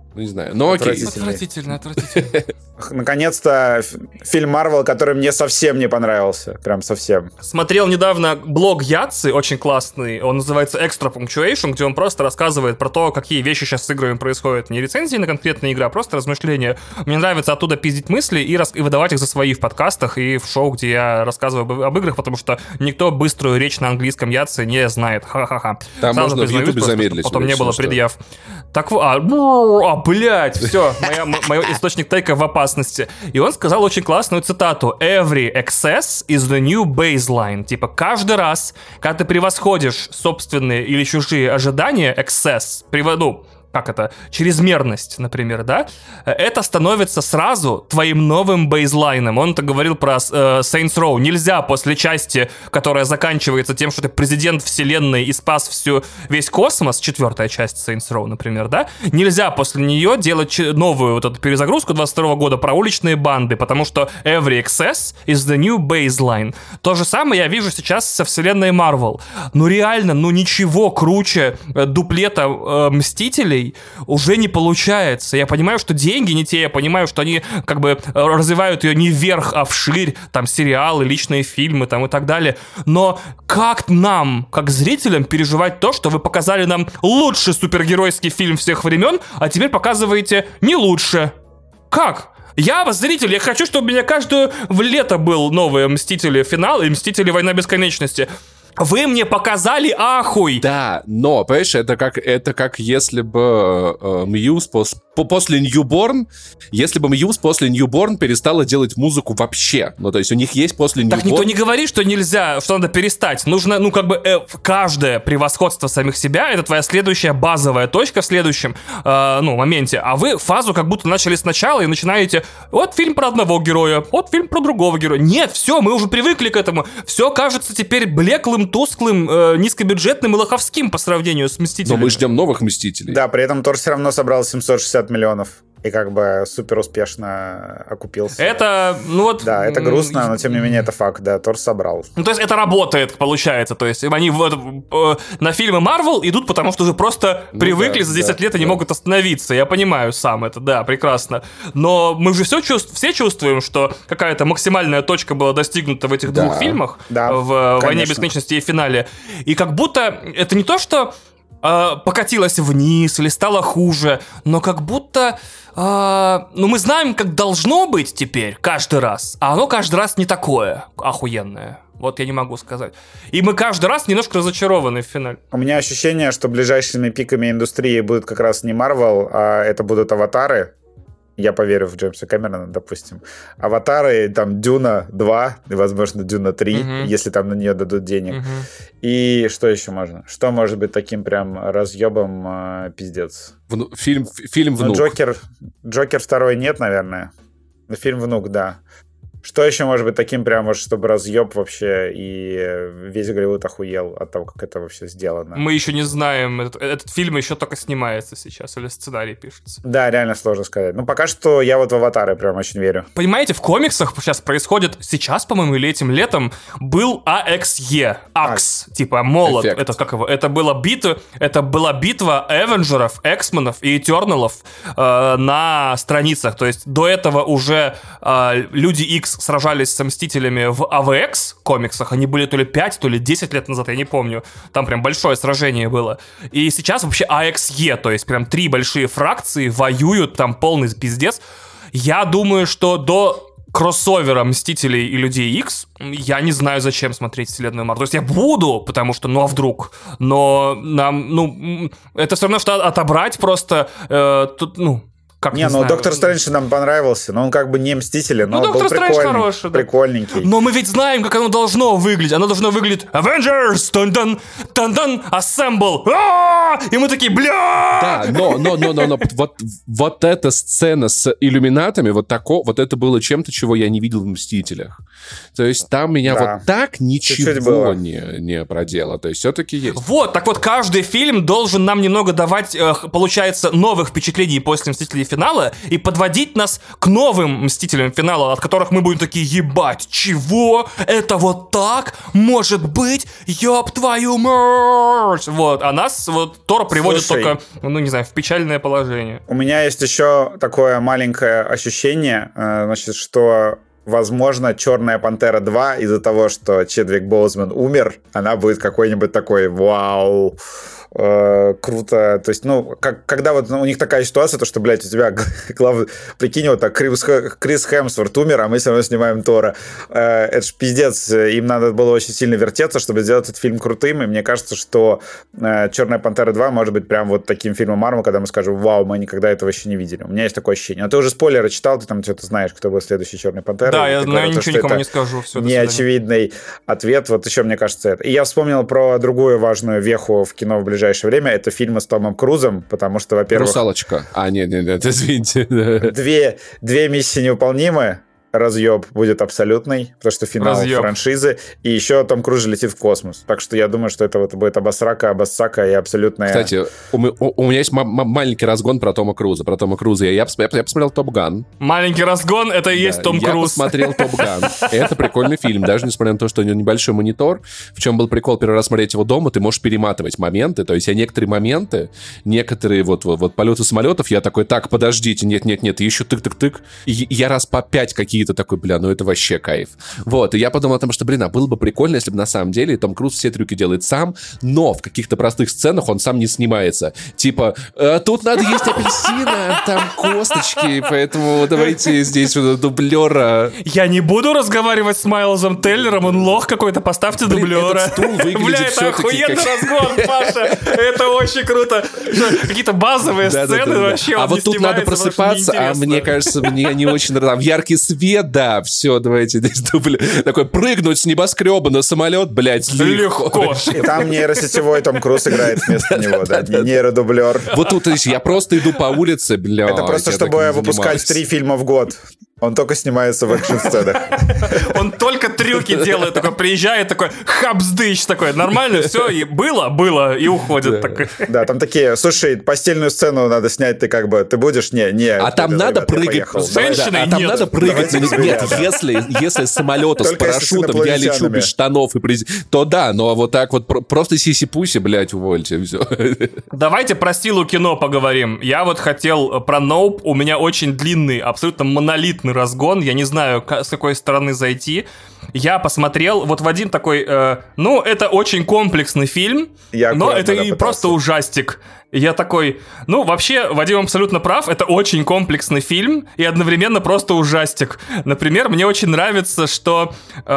Ну, не знаю. Но окей. Отвратительно, отвратительно. Наконец-то фильм Марвел, который мне совсем не понравился. Прям совсем. Смотрел недавно блог Яци, очень классный. Он называется Extra Punctuation, где он просто рассказывает про то, какие вещи сейчас с играми происходят. Не рецензии на конкретные игры, а просто размышления. Мне нравится оттуда пиздить мысли и, рас... и выдавать их за свои в подкастах и в шоу, где я рассказываю об, об играх, потому что никто быструю речь на английском Яци не знает. Ха-ха-ха. Там Сразу можно в Ютубе замедлить. Потом не было что? предъяв. Так вот, а, а, блядь, все, мой источник тейка в опасности. И он сказал очень классную цитату: «Every excess is the new baseline». Типа каждый раз, когда ты превосходишь собственные или чужие ожидания, excess, ну, как это, чрезмерность, например, да, это становится сразу твоим новым бейзлайном. Он так говорил про э, Saints Row. Нельзя после части, которая заканчивается тем, что ты президент вселенной и спас всю, весь космос, четвертая часть Saints Row, например, да, нельзя после нее делать новую вот эту перезагрузку двадцать второго года про уличные банды, потому что every excess is the new baseline. То же самое я вижу сейчас со вселенной Marvel. Ну реально, ну ничего круче дуплета э, Мстителей уже не получается. Я понимаю, что деньги не те, я понимаю, что они как бы развивают ее не вверх, а вширь, там сериалы, личные фильмы там и так далее. Но как нам, как зрителям, переживать то, что вы показали нам лучший супергеройский фильм всех времен, а теперь показываете не лучше? Как? Я зритель, я хочу, чтобы у меня каждое в лето был новые Мстители финал и Мстители Война Бесконечности. Вы мне показали ахуй! Да, но, понимаешь, это как, это как если бы э, Мьюз пос, по, после Newborn, если бы Мьюз после Newborn перестала делать музыку вообще. Ну, то есть у них есть после Newborn... Так никто не говорит, что нельзя, что надо перестать. Нужно, ну, как бы, э, каждое превосходство самих себя — это твоя следующая базовая точка в следующем, э, ну, моменте. А вы фазу как будто начали сначала и начинаете: вот фильм про одного героя, вот фильм про другого героя. Нет, все, мы уже привыкли к этому. Все кажется теперь блеклым, тусклым, э, низкобюджетным и лоховским по сравнению с Мстителями. Но мы ждем новых Мстителей. Да, при этом Тор все равно собрал семьсот шестьдесят миллионов. И как бы супер успешно окупился. Это, ну вот... Да, это грустно, но тем не менее это факт, да, Тор собрал. Ну, то есть это работает, получается, то есть они в, э, на фильмы Marvel идут, потому что уже просто ну, привыкли да, за десять да, лет и да. не могут остановиться, я понимаю сам это, да, прекрасно. Но мы же все, чувств, все чувствуем, что какая-то максимальная точка была достигнута в этих да, двух фильмах, да, в конечно. «Войне бесконечности» и финале. И как будто это не то, что э, покатилось вниз или стало хуже, но как будто... Uh, ну, мы знаем, как должно быть теперь каждый раз, а оно каждый раз не такое охуенное. Вот я не могу сказать. И мы каждый раз немножко разочарованы в финале. У меня ощущение, что ближайшими пиками индустрии будут как раз не Marvel, а это будут аватары. Я поверю в Джеймса Кэмерона, допустим. Аватары, там, Дюна два, и, возможно, Дюна три, uh-huh. если там на нее дадут денег. Uh-huh. И что еще можно? Что может быть таким прям разъебом э, пиздец? Вну- фильм, фильм «Внук». Ну, Джокер, Джокер второй нет, наверное. Но фильм «Внук», да. Что еще может быть таким прям, вот, чтобы разъеб вообще и весь Голливуд охуел от того, как это вообще сделано? Мы еще не знаем. Этот, этот фильм еще только снимается сейчас, или сценарий пишется. Да, реально сложно сказать. Ну, пока что я вот в «Аватары» прям очень верю. Понимаете, в комиксах сейчас происходит, сейчас, по-моему, или этим летом, был эй икс и, Акс, а, типа молот. Эффект. Это как его? Это была битва, это была битва Эвенджеров, Эксменов и Этерналов э, на страницах. То есть до этого уже э, Люди Икс сражались со Мстителями в эй ви экс комиксах. Они были то ли пять, то ли десять лет назад, я не помню. Там прям большое сражение было. И сейчас вообще эй икс и, то есть прям три большие фракции воюют, там полный пиздец. Я думаю, что до кроссовера Мстителей и Людей Икс я не знаю, зачем смотреть вселенную Марвел. То есть я буду, потому что, ну а вдруг? Но нам, ну, это все равно, что отобрать просто, э, тут, ну, Как, не, не ну знаю. Доктор Стрэндж нам понравился, но он как бы не Мстители, но ну, он был прикольный, хороший, да. прикольненький. Но мы ведь знаем, как оно должно выглядеть. Оно должно выглядеть Avengers, тан-дан, тан-дан, Assemble. А-а-а! И мы такие, бля! Да, но, но, но, но, но вот, вот эта сцена с иллюминатами, вот, тако, вот это было чем-то, чего я не видел в Мстителях. То есть там меня да. вот так ничего не, не проделало. То есть все-таки есть. Вот, так вот, каждый фильм должен нам немного давать, э, получается, новых впечатлений после Мстителей финала и подводить нас к новым Мстителям финала, от которых мы будем такие: ебать, чего? Это вот так? Может быть? Ёб твою мать! Вот, а нас вот Тор приводит Слушай, только, ну не знаю, в печальное положение. У меня есть еще такое маленькое ощущение, значит, что возможно, «Черная пантера два» из-за того, что Чедвик Боузман умер, она будет какой-нибудь такой вау, э, круто. То есть, ну, как, когда вот ну, у них такая ситуация, то, что, блядь, у тебя глав... прикинь, вот так, Крис, Крис Хемсворт умер, а мы все равно снимаем Тора. Э, это ж пиздец. Им надо было очень сильно вертеться, чтобы сделать этот фильм крутым, и мне кажется, что э, «Черная пантера два» может быть прям вот таким фильмом Марвел, когда мы скажем: вау, мы никогда этого еще не видели. У меня есть такое ощущение. Но ты уже спойлеры читал, ты там что-то знаешь, кто будет следующий «Черный пантера». Да, я, я ничего никому не скажу. Все, неочевидный ответ. Вот еще, мне кажется, это. И я вспомнил про другую важную веху в кино в ближайшее время. Это фильмы с Томом Крузом, потому что, во-первых... «Русалочка». А, нет, нет, нет, извините. Две, две миссии невыполнимы. Разъеб будет абсолютный, потому что финал Разъеб. франшизы, и еще Том Круз же летит в космос. Так что я думаю, что это вот будет обосрака, обоссака и абсолютная... Кстати, у, у, у меня есть м- м- маленький разгон про Тома Круза. Про Тома Круза. Я, я, я, я посмотрел «Топ Ган». Маленький разгон — это и да, есть Том я Круз. Я посмотрел «Топ Ган». Это прикольный фильм. Даже несмотря на то, что у него небольшой монитор. В чем был прикол первый раз смотреть его дома, ты можешь перематывать моменты. То есть я некоторые моменты, некоторые вот, вот, вот полеты самолетов, я такой: так, подождите, нет-нет-нет, еще тык-тык-тык. И я раз по пять какие-то такой: бля, ну это вообще кайф. Вот, и я подумал о том, что, блин, а было бы прикольно, если бы на самом деле Том Круз все трюки делает сам, но в каких-то простых сценах он сам не снимается. Типа, э, тут надо есть апельсина, там косточки, поэтому давайте здесь дублера. Я не буду разговаривать с Майлзом Теллером, он лох какой-то, поставьте блин, дублера. Этот стул выглядит бля, это охуенный как... разгон, Паша, это очень круто. Какие-то базовые да, сцены да, да, вообще. А вот тут надо просыпаться, а мне кажется, мне не очень нравится. Яркий свет, да, все. Давайте здесь дубль. Такой прыгнуть с небоскреба на самолет, блядь, легко. легко. И там нейросетевой Том Круз играет вместо него, да, нейродублер. Вот тут я просто иду по улице, бля. Это просто, чтобы выпускать три фильма в год. Он только снимается в экшн-сценах. Он только трюки делает, такой приезжает, такой хабздыщ, такой, нормально, все, и было, было, и уходит. Такой. Да, там такие: слушай, постельную сцену надо снять, ты как бы, ты будешь? Не, не. А там надо прыгать. С женщиной А там надо прыгать. Нет, да. если, если с самолета с парашютом я лечу без штанов, и приз... то да, но вот так вот просто сиси-пуси, блядь, увольте, все. Давайте про силу кино поговорим. Я вот хотел про Nope, у меня очень длинный, абсолютно монолитный разгон, я не знаю, с какой стороны зайти. Я посмотрел вот в один такой, э, ну, это очень комплексный фильм, я но это и просто ужастик. Я такой, ну, вообще, Вадим абсолютно прав, это очень комплексный фильм и одновременно просто ужастик. Например, мне очень нравится, что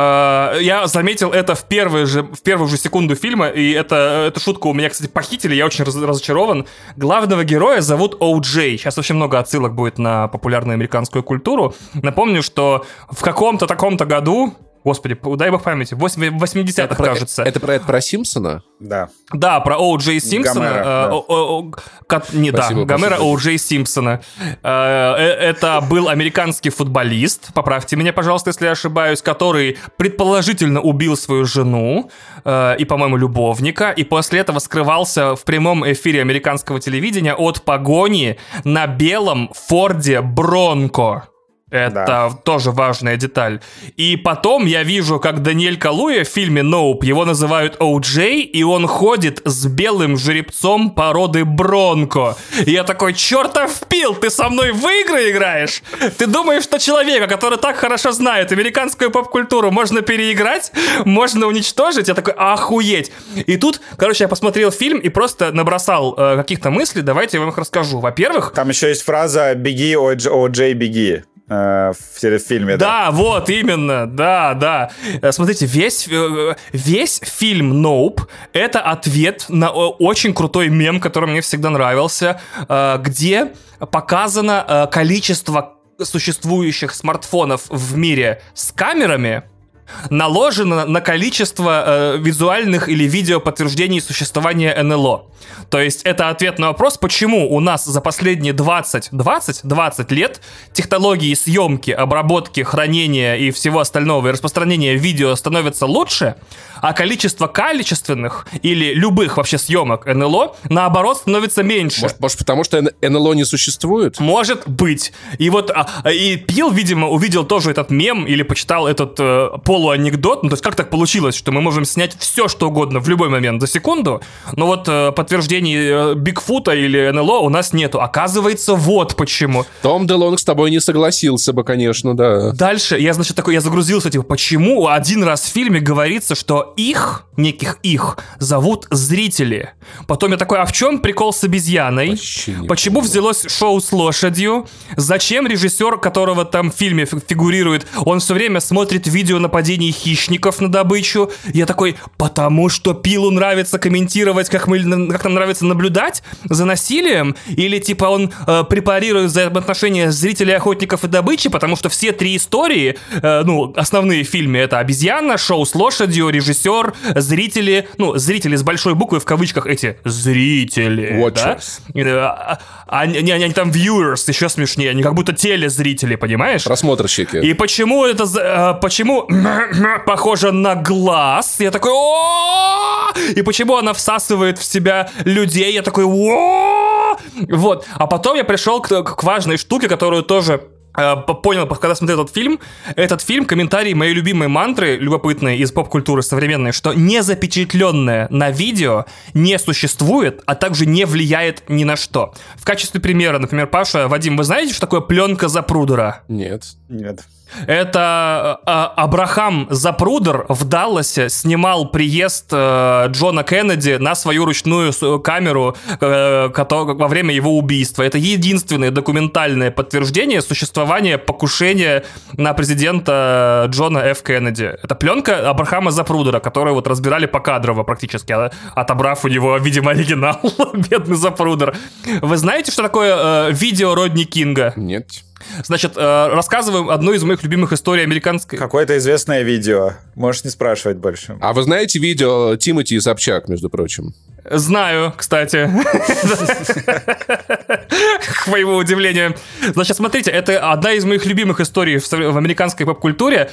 э, я заметил это в, первую же, в первую же секунду фильма, и это, эту шутку у меня, кстати, похитили, я очень раз, разочарован. Главного героя зовут О Джей. Сейчас очень много отсылок будет на популярную американскую культуру. Напомню, что в каком-то таком-то году... Господи, дай бог памяти, в восьмидесятых, это кажется. Про, это про это про Симпсона? Да. Да, про О Джей Симпсона. Гомера, э, да. О, о, о, ко, не, спасибо, да, Гомера О Джей Симпсона. Э, это был американский футболист, поправьте меня, пожалуйста, если я ошибаюсь, который предположительно убил свою жену э, и, по-моему, любовника, и после этого скрывался в прямом эфире американского телевидения от погони на белом Форде Бронко. Это да. тоже важная деталь. И потом я вижу, как Даниэль Калуя в фильме «Nope», его называют О Джей, и он ходит с белым жеребцом породы Бронко. И я такой: чертов пил, ты со мной в игры играешь? Ты думаешь, что человека, который так хорошо знает американскую поп-культуру, можно переиграть? Можно уничтожить? Я такой: охуеть. И тут, короче, я посмотрел фильм и просто набросал э, каких-то мыслей. Давайте я вам их расскажу. Во-первых... Там еще есть фраза «Беги, О Джей, беги». В телефильме, да. Да, вот, именно, да, да. Смотрите, весь, весь фильм Nope — это ответ на очень крутой мем, который мне всегда нравился, где показано количество существующих смартфонов в мире с камерами, наложено на количество э, визуальных или видео подтверждений существования эн эл о. То есть это ответ на вопрос, почему у нас за последние двадцать лет технологии съемки, обработки, хранения и всего остального, и распространения видео становятся лучше, а количество количественных или любых вообще съемок эн эл о, наоборот, становится меньше. Может, может потому что эн эл о не существует? Может быть. И вот а, и Пил, видимо, увидел тоже этот мем или почитал этот э, полуанекдот. Ну, то есть как так получилось, что мы можем снять все, что угодно в любой момент за секунду, но вот э, подтверждений э, Бигфута или эн эл о у нас нету. Оказывается, вот почему. Том Делонг с тобой не согласился бы, конечно, да. Дальше я, значит, такой, я загрузился, типа, почему один раз в фильме говорится, что их, неких их, зовут зрители. Потом я такой, а в чем прикол с обезьяной? Почему понимаю. взялось шоу с лошадью? Зачем режиссер, которого там в фильме фигурирует, он все время смотрит видео нападений хищников на добычу? Я такой, потому что Пилу нравится комментировать, как, мы, как нам нравится наблюдать за насилием? Или типа он э, препарирует взаимоотношения зрителей, охотников и добычи, потому что все три истории, э, ну, основные в фильме, это обезьяна, шоу с лошадью, режиссер, зрители, ну, зрители с большой буквы, в кавычках эти зрители, Watchers. да? Они, они, они там viewers, еще смешнее, они как будто телезрители, понимаешь? Просмотрщики. И почему это, э, почему похоже на глаз? Я такой, о! И почему она всасывает в себя людей? Я такой, о! Вот, а потом я пришел к, к важной штуке, которую тоже понял, когда смотрел этот фильм. Этот фильм, комментарий моей любимой мантры, любопытной из поп-культуры современной, что не запечатленное на видео не существует, а также не влияет ни на что. В качестве примера, например, Паша, Вадим, вы знаете, что такое пленка Запрудера? Нет. Нет. Это э, Абрахам Запрудер в Далласе снимал приезд э, Джона Кеннеди на свою ручную камеру э, который, во время его убийства. Это единственное документальное подтверждение существования покушения на президента Джона Ф. Кеннеди. Это пленка Абрахама Запрудера, которую вот разбирали покадрово практически, отобрав у него, видимо, оригинал. Бедный Запрудер. Вы знаете, что такое э, видео Родни Кинга? Нет. Значит, э, рассказываем одну из моих любимых историй американской. Какое-то известное видео. Можешь не спрашивать больше. А вы знаете видео Тимоти и Собчак, между прочим? Знаю, кстати. К моему удивлению. Значит, смотрите, это одна из моих любимых историй в американской поп-культуре.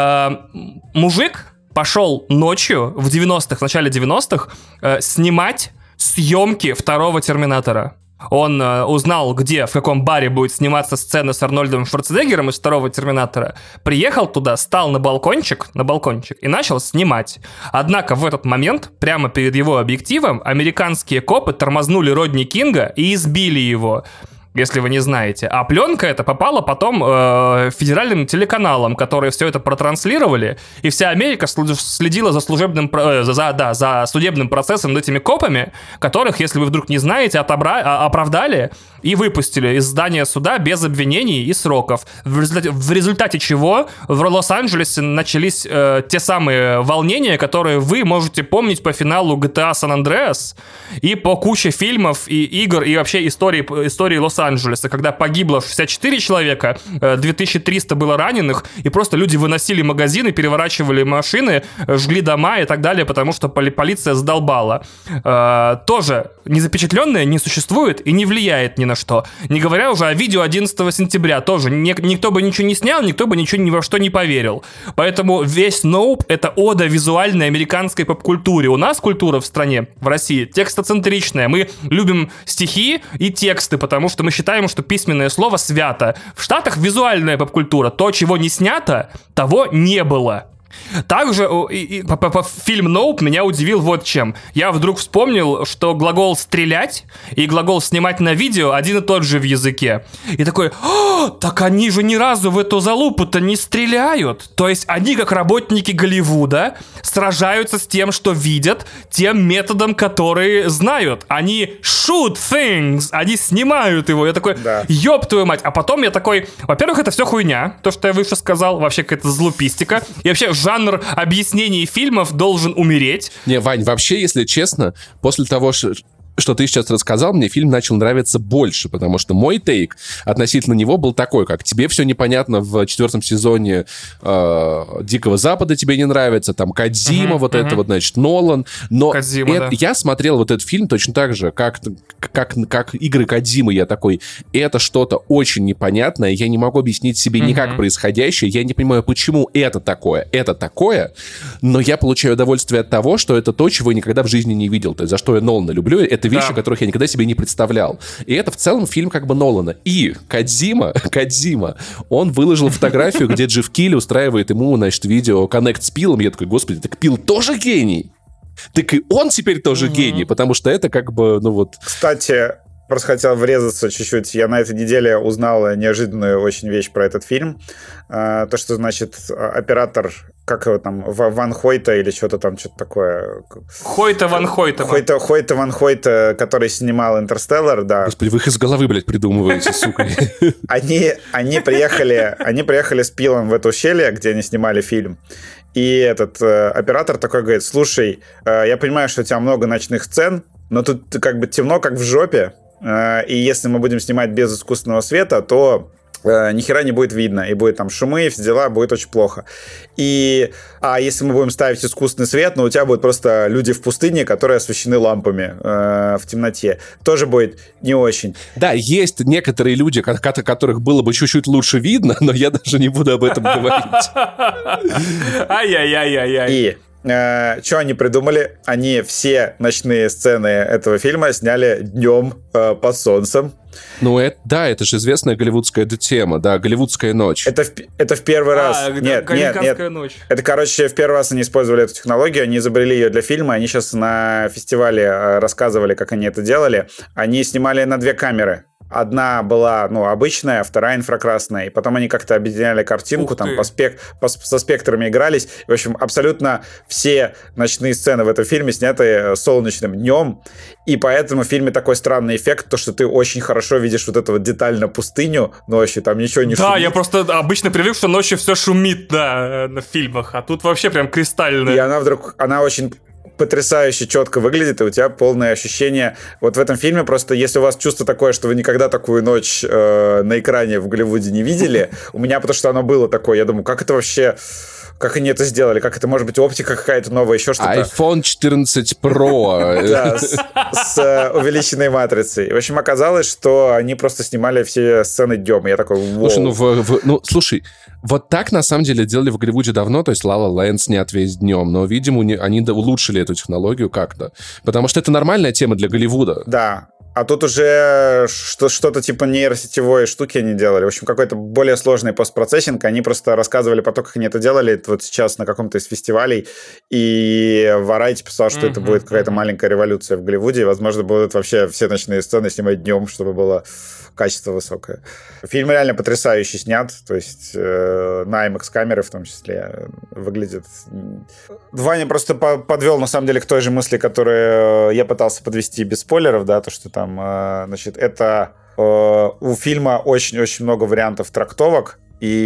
Мужик пошел ночью в девяностых, в начале девяностых снимать съемки второго «Терминатора». Он э, узнал, где, в каком баре будет сниматься сцена с Арнольдом Шварценеггером из второго «Терминатора», приехал туда, стал на балкончик, на балкончик и начал снимать. Однако в этот момент, прямо перед его объективом, американские копы тормознули Родни Кинга и избили его. Если вы не знаете. А пленка эта попала потом э, федеральным телеканалам, которые все это протранслировали, и вся Америка следила за служебным, э, за, да, за судебным процессом над этими копами, которых, если вы вдруг не знаете, отобра... оправдали и выпустили из здания суда без обвинений и сроков. В результате, в результате чего в Лос-Анджелесе начались э, те самые волнения, которые вы можете помнить по финалу джи ти эй San Andreas и по куче фильмов и игр, и вообще истории, истории Лос-Анджелеса. Анджелеса, когда погибло шестьдесят четыре человека, две тысячи триста было раненых, и просто люди выносили магазины, переворачивали машины, жгли дома и так далее, потому что поли- полиция задолбала. Э, тоже незапечатленное не существует и не влияет ни на что. Не говоря уже о видео одиннадцатого сентября, тоже не, никто бы ничего не снял, никто бы ничего ни во что не поверил. Поэтому весь Nope — это ода визуальной американской поп-культуре. У нас культура в стране, в России, текстоцентричная. Мы любим стихи и тексты, потому что мы считаем, что письменное слово свято. В Штатах визуальная поп-культура. То, чего не снято, того не было. Также и, и, по, по, фильм «Nope» меня удивил вот чем. Я вдруг вспомнил, что глагол «стрелять» и глагол «снимать на видео» один и тот же в языке. И такой, о, так они же ни разу в эту залупу-то не стреляют. То есть они, как работники Голливуда, сражаются с тем, что видят, тем методом, который знают. Они shoot things, они снимают его. Я такой, да. Ёб твою мать. А потом я такой, во-первых, это все хуйня, то, что я выше сказал, вообще какая-то злупистика. И вообще жанр объяснений фильмов должен умереть. Не, Вань, вообще, если честно, после того, что... что ты сейчас рассказал, мне фильм начал нравиться больше, потому что мой тейк относительно него был такой, как тебе все непонятно в четвертом сезоне э, «Дикого Запада» тебе не нравится, там Кодзима, uh-huh, вот uh-huh. это вот, значит, Нолан, но Кодзима, это, да. я смотрел вот этот фильм точно так же, как, как, как игры Кодзимы, я такой, это что-то очень непонятное, я не могу объяснить себе uh-huh. никак происходящее, я не понимаю, почему это такое, это такое, но я получаю удовольствие от того, что это то, чего я никогда в жизни не видел, то есть за что я Нолана люблю, это вещи, да. которых я никогда себе не представлял. И это в целом фильм как бы Нолана. И Кодзима, Кодзима, он выложил фотографию, где Джефф Килли устраивает ему, значит, видео коннект с Пилом. Я такой, господи, так Пил тоже гений? Так и он теперь тоже угу. гений, потому что это как бы, ну вот... Кстати, просто хотел врезаться чуть-чуть. Я на этой неделе узнал неожиданную очень вещь про этот фильм. То, что, значит, оператор, как его там, Ван Хойта или что-то там, что-то такое. Хойта Ван Хойта. Хойта, Хойта Ван Хойта, который снимал «Интерстеллар», да. Господи, вы их из головы, блядь, придумываете, сука. Они, они, приехали, они приехали с Пилом в это ущелье, где они снимали фильм. И этот э, оператор такой говорит, слушай, э, я понимаю, что у тебя много ночных сцен, но тут как бы темно, как в жопе. И если мы будем снимать без искусственного света, то э, ни хера не будет видно. И будет там шумы, все дела, будет очень плохо. И, а если мы будем ставить искусственный свет, ну, у тебя будут просто люди в пустыне, которые освещены лампами э, в темноте. Тоже будет не очень. Да, есть некоторые люди, которых было бы чуть-чуть лучше видно, но я даже не буду об этом говорить. Ай-яй-яй-яй-яй. И... Э, что они придумали? Они все ночные сцены этого фильма сняли днем э, под солнцем. Ну, это, да, это же известная голливудская тема, да, голливудская ночь. Это в, это в первый раз. А, нет, нет, нет. Ночь. Это, короче, в первый раз они использовали эту технологию, они изобрели ее для фильма, они сейчас на фестивале рассказывали, как они это делали. Они снимали на две камеры. Одна была, ну, обычная, вторая инфракрасная. И потом они как-то объединяли картинку, там, по спек... по... со спектрами игрались. В общем, абсолютно все ночные сцены в этом фильме сняты солнечным днем. И поэтому в фильме такой странный эффект, то, что ты очень хорошо видишь вот эту вот детально пустыню ночью, там ничего не да, шумит. Да, я просто обычно привык, что ночью все шумит, да, на фильмах. А тут вообще прям кристально. И она вдруг, она очень... потрясающе четко выглядит, и у тебя полное ощущение. Вот в этом фильме просто, если у вас чувство такое, что вы никогда такую ночь э, на экране в Голливуде не видели, у меня потому что оно было такое, я думаю, как это вообще... Как они это сделали? Как это может быть оптика какая-то новая, еще что-то? айфон четырнадцать про. Да, с увеличенной матрицей. В общем, оказалось, что они просто снимали все сцены днем. Я такой, воу. Слушай, ну, в, в, ну, слушай, вот так на самом деле делали в Голливуде давно, то есть La La Land снят весь днем, но, видимо, они улучшили эту технологию как-то. Потому что это нормальная тема для Голливуда. Да. А тут уже что- что-то типа нейросетевой штуки они делали. В общем, какой-то более сложный постпроцессинг. Они просто рассказывали про то, как они это делали вот сейчас на каком-то из фестивалей. И Variety писал, что mm-hmm. это будет какая-то маленькая революция в Голливуде. И, возможно, будут вообще все ночные сцены снимать днем, чтобы было качество высокое. Фильм реально потрясающе снят. То есть э, на IMAX-камеры в том числе выглядит... Ваня просто по- подвел, на самом деле, к той же мысли, которую я пытался подвести без спойлеров, да, то, что там, э, значит, это э, у фильма очень-очень много вариантов трактовок,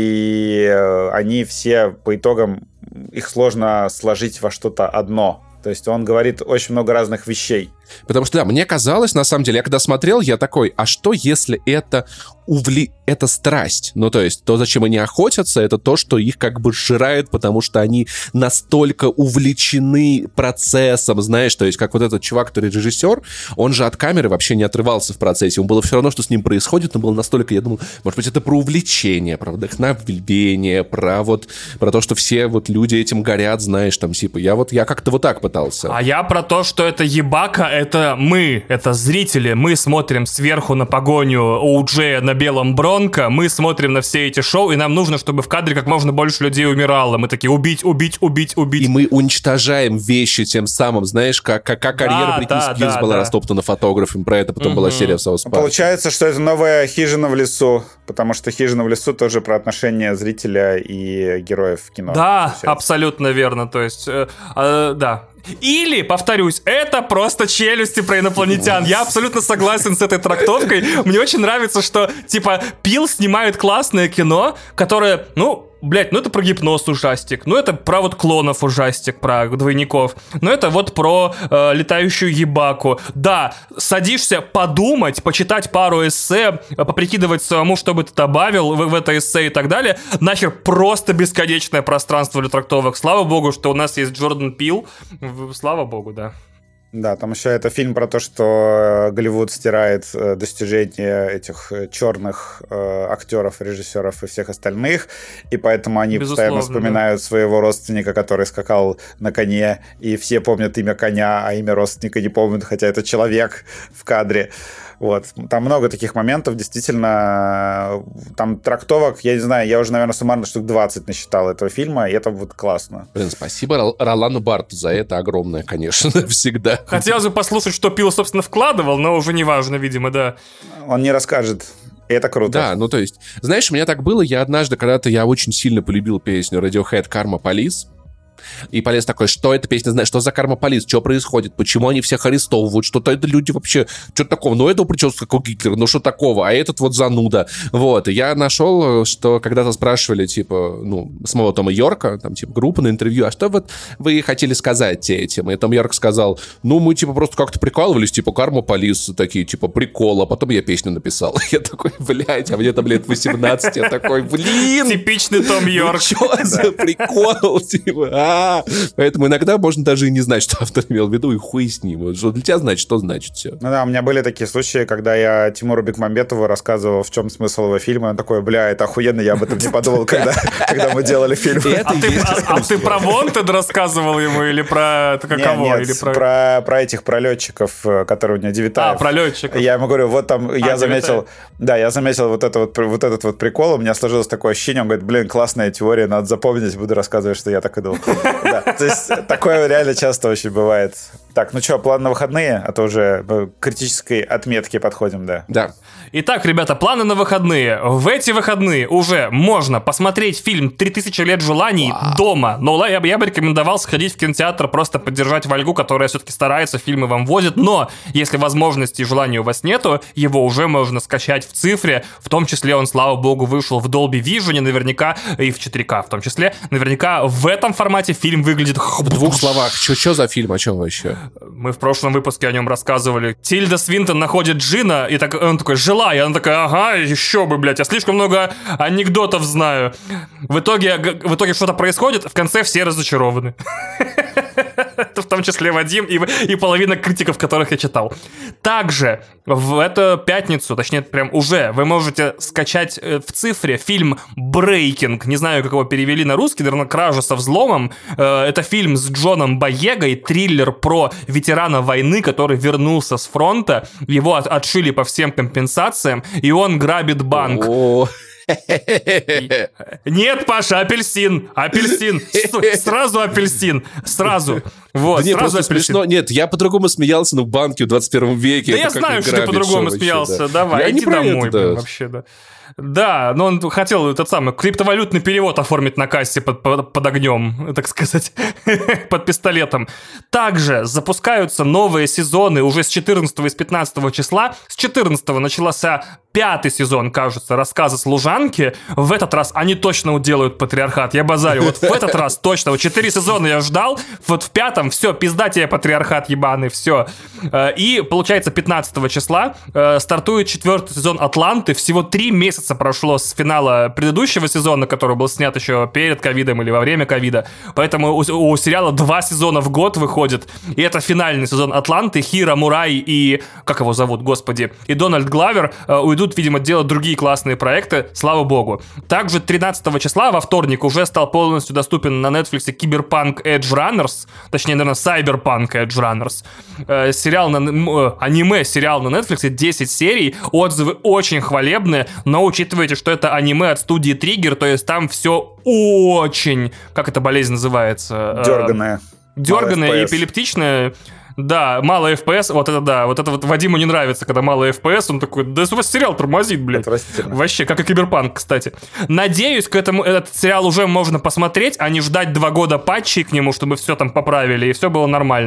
и э, они все по итогам, их сложно сложить во что-то одно. То есть он говорит очень много разных вещей. Потому что, да, мне казалось, на самом деле, я когда смотрел, я такой, а что, если это увли... это страсть? Ну, то есть, то, зачем они охотятся, это то, что их как бы сжирает, потому что они настолько увлечены процессом, знаешь, то есть, как вот этот чувак, который режиссер, он же от камеры вообще не отрывался в процессе, ему было все равно, что с ним происходит, но было настолько, я думал, может быть, это про увлечение, про вдохновение, про вот, про то, что все вот люди этим горят, знаешь, там, типа, я вот, я как-то вот так пытался. А я про то, что это ебака, это мы, это зрители, мы смотрим сверху на погоню Оу-Джея на белом Бронко, мы смотрим на все эти шоу, и нам нужно, чтобы в кадре как можно больше людей умирало. Мы такие убить, убить, убить, убить. И мы уничтожаем вещи тем самым, знаешь, как, как, как карьера да, Бритни да, Спирс да, была да. растоптана фотографом, про это потом угу. была серия в Саус Парке. Получается, что это новая «Хижина в лесу», потому что «Хижина в лесу» тоже про отношения зрителя и героев в кино. Да, получается. Абсолютно верно, то есть, э, э, да. Или, повторюсь, это просто челюсти про инопланетян. Я абсолютно согласен с этой трактовкой. Мне очень нравится, что, типа, Пил снимает классное кино, которое, ну, блять, ну это про гипноз ужастик, ну это про вот клонов ужастик, про двойников, ну это вот про э, летающую ебаку. Да, садишься подумать, почитать пару эссе, поприкидывать самому, что бы ты добавил в, в это эссе и так далее. Нахер просто бесконечное пространство для трактовок. Слава богу, что у нас есть Джордан Пил. Слава богу, да. Да, там еще это фильм про то, что Голливуд стирает достижения этих черных э, актеров, режиссеров и всех остальных, и поэтому они Безусловно, постоянно вспоминают да. своего родственника, который скакал на коне, и все помнят имя коня, а имя родственника не помнят, хотя это человек в кадре. Вот. Там много таких моментов, действительно, там трактовок, я не знаю, я уже, наверное, суммарно штук двадцать насчитал этого фильма, и это вот классно. Блин, спасибо Ролану Барту за это огромное, конечно, всегда. Хотелось бы послушать, что Пил, собственно, вкладывал, но уже не важно, видимо, да. Он не расскажет. И это круто. Да, ну то есть, знаешь, у меня так было, я однажды, когда-то я очень сильно полюбил песню Radiohead «Karma Police», и полез такой, что эта песня, знаешь, что за Карма Полис, что происходит, почему они всех арестовывают, что-то это люди вообще, что-то такого, ну это прическа как у Гитлера, ну что такого, а этот вот зануда, вот, и я нашел, что когда-то спрашивали, типа, ну, самого Тома Йорка, там, типа, группа на интервью, а что вот вы хотели сказать этим, и Том Йорк сказал, ну, мы, типа, просто как-то прикалывались, типа, Карма Полис, такие, типа, прикол, а потом я песню написал, я такой, блядь, а мне там лет восемнадцать, я такой, блин, типичный Том Йорк, что за прикол, типа, а поэтому иногда можно даже и не знать, что автор имел в виду, и хуй с ним. Что для тебя значит, что значит все. Ну да, у меня были такие случаи, когда я Тимуру Бекмамбетову рассказывал, в чем смысл его фильма, он такой, бля, это охуенно, я об этом не подумал, когда мы делали фильм. А ты про Wanted рассказывал ему или про кого? Нет, про этих пролетчиков, которые у него Девятаев. А, пролетчиков. Я ему говорю, вот там, я заметил, да, я заметил вот этот вот прикол, у меня сложилось такое ощущение, он говорит, блин, классная теория, надо запомнить, буду рассказывать, что я так и думал. Да, то есть такое реально часто очень бывает. Так, ну что, план на выходные? А то уже к критической отметке подходим, да. Да. Итак, ребята, планы на выходные. В эти выходные уже можно посмотреть фильм «три тысячи лет желаний» Вау. дома. Но я бы, я бы рекомендовал сходить в кинотеатр, просто поддержать Вальгу, которая все-таки старается, фильмы вам возит. Но если возможности и желания у вас нету, его уже можно скачать в цифре. В том числе он, слава богу, вышел в Dolby Vision, наверняка и в четыре ка в том числе. Наверняка в этом формате фильм выглядит... В двух словах, что за фильм, о чем вообще? Мы в прошлом выпуске о нем рассказывали. Тильда Свинтон находит Джина, и так, он такой, желай. Она такая, ага, еще бы, блядь, я слишком много анекдотов знаю. В итоге, в итоге что-то происходит, в конце все разочарованы. В том числе Вадим и, и половина критиков, которых я читал. Также в эту пятницу, точнее, прям уже, вы можете скачать в цифре фильм «Брейкинг». Не знаю, как его перевели на русский, наверное, «Кража со взломом». Это фильм с Джоном Боегой, триллер про ветерана войны, который вернулся с фронта. Его отшили по всем компенсациям, и он грабит банк. Нет, Паша, апельсин, апельсин, сразу апельсин, сразу. Вот, да нет, сразу просто смешно. Нет, я по-другому смеялся, но в банке в двадцать первом веке. Да я знаю, что ты по-другому смеялся. Да. Давай, я иди домой, это, да. вообще, да. Да, но он хотел этот самый криптовалютный перевод оформить на кассе под, под, под огнем, так сказать, под пистолетом. Также запускаются новые сезоны уже с четырнадцатого и с пятнадцатого числа. С четырнадцатого начался пятый сезон, кажется, рассказа «Служанки». В этот раз они точно уделают патриархат. Я базарю. Вот в этот раз точно. Вот четыре сезона я ждал. Вот в пятом все, пизда тебе патриархат ебаный, все. И получается пятнадцатого числа стартует четвертый сезон «Атланты». Всего три месяца прошло с финала предыдущего сезона, который был снят еще перед ковидом или во время ковида. Поэтому у, у сериала два сезона в год выходит. И это финальный сезон «Атланты». Хиро Мурай и... Как его зовут, господи? И Дональд Главер э, уйдут, видимо, делать другие классные проекты. Слава богу. Также тринадцатого числа, во вторник, уже стал полностью доступен на Netflix Киберпанк Edge Runners. Точнее, наверное, Cyberpunk Edge Runners. Э, сериал на... Э, аниме-сериал на Netflix. десять серий. Отзывы очень хвалебные, но учитывайте, что это аниме от студии Trigger, то есть там все очень, как эта болезнь называется? Дерганая. Дерганая и эпилептичная. Да, мало эф пи эс, вот это да, вот это вот Вадиму не нравится, когда мало эф пи эс, он такой, да у вас сериал тормозит, блядь. Вообще, как и Киберпанк, кстати. Надеюсь, к этому этот сериал уже можно посмотреть, а не ждать два года патчей к нему, чтобы все там поправили, и все было нормально.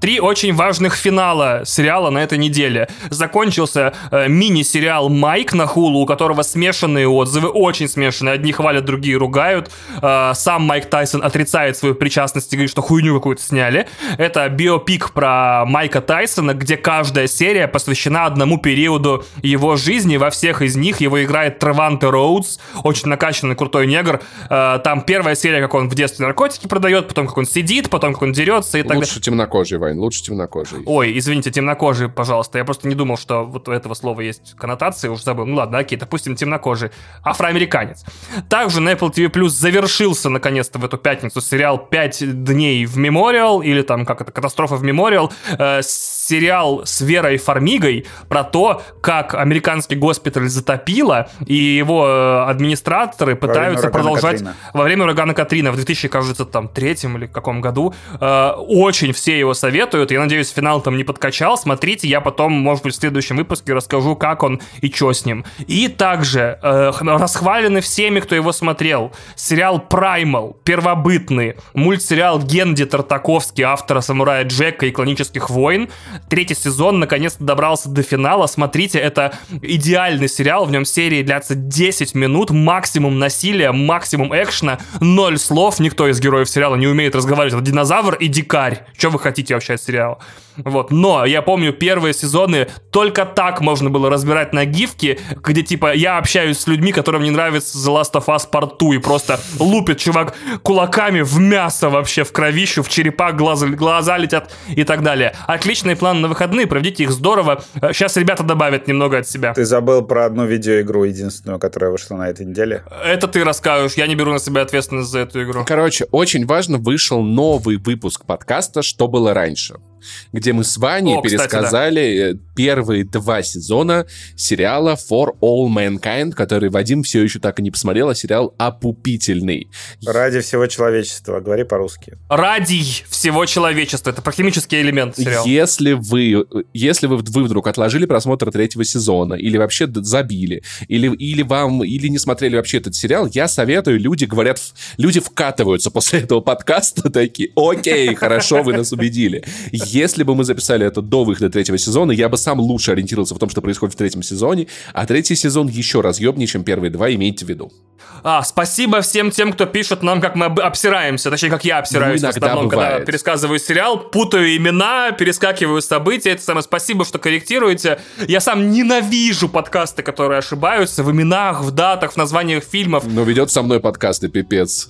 Три очень важных финала сериала на этой неделе. Закончился э, мини-сериал «Майк» на Hulu, у которого смешанные отзывы, очень смешанные. Одни хвалят, другие ругают. Э, сам Майк Тайсон отрицает свою причастность и говорит, что хуйню какую-то сняли. Это биопик про Майка Тайсона, где каждая серия посвящена одному периоду его жизни. Во всех из них его играет Треванте Роудс, очень накачанный, крутой негр. Э, там первая серия, как он в детстве наркотики продает, потом как он сидит, потом как он дерется и так далее. Лучше темнокожий, Вань, лучше темнокожий. Ой, извините, темнокожий, пожалуйста. Я просто не думал, что вот у этого слова есть коннотации, уж забыл. Ну ладно, окей, допустим, темнокожий. Афроамериканец. Также на Apple ти ви Plus завершился, наконец-то, в эту пятницу сериал «Пять дней в Мемориал», или там, как это, «Катастрофа в Мемориал». Э, сериал с Верой Фармигой про то, как американский госпиталь затопило, и его администраторы пытаются продолжать... Катрина. Во время урагана Катрина в две тысячи, кажется, там, третьем или каком году. Э, очень все его советуют. Я надеюсь, финал там не подкачал. Смотрите, я потом, может быть, в следующем выпуске расскажу, как он и что с ним. И также э, расхвалены всеми, кто его смотрел. Сериал «Праймал», первобытный. Мультсериал Генди Тартаковский, автора «Самурая Джека» и «Клонических войн». Третий сезон наконец-то добрался до финала. Смотрите, это идеальный сериал. В нем серии длятся десять минут. Максимум насилия, максимум экшена. Ноль слов. Никто из героев сериала не умеет разговаривать. Это динозавр и дикарь. Что вы хотите вообще от сериала? Вот. Но я помню, первые сезоны только так можно было разбирать на гифки, где типа я общаюсь с людьми, которым не нравится The Last of Us Part два, и просто лупит чувак кулаками в мясо вообще, в кровищу, в черепа, глаза, глаза летят и так далее. Отличные планы на выходные, проведите их здорово. Сейчас ребята добавят немного от себя. Ты забыл про одну видеоигру единственную, которая вышла на этой неделе. Это ты расскажешь, я не беру на себя ответственность за эту игру. Короче, очень важно, вышел новый выпуск подкаста «Что было раньше», где мы с Ваней О, пересказали кстати, да. первые два сезона сериала For All Mankind, который Вадим все еще так и не посмотрел, а сериал опупительный. Ради всего человечества, говори по-русски. Ради всего человечества, это про химический элемент сериала. Если вы, если вы, вы вдруг отложили просмотр третьего сезона, или вообще забили, или, или вам, или не смотрели вообще этот сериал, я советую, люди говорят, люди вкатываются после этого подкаста, такие, окей, хорошо, вы нас убедили. Если бы мы записали это до выхода третьего сезона, я бы сам лучше ориентировался в том, что происходит в третьем сезоне, а третий сезон еще разъебнее, чем первые два, имейте в виду. А, спасибо всем тем, кто пишет нам, как мы обсираемся, точнее, как я обсираюсь ну, в основном, бывает. Когда пересказываю сериал, путаю имена, перескакиваю события, это самое спасибо, что корректируете. Я сам ненавижу подкасты, которые ошибаются в именах, в датах, в названиях фильмов. Но ведет со мной подкасты, пипец.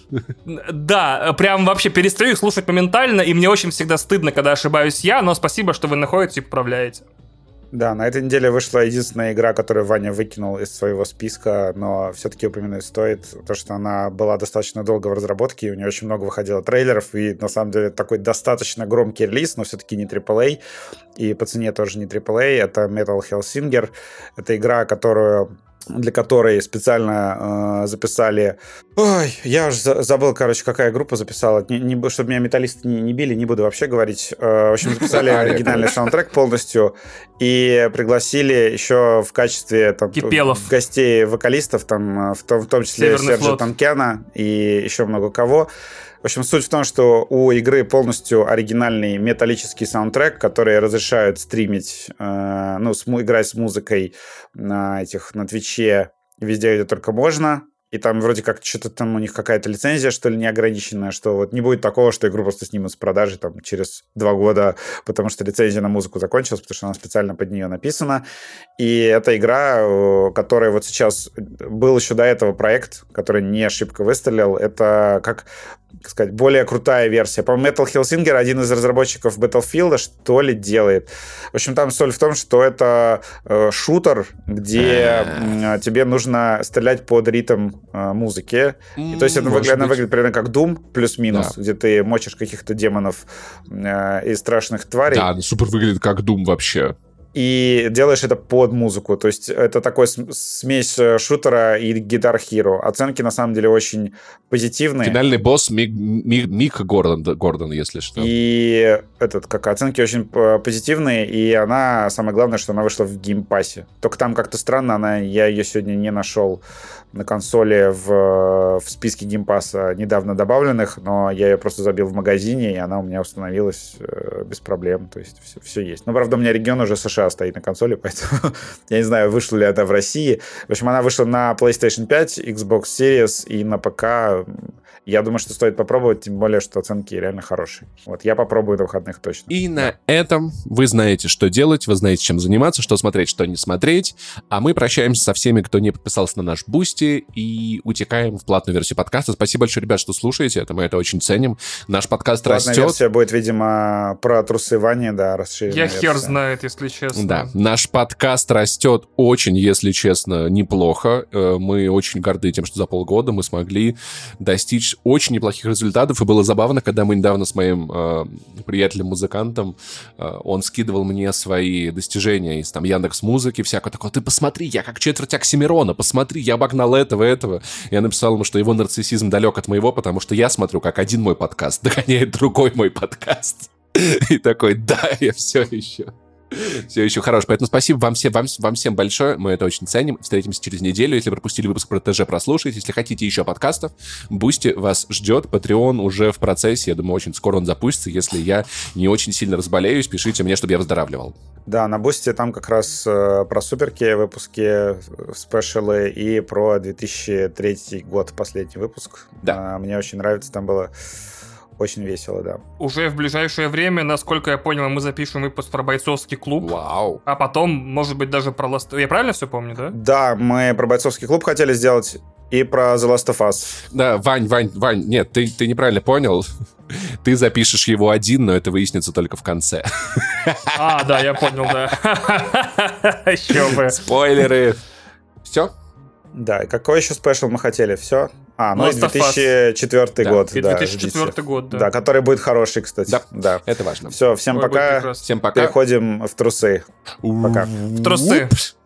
Да, прям вообще перестаю их слушать моментально, и мне очень всегда стыдно, когда ошибаюсь я, но спасибо, что вы находите и поправляете. Да, на этой неделе вышла единственная игра, которую Ваня выкинул из своего списка, но все-таки упомянуть стоит, то, что она была достаточно долго в разработке, и у нее очень много выходило трейлеров, и на самом деле такой достаточно громкий релиз, но все-таки не трипл эй, и по цене тоже не трипл эй, это Metal Hellsinger. Это игра, которую... для которой специально э, записали... Ой, я уже забыл, короче, какая группа записала. Не, не, чтобы меня металлисты не, не били, не буду вообще говорить. Э, в общем, записали оригинальный саундтрек полностью и пригласили еще в качестве там, гостей вокалистов, там, в, том, в том числе Северный Серджа Танкяна и еще много кого. В общем, суть в том, что у игры полностью оригинальный металлический саундтрек, который разрешают стримить, э, ну, с, играть с музыкой на этих, на Твиче, везде, где только можно. И там вроде как что-то там у них какая-то лицензия, что ли, неограниченная, что вот не будет такого, что игру просто снимут с продажи там через два года, потому что лицензия на музыку закончилась, потому что она специально под нее написана. И эта игра, которая вот сейчас... Был еще до этого проект, который не шибко выстрелил, это как... как сказать, более крутая версия. По-моему, Metal Hellsinger, один из разработчиков Battlefield, что ли, делает. В общем, там соль в том, что это э, шутер, где э, тебе нужно стрелять под ритм э, музыки. И, то есть это выглядит, она выглядит примерно как Doom, плюс-минус, да. Где ты мочишь каких-то демонов э, и страшных тварей. Да, супер выглядит как Doom вообще. и делаешь это под музыку. То есть это такой смесь шутера и Guitar Hero. Оценки, на самом деле, очень позитивные. Финальный босс Мик, Мик, Мик Гордон, Гордон, если что. И этот, как, оценки очень позитивные, и она, самое главное, что она вышла в геймпассе. Только там как-то странно, она, я ее сегодня не нашел на консоли в, в списке геймпасса недавно добавленных, но я ее просто забил в магазине, и она у меня установилась без проблем. То есть все, все есть. Но, правда, у меня регион уже США стоит на консоли, поэтому я не знаю, вышла ли она в России. В общем, она вышла на PlayStation пять, Xbox Series и на ПК. Я думаю, что стоит попробовать, тем более, что оценки реально хорошие. Вот, я попробую на выходных точно. И да. На этом вы знаете, что делать, вы знаете, чем заниматься, что смотреть, что не смотреть. А мы прощаемся со всеми, кто не подписался на наш Бусти, и утекаем в платную версию подкаста. Спасибо большое, ребят, что слушаете, это мы это очень ценим. Наш подкаст Платная растет. Версия будет, видимо, про трусы Вани, да, расширенная Я версия. хер знает, если честно. Да, наш подкаст растет очень, если честно, неплохо. Мы очень горды тем, что за полгода мы смогли достичь очень неплохих результатов, и было забавно, когда мы недавно с моим э, приятелем-музыкантом, э, он скидывал мне свои достижения из там Яндекс.Музыки, всякое такое, ты посмотри, я как четверть Оксимирона, посмотри, я обогнал этого, этого. Я написал ему, что его нарциссизм далек от моего, потому что я смотрю, как один мой подкаст догоняет другой мой подкаст. И такой, да, я все еще... Все еще хорош. Поэтому спасибо вам всем, вам, вам всем большое. Мы это очень ценим. Встретимся через неделю. Если пропустили выпуск про ТЖ, прослушайте. Если хотите еще подкастов, Бусти вас ждет. Patreon уже в процессе. Я думаю, очень скоро он запустится. Если я не очень сильно разболеюсь, пишите мне, чтобы я выздоравливал. Да, на Бусти там как раз э, про суперки выпуски, спешалы и про две тысячи третий год последний выпуск. Да. Э, мне очень нравится. Там было... Очень весело, да. Уже в ближайшее время, насколько я понял, мы запишем выпуск про бойцовский клуб. Вау. А потом, может быть, даже про Last... Я правильно все помню, да? Да, мы про бойцовский клуб хотели сделать и про The Last of Us. Да, Вань, Вань, Вань, нет, ты, ты неправильно понял. Ты запишешь его один, но это выяснится только в конце. А, да, я понял, да. Еще бы. Спойлеры. Все? Да, и какой еще спешл мы хотели? Все? А, ну и Last of Us. две тысячи четвёртый Да. год. И да, две тысячи четвёртый ждите. год, да. Да, который будет хороший, кстати. Да. Да. Это важно. Все, всем Ой, будет пока. прекрасно. Всем пока. Переходим в трусы. Пока. В трусы. Упс.